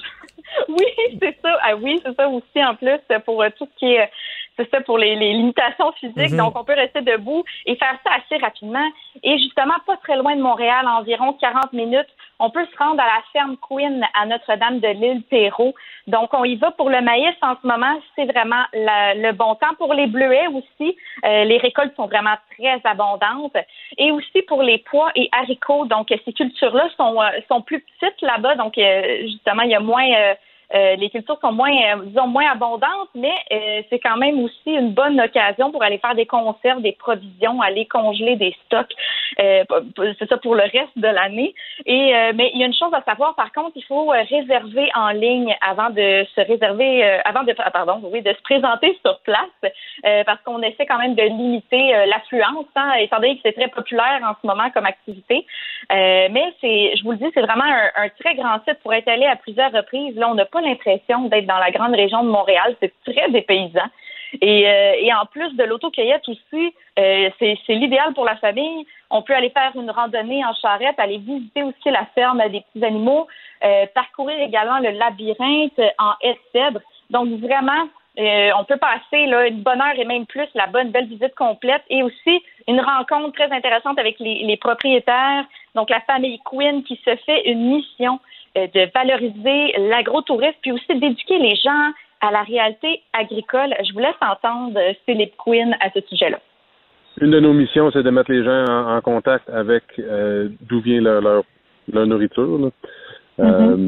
Speaker 12: Oui, c'est ça. Ah oui, c'est ça aussi en plus pour euh, tout ce qui est. C'est ça pour les, les limitations physiques. Mm-hmm. Donc, on peut rester debout et faire ça assez rapidement. Et justement, pas très loin de Montréal, environ quarante minutes, on peut se rendre à la ferme Queen à Notre-Dame de l'île Perrot. Donc, on y va pour le maïs en ce moment. C'est vraiment la, le bon temps. Pour les bleuets aussi, euh, les récoltes sont vraiment très abondantes. Et aussi pour les pois et haricots. Donc, ces cultures-là sont, euh, sont plus petites là-bas. Donc, euh, justement, il y a moins... Euh, Euh, les cultures sont moins, euh, disons, moins abondantes, mais euh, c'est quand même aussi une bonne occasion pour aller faire des conserves, des provisions, aller congeler des stocks. Euh, c'est ça pour le reste de l'année. Et euh, mais il y a une chose à savoir, par contre, il faut euh, réserver en ligne avant de se réserver, euh, avant de, ah, pardon, oui, de se présenter sur place, euh, parce qu'on essaie quand même de limiter euh, l'affluence, hein, étant donné que c'est très populaire en ce moment comme activité. Euh, mais c'est, je vous le dis, c'est vraiment un, un très grand site pour être allé à plusieurs reprises. Là, on n'a pas l'impression d'être dans la grande région de Montréal. C'est très dépaysant. Et, euh, et en plus de l'autocueillette aussi, euh, c'est, c'est l'idéal pour la famille. On peut aller faire une randonnée en charrette, aller visiter aussi la ferme des petits animaux, euh, parcourir également le labyrinthe en haie de cèdre. Donc vraiment, euh, on peut passer là, une bonne heure et même plus, la bonne belle visite complète et aussi une rencontre très intéressante avec les, les propriétaires, donc la famille Queen qui se fait une mission de valoriser l'agrotourisme, puis aussi d'éduquer les gens à la réalité agricole. Je vous laisse entendre Philippe Queen à ce sujet-là.
Speaker 13: Une de nos missions, c'est de mettre les gens en, en contact avec euh, d'où vient leur, leur, leur nourriture. Là. Mm-hmm. Euh,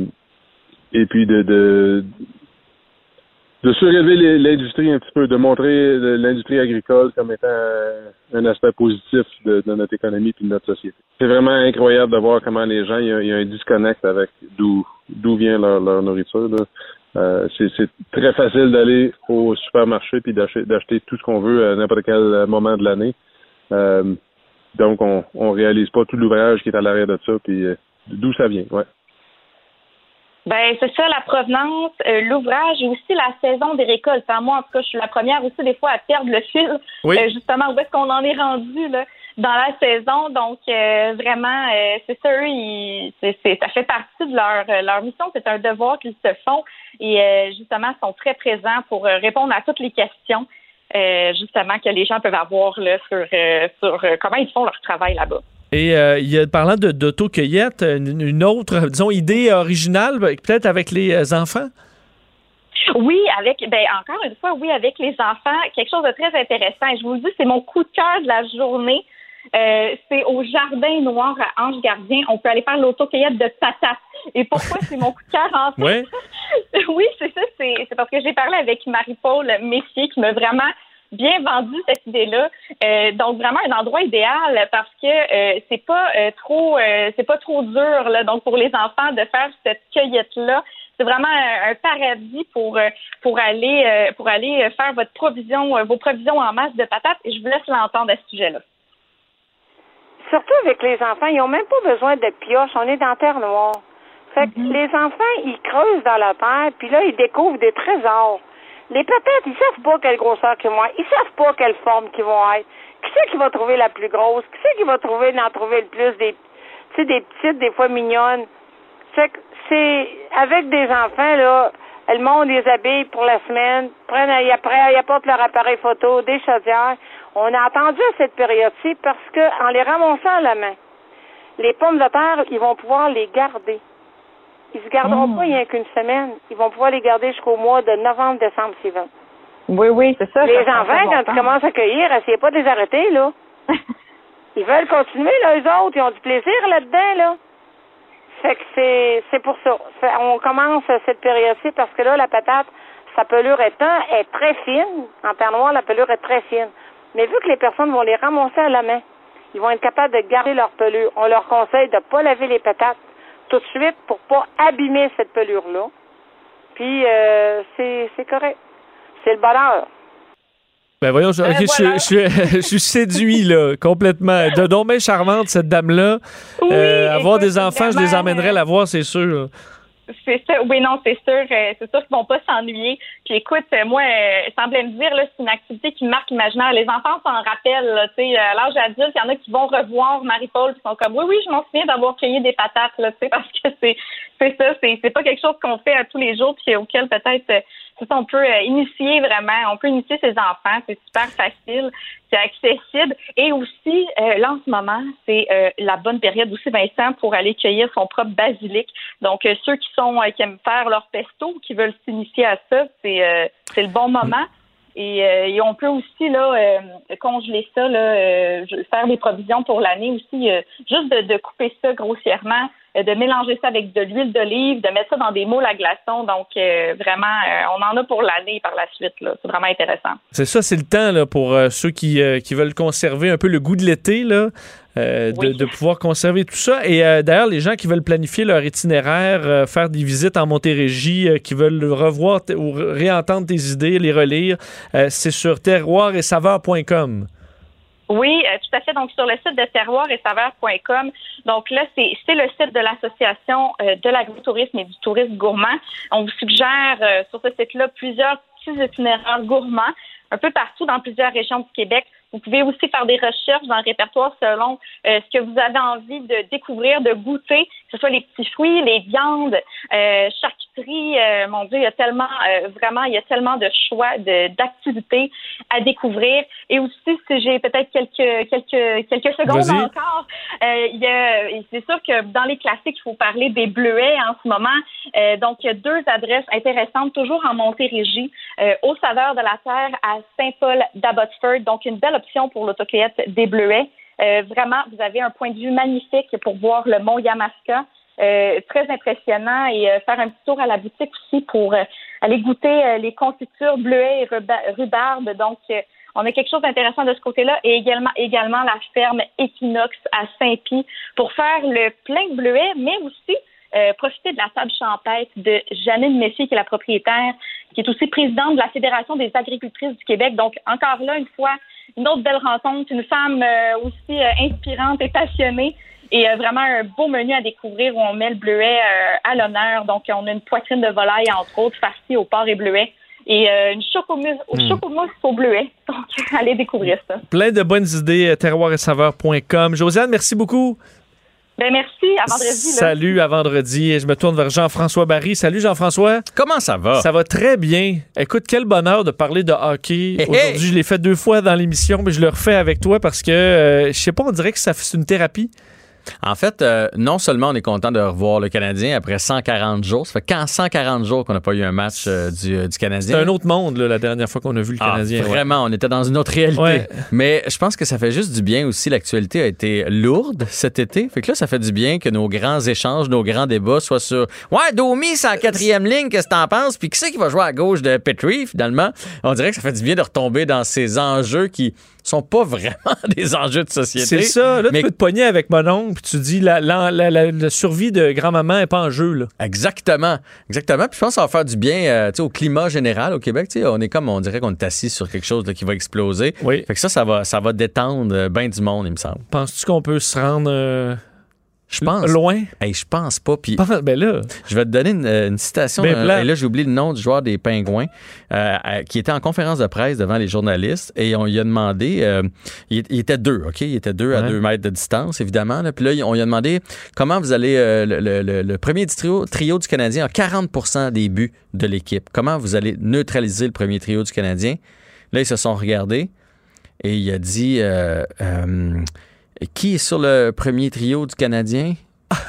Speaker 13: et puis de, de, de surélever l'industrie un petit peu, de montrer l'industrie agricole comme étant un aspect positif de, de notre économie et de notre société. C'est vraiment incroyable de voir comment les gens, il y a, il y a un disconnect avec d'où d'où vient leur, leur nourriture. Là. Euh, c'est, c'est très facile d'aller au supermarché puis d'acheter, d'acheter tout ce qu'on veut à n'importe quel moment de l'année. Euh, donc, on on réalise pas tout l'ouvrage qui est à l'arrière de ça, puis euh, d'où ça vient, ouais.
Speaker 12: Ben c'est ça, la provenance, euh, l'ouvrage et aussi la saison des récoltes. Enfin, moi, en tout cas, je suis la première aussi des fois à perdre le fil, oui. euh, justement, où est-ce qu'on en est rendu là dans la saison. Donc, euh, vraiment, euh, c'est ça, eux, ils, c'est, c'est, ça fait partie de leur, leur mission. C'est un devoir qu'ils se font et euh, justement, sont très présents pour euh, répondre à toutes les questions, euh, justement, que les gens peuvent avoir là sur, euh, sur euh, comment ils font leur travail là-bas.
Speaker 3: Et euh, il y a, parlant de, d'autocueillette, une, une autre, disons, idée originale, peut-être avec les enfants?
Speaker 12: Oui, avec, ben encore une fois, oui, avec les enfants, quelque chose de très intéressant. Et je vous le dis, c'est mon coup de cœur de la journée. Euh, c'est au Jardin Noir à Ange Gardien. On peut aller faire l'autocueillette de patates. Et pourquoi c'est mon coup de cœur en fait?
Speaker 3: Ouais.
Speaker 12: Oui, c'est ça. C'est, c'est parce que j'ai parlé avec Marie-Paul Messier qui m'a vraiment bien vendu cette idée-là. Euh, donc vraiment un endroit idéal parce que euh, c'est pas euh, trop euh, c'est pas trop dur là. Donc pour les enfants de faire cette cueillette-là, c'est vraiment un, un paradis pour pour aller euh, pour aller faire votre provision vos provisions en masse de patates. Et je vous laisse l'entendre à ce sujet-là.
Speaker 14: Surtout avec les enfants, ils ont même pas besoin de pioche. On est dans terre noire. Fait que mm-hmm. les enfants, ils creusent dans la terre, puis là, ils découvrent des trésors. Les patates, ils savent pas quelle grosseur qu'ils vont être. Ils savent pas quelle forme qu'ils vont être. Qui c'est qui va trouver la plus grosse? Qui c'est qui va trouver d'en trouver le plus? Des, tu sais, des petites, des fois mignonnes. Fait que c'est, avec des enfants, là, le monde les habille pour la semaine, prennent, après, ils apportent leur appareil photo, des chaudières. On a attendu à cette période-ci parce que, en les ramassant à la main, les pommes de terre, ils vont pouvoir les garder. Ils se garderont mmh. pas rien qu'une semaine. Ils vont pouvoir les garder jusqu'au mois de novembre, décembre suivant.
Speaker 12: Oui, oui, c'est ça.
Speaker 14: Les
Speaker 12: ça
Speaker 14: enfants, quand ils commencent à cueillir, essayez pas de les arrêter, là. Ils veulent continuer, là, eux autres. Ils ont du plaisir là-dedans, là. Fait que c'est, c'est pour ça. Fait, on commence cette période-ci parce que là, la patate, sa pelure est, un, est très fine. En terre noire, la pelure est très fine. Mais vu que les personnes vont les ramasser à la main, ils vont être capables de garder leur pelure. On leur conseille de ne pas laver les patates tout de suite pour pas abîmer cette pelure-là. Puis, euh, c'est, c'est correct. C'est le bonheur.
Speaker 3: Ben voyons, je,
Speaker 14: Euh,
Speaker 3: okay,
Speaker 14: voilà.
Speaker 3: je, je, je, je suis séduit, là, complètement. De donc bien charmante, cette dame-là.
Speaker 12: Oui,
Speaker 3: euh, avoir
Speaker 12: écoute,
Speaker 3: des enfants, je les
Speaker 12: vraiment,
Speaker 3: emmènerais la voir, c'est sûr.
Speaker 12: C'est ça, oui, non, c'est sûr, euh, c'est sûr qu'ils vont pas s'ennuyer. Puis écoute, euh, moi, euh, semblait me dire, là, c'est une activité qui me marque l'imaginaire. Les enfants s'en rappellent, là, tu sais, à l'âge adulte, il y en a qui vont revoir Marie-Paul, qui sont comme, oui, oui, je m'en souviens d'avoir cueilli des patates, là, tu sais, parce que c'est, c'est ça, c'est, c'est pas quelque chose qu'on fait à tous les jours, puis auquel peut-être, euh, c'est ça, on peut euh, initier vraiment, on peut initier ses enfants, c'est super facile, c'est accessible. Et aussi, euh, là, en ce moment, c'est euh, la bonne période aussi, Vincent, pour aller cueillir son propre basilic. Donc, euh, ceux qui sont euh, qui aiment faire leur pesto, qui veulent s'initier à ça, c'est, euh, c'est le bon moment. Et, euh, et on peut aussi là euh, congeler ça, là, euh, faire des provisions pour l'année aussi, euh, juste de, de couper ça grossièrement, euh, de mélanger ça avec de l'huile d'olive, de mettre ça dans des moules à glaçons. Donc euh, vraiment, euh, on en a pour l'année par la suite. Là. C'est vraiment intéressant.
Speaker 3: C'est ça, c'est le temps là, pour euh, ceux qui, euh, qui veulent conserver un peu le goût de l'été, là, euh, de,
Speaker 12: Oui.
Speaker 3: de pouvoir conserver tout ça. Et euh, d'ailleurs, les gens qui veulent planifier leur itinéraire, euh, faire des visites en Montérégie, euh, qui veulent revoir t- ou réentendre tes idées, les relire, euh, c'est sur terroir et saveur point com.
Speaker 12: Oui, euh, tout à fait. Donc, sur le site de terroir et saveur point com. Donc là, c'est, c'est le site de l'Association euh, de l'agritourisme et du tourisme gourmand. On vous suggère euh, sur ce site-là plusieurs petits itinéraires gourmands un peu partout dans plusieurs régions du Québec. Vous pouvez aussi faire des recherches dans le répertoire selon euh, ce que vous avez envie de découvrir, de goûter, que ce soit les petits fruits, les viandes, euh, charcuterie. Euh, mon Dieu, il y a tellement, euh, vraiment, il y a tellement de choix, de, d'activités à découvrir. Et aussi, si j'ai peut-être quelques quelques quelques secondes
Speaker 3: Vas-y.
Speaker 12: encore, euh, il y a, c'est sûr que dans les classiques, il faut parler des bleuets en ce moment. Euh, donc, il y a deux adresses intéressantes, toujours en Montérégie, euh, aux saveurs de la terre à Saint-Paul d'Abbotsford. Donc, une belle option pour l'autocueillette des bleuets. Euh, vraiment, vous avez un point de vue magnifique pour voir le mont Yamaska. Euh, très impressionnant et euh, faire un petit tour à la boutique aussi pour euh, aller goûter euh, les confitures bleuets et ruba- rhubarbe. Donc, euh, on a quelque chose d'intéressant de ce côté-là et également également la ferme Equinox à Saint-Pie pour faire le plein de bleuets, mais aussi Euh, profiter de la table champêtre de Janine Messier, qui est la propriétaire, qui est aussi présidente de la Fédération des agricultrices du Québec. Donc, encore là, une fois, une autre belle rencontre, une femme euh, aussi euh, inspirante et passionnée. Et euh, vraiment un beau menu à découvrir où on met le bleuet euh, à l'honneur. Donc, on a une poitrine de volaille, entre autres, farcie au porc et bleuet. Et euh, une chocomousse,
Speaker 3: Mm.
Speaker 12: chocomousse au bleuet. Donc, allez découvrir ça.
Speaker 3: Plein de bonnes idées, terroir et saveur point com. Josiane, merci beaucoup.
Speaker 12: Ben merci, à vendredi. Là.
Speaker 3: Salut, à vendredi. Et je me tourne vers Jean-François Barry. Salut, Jean-François.
Speaker 15: Comment ça va?
Speaker 3: Ça va très bien. Écoute, quel bonheur de parler de hockey.
Speaker 15: Hey,
Speaker 3: Aujourd'hui,
Speaker 15: hey.
Speaker 3: je l'ai fait deux fois dans l'émission, mais je le refais avec toi parce que, euh, je sais pas, on dirait que ça c'est une thérapie.
Speaker 15: En fait, euh, non seulement on est content de revoir le Canadien après cent quarante jours, ça fait quand cent quarante jours qu'on n'a pas eu un match euh, du, euh, du Canadien.
Speaker 3: C'est un autre monde, là, la dernière fois qu'on a vu le
Speaker 15: Ah,
Speaker 3: Canadien. ouais.
Speaker 15: vraiment, on était dans une autre réalité.
Speaker 3: Ouais.
Speaker 15: Mais je pense que ça fait juste du bien aussi. L'actualité a été lourde cet été. Fait que là, ça fait du bien que nos grands échanges, nos grands débats soient sur « Ouais, Domi, c'est en quatrième ligne, qu'est-ce que t'en penses? Puis qui c'est qui va jouer à gauche de Petrie, finalement? » On dirait que ça fait du bien de retomber dans ces enjeux qui sont pas vraiment des enjeux de société.
Speaker 3: C'est ça. Là,
Speaker 15: mais...
Speaker 3: tu peux te pogner avec mon oncle puis tu dis la, la, la, la, la survie de grand-maman n'est pas en jeu. Là.
Speaker 15: Exactement. Exactement. Puis je pense que ça va faire du bien euh, tu sais, au climat général au Québec. Tu sais, on est comme, on dirait qu'on est assis sur quelque chose là, qui va exploser.
Speaker 3: Oui.
Speaker 15: Fait que ça, ça va, ça va détendre euh, bien du monde, il me semble.
Speaker 3: Penses-tu qu'on peut se rendre euh,
Speaker 15: Je pense.
Speaker 3: loin?
Speaker 15: Hey, je pense pas. Puis
Speaker 3: Ben là.
Speaker 15: je vais te donner une, une citation.
Speaker 3: Ben
Speaker 15: euh,
Speaker 3: plat.
Speaker 15: et là, j'ai oublié le nom du joueur des Pingouins euh, euh, qui était en conférence de presse devant les journalistes et on lui a demandé. Euh, il, il était deux, OK? Il était deux à
Speaker 3: Ouais.
Speaker 15: deux mètres de distance, évidemment. Là. Puis là, on lui a demandé comment vous allez. Euh, le, le- le- le premier trio, trio du Canadien a quarante pour cent des buts de l'équipe. Comment vous allez neutraliser le premier trio du Canadien? Là, ils se sont regardés et il a dit euh, euh, qui est sur le premier trio du Canadien?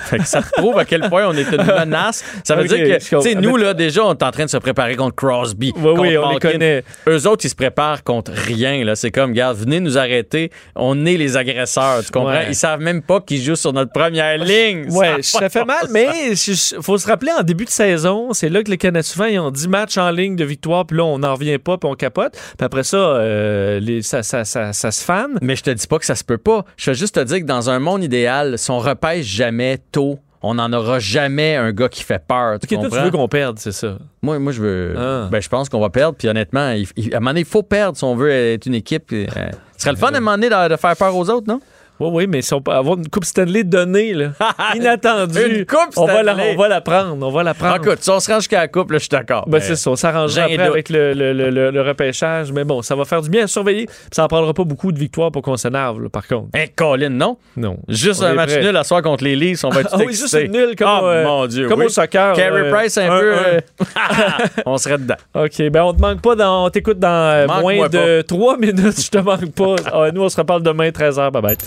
Speaker 15: Fait que ça prouve à quel point on est une menace. Ça veut okay, dire que, tu sais, nous, là, déjà, on est en train de se préparer contre Crosby.
Speaker 3: Oui,
Speaker 15: contre
Speaker 3: oui, on
Speaker 15: Malkin.
Speaker 3: les connaît.
Speaker 15: Eux autres, ils se préparent contre rien, là. C'est comme, regarde, venez nous arrêter. On est les agresseurs, tu comprends? Ouais. Ils savent même pas qu'ils jouent sur notre première ligne.
Speaker 3: Ouais, ça, ça fait mal, mais il faut se rappeler, en début de saison, c'est là que les Canadiens, souvent, ils ont dix matchs en ligne de victoire, puis là, on n'en revient pas, puis on capote. Puis après ça, euh, les, ça, ça, ça, ça se fane.
Speaker 15: Mais je te dis pas que ça se peut pas. Je veux juste te dire que dans un monde idéal, si on repêche jamais tôt, on n'en aura jamais un gars qui fait peur. Tu
Speaker 3: OK,
Speaker 15: comprends?
Speaker 3: Toi, tu veux qu'on perde, c'est ça?
Speaker 15: Moi, moi je veux.
Speaker 3: Ah.
Speaker 15: Ben, je pense qu'on va perdre. Puis honnêtement, il, il, à un moment donné, il faut perdre si on veut être une équipe. Euh, ce serait le fun à un moment donné de, de faire peur aux autres, non?
Speaker 3: Oui, oui, mais si on peut avoir une Coupe Stanley donnée, là, inattendue,
Speaker 15: une coupe
Speaker 3: on, va la,
Speaker 15: Stanley.
Speaker 3: on va la prendre, on va la prendre.
Speaker 15: Écoute, si on se rend jusqu'à la Coupe, là, je suis d'accord.
Speaker 3: Ben, c'est ça, on s'arrangera après avec le, le, le, le, le repêchage, mais bon, ça va faire du bien à surveiller. Ça en prendra pas beaucoup de victoires pour qu'on s'énerve, là, par contre.
Speaker 15: Hein, Colin, non?
Speaker 3: Non.
Speaker 15: Juste
Speaker 3: on
Speaker 15: un match prêt. Nul à soir contre les Leafs, on va être
Speaker 3: ah, oui, juste nul comme,
Speaker 15: oh,
Speaker 3: euh,
Speaker 15: mon Dieu,
Speaker 3: comme
Speaker 15: oui.
Speaker 3: au soccer.
Speaker 15: Carey
Speaker 3: euh,
Speaker 15: Price, un, un peu... Euh... on serait dedans.
Speaker 3: OK, ben on te manque pas, dans, on t'écoute dans euh, moins de trois minutes, je te manque pas. Ah, nous, on se reparle demain, treize heures, bye bye.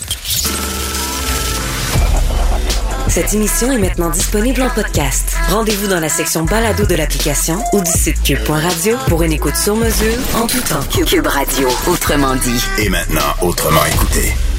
Speaker 1: Cette émission est maintenant disponible en podcast. Rendez-vous dans la section balado de l'application ou du site cube point radio pour une écoute sur mesure en tout temps. Cube Radio, autrement dit.
Speaker 2: Et maintenant, autrement écouté.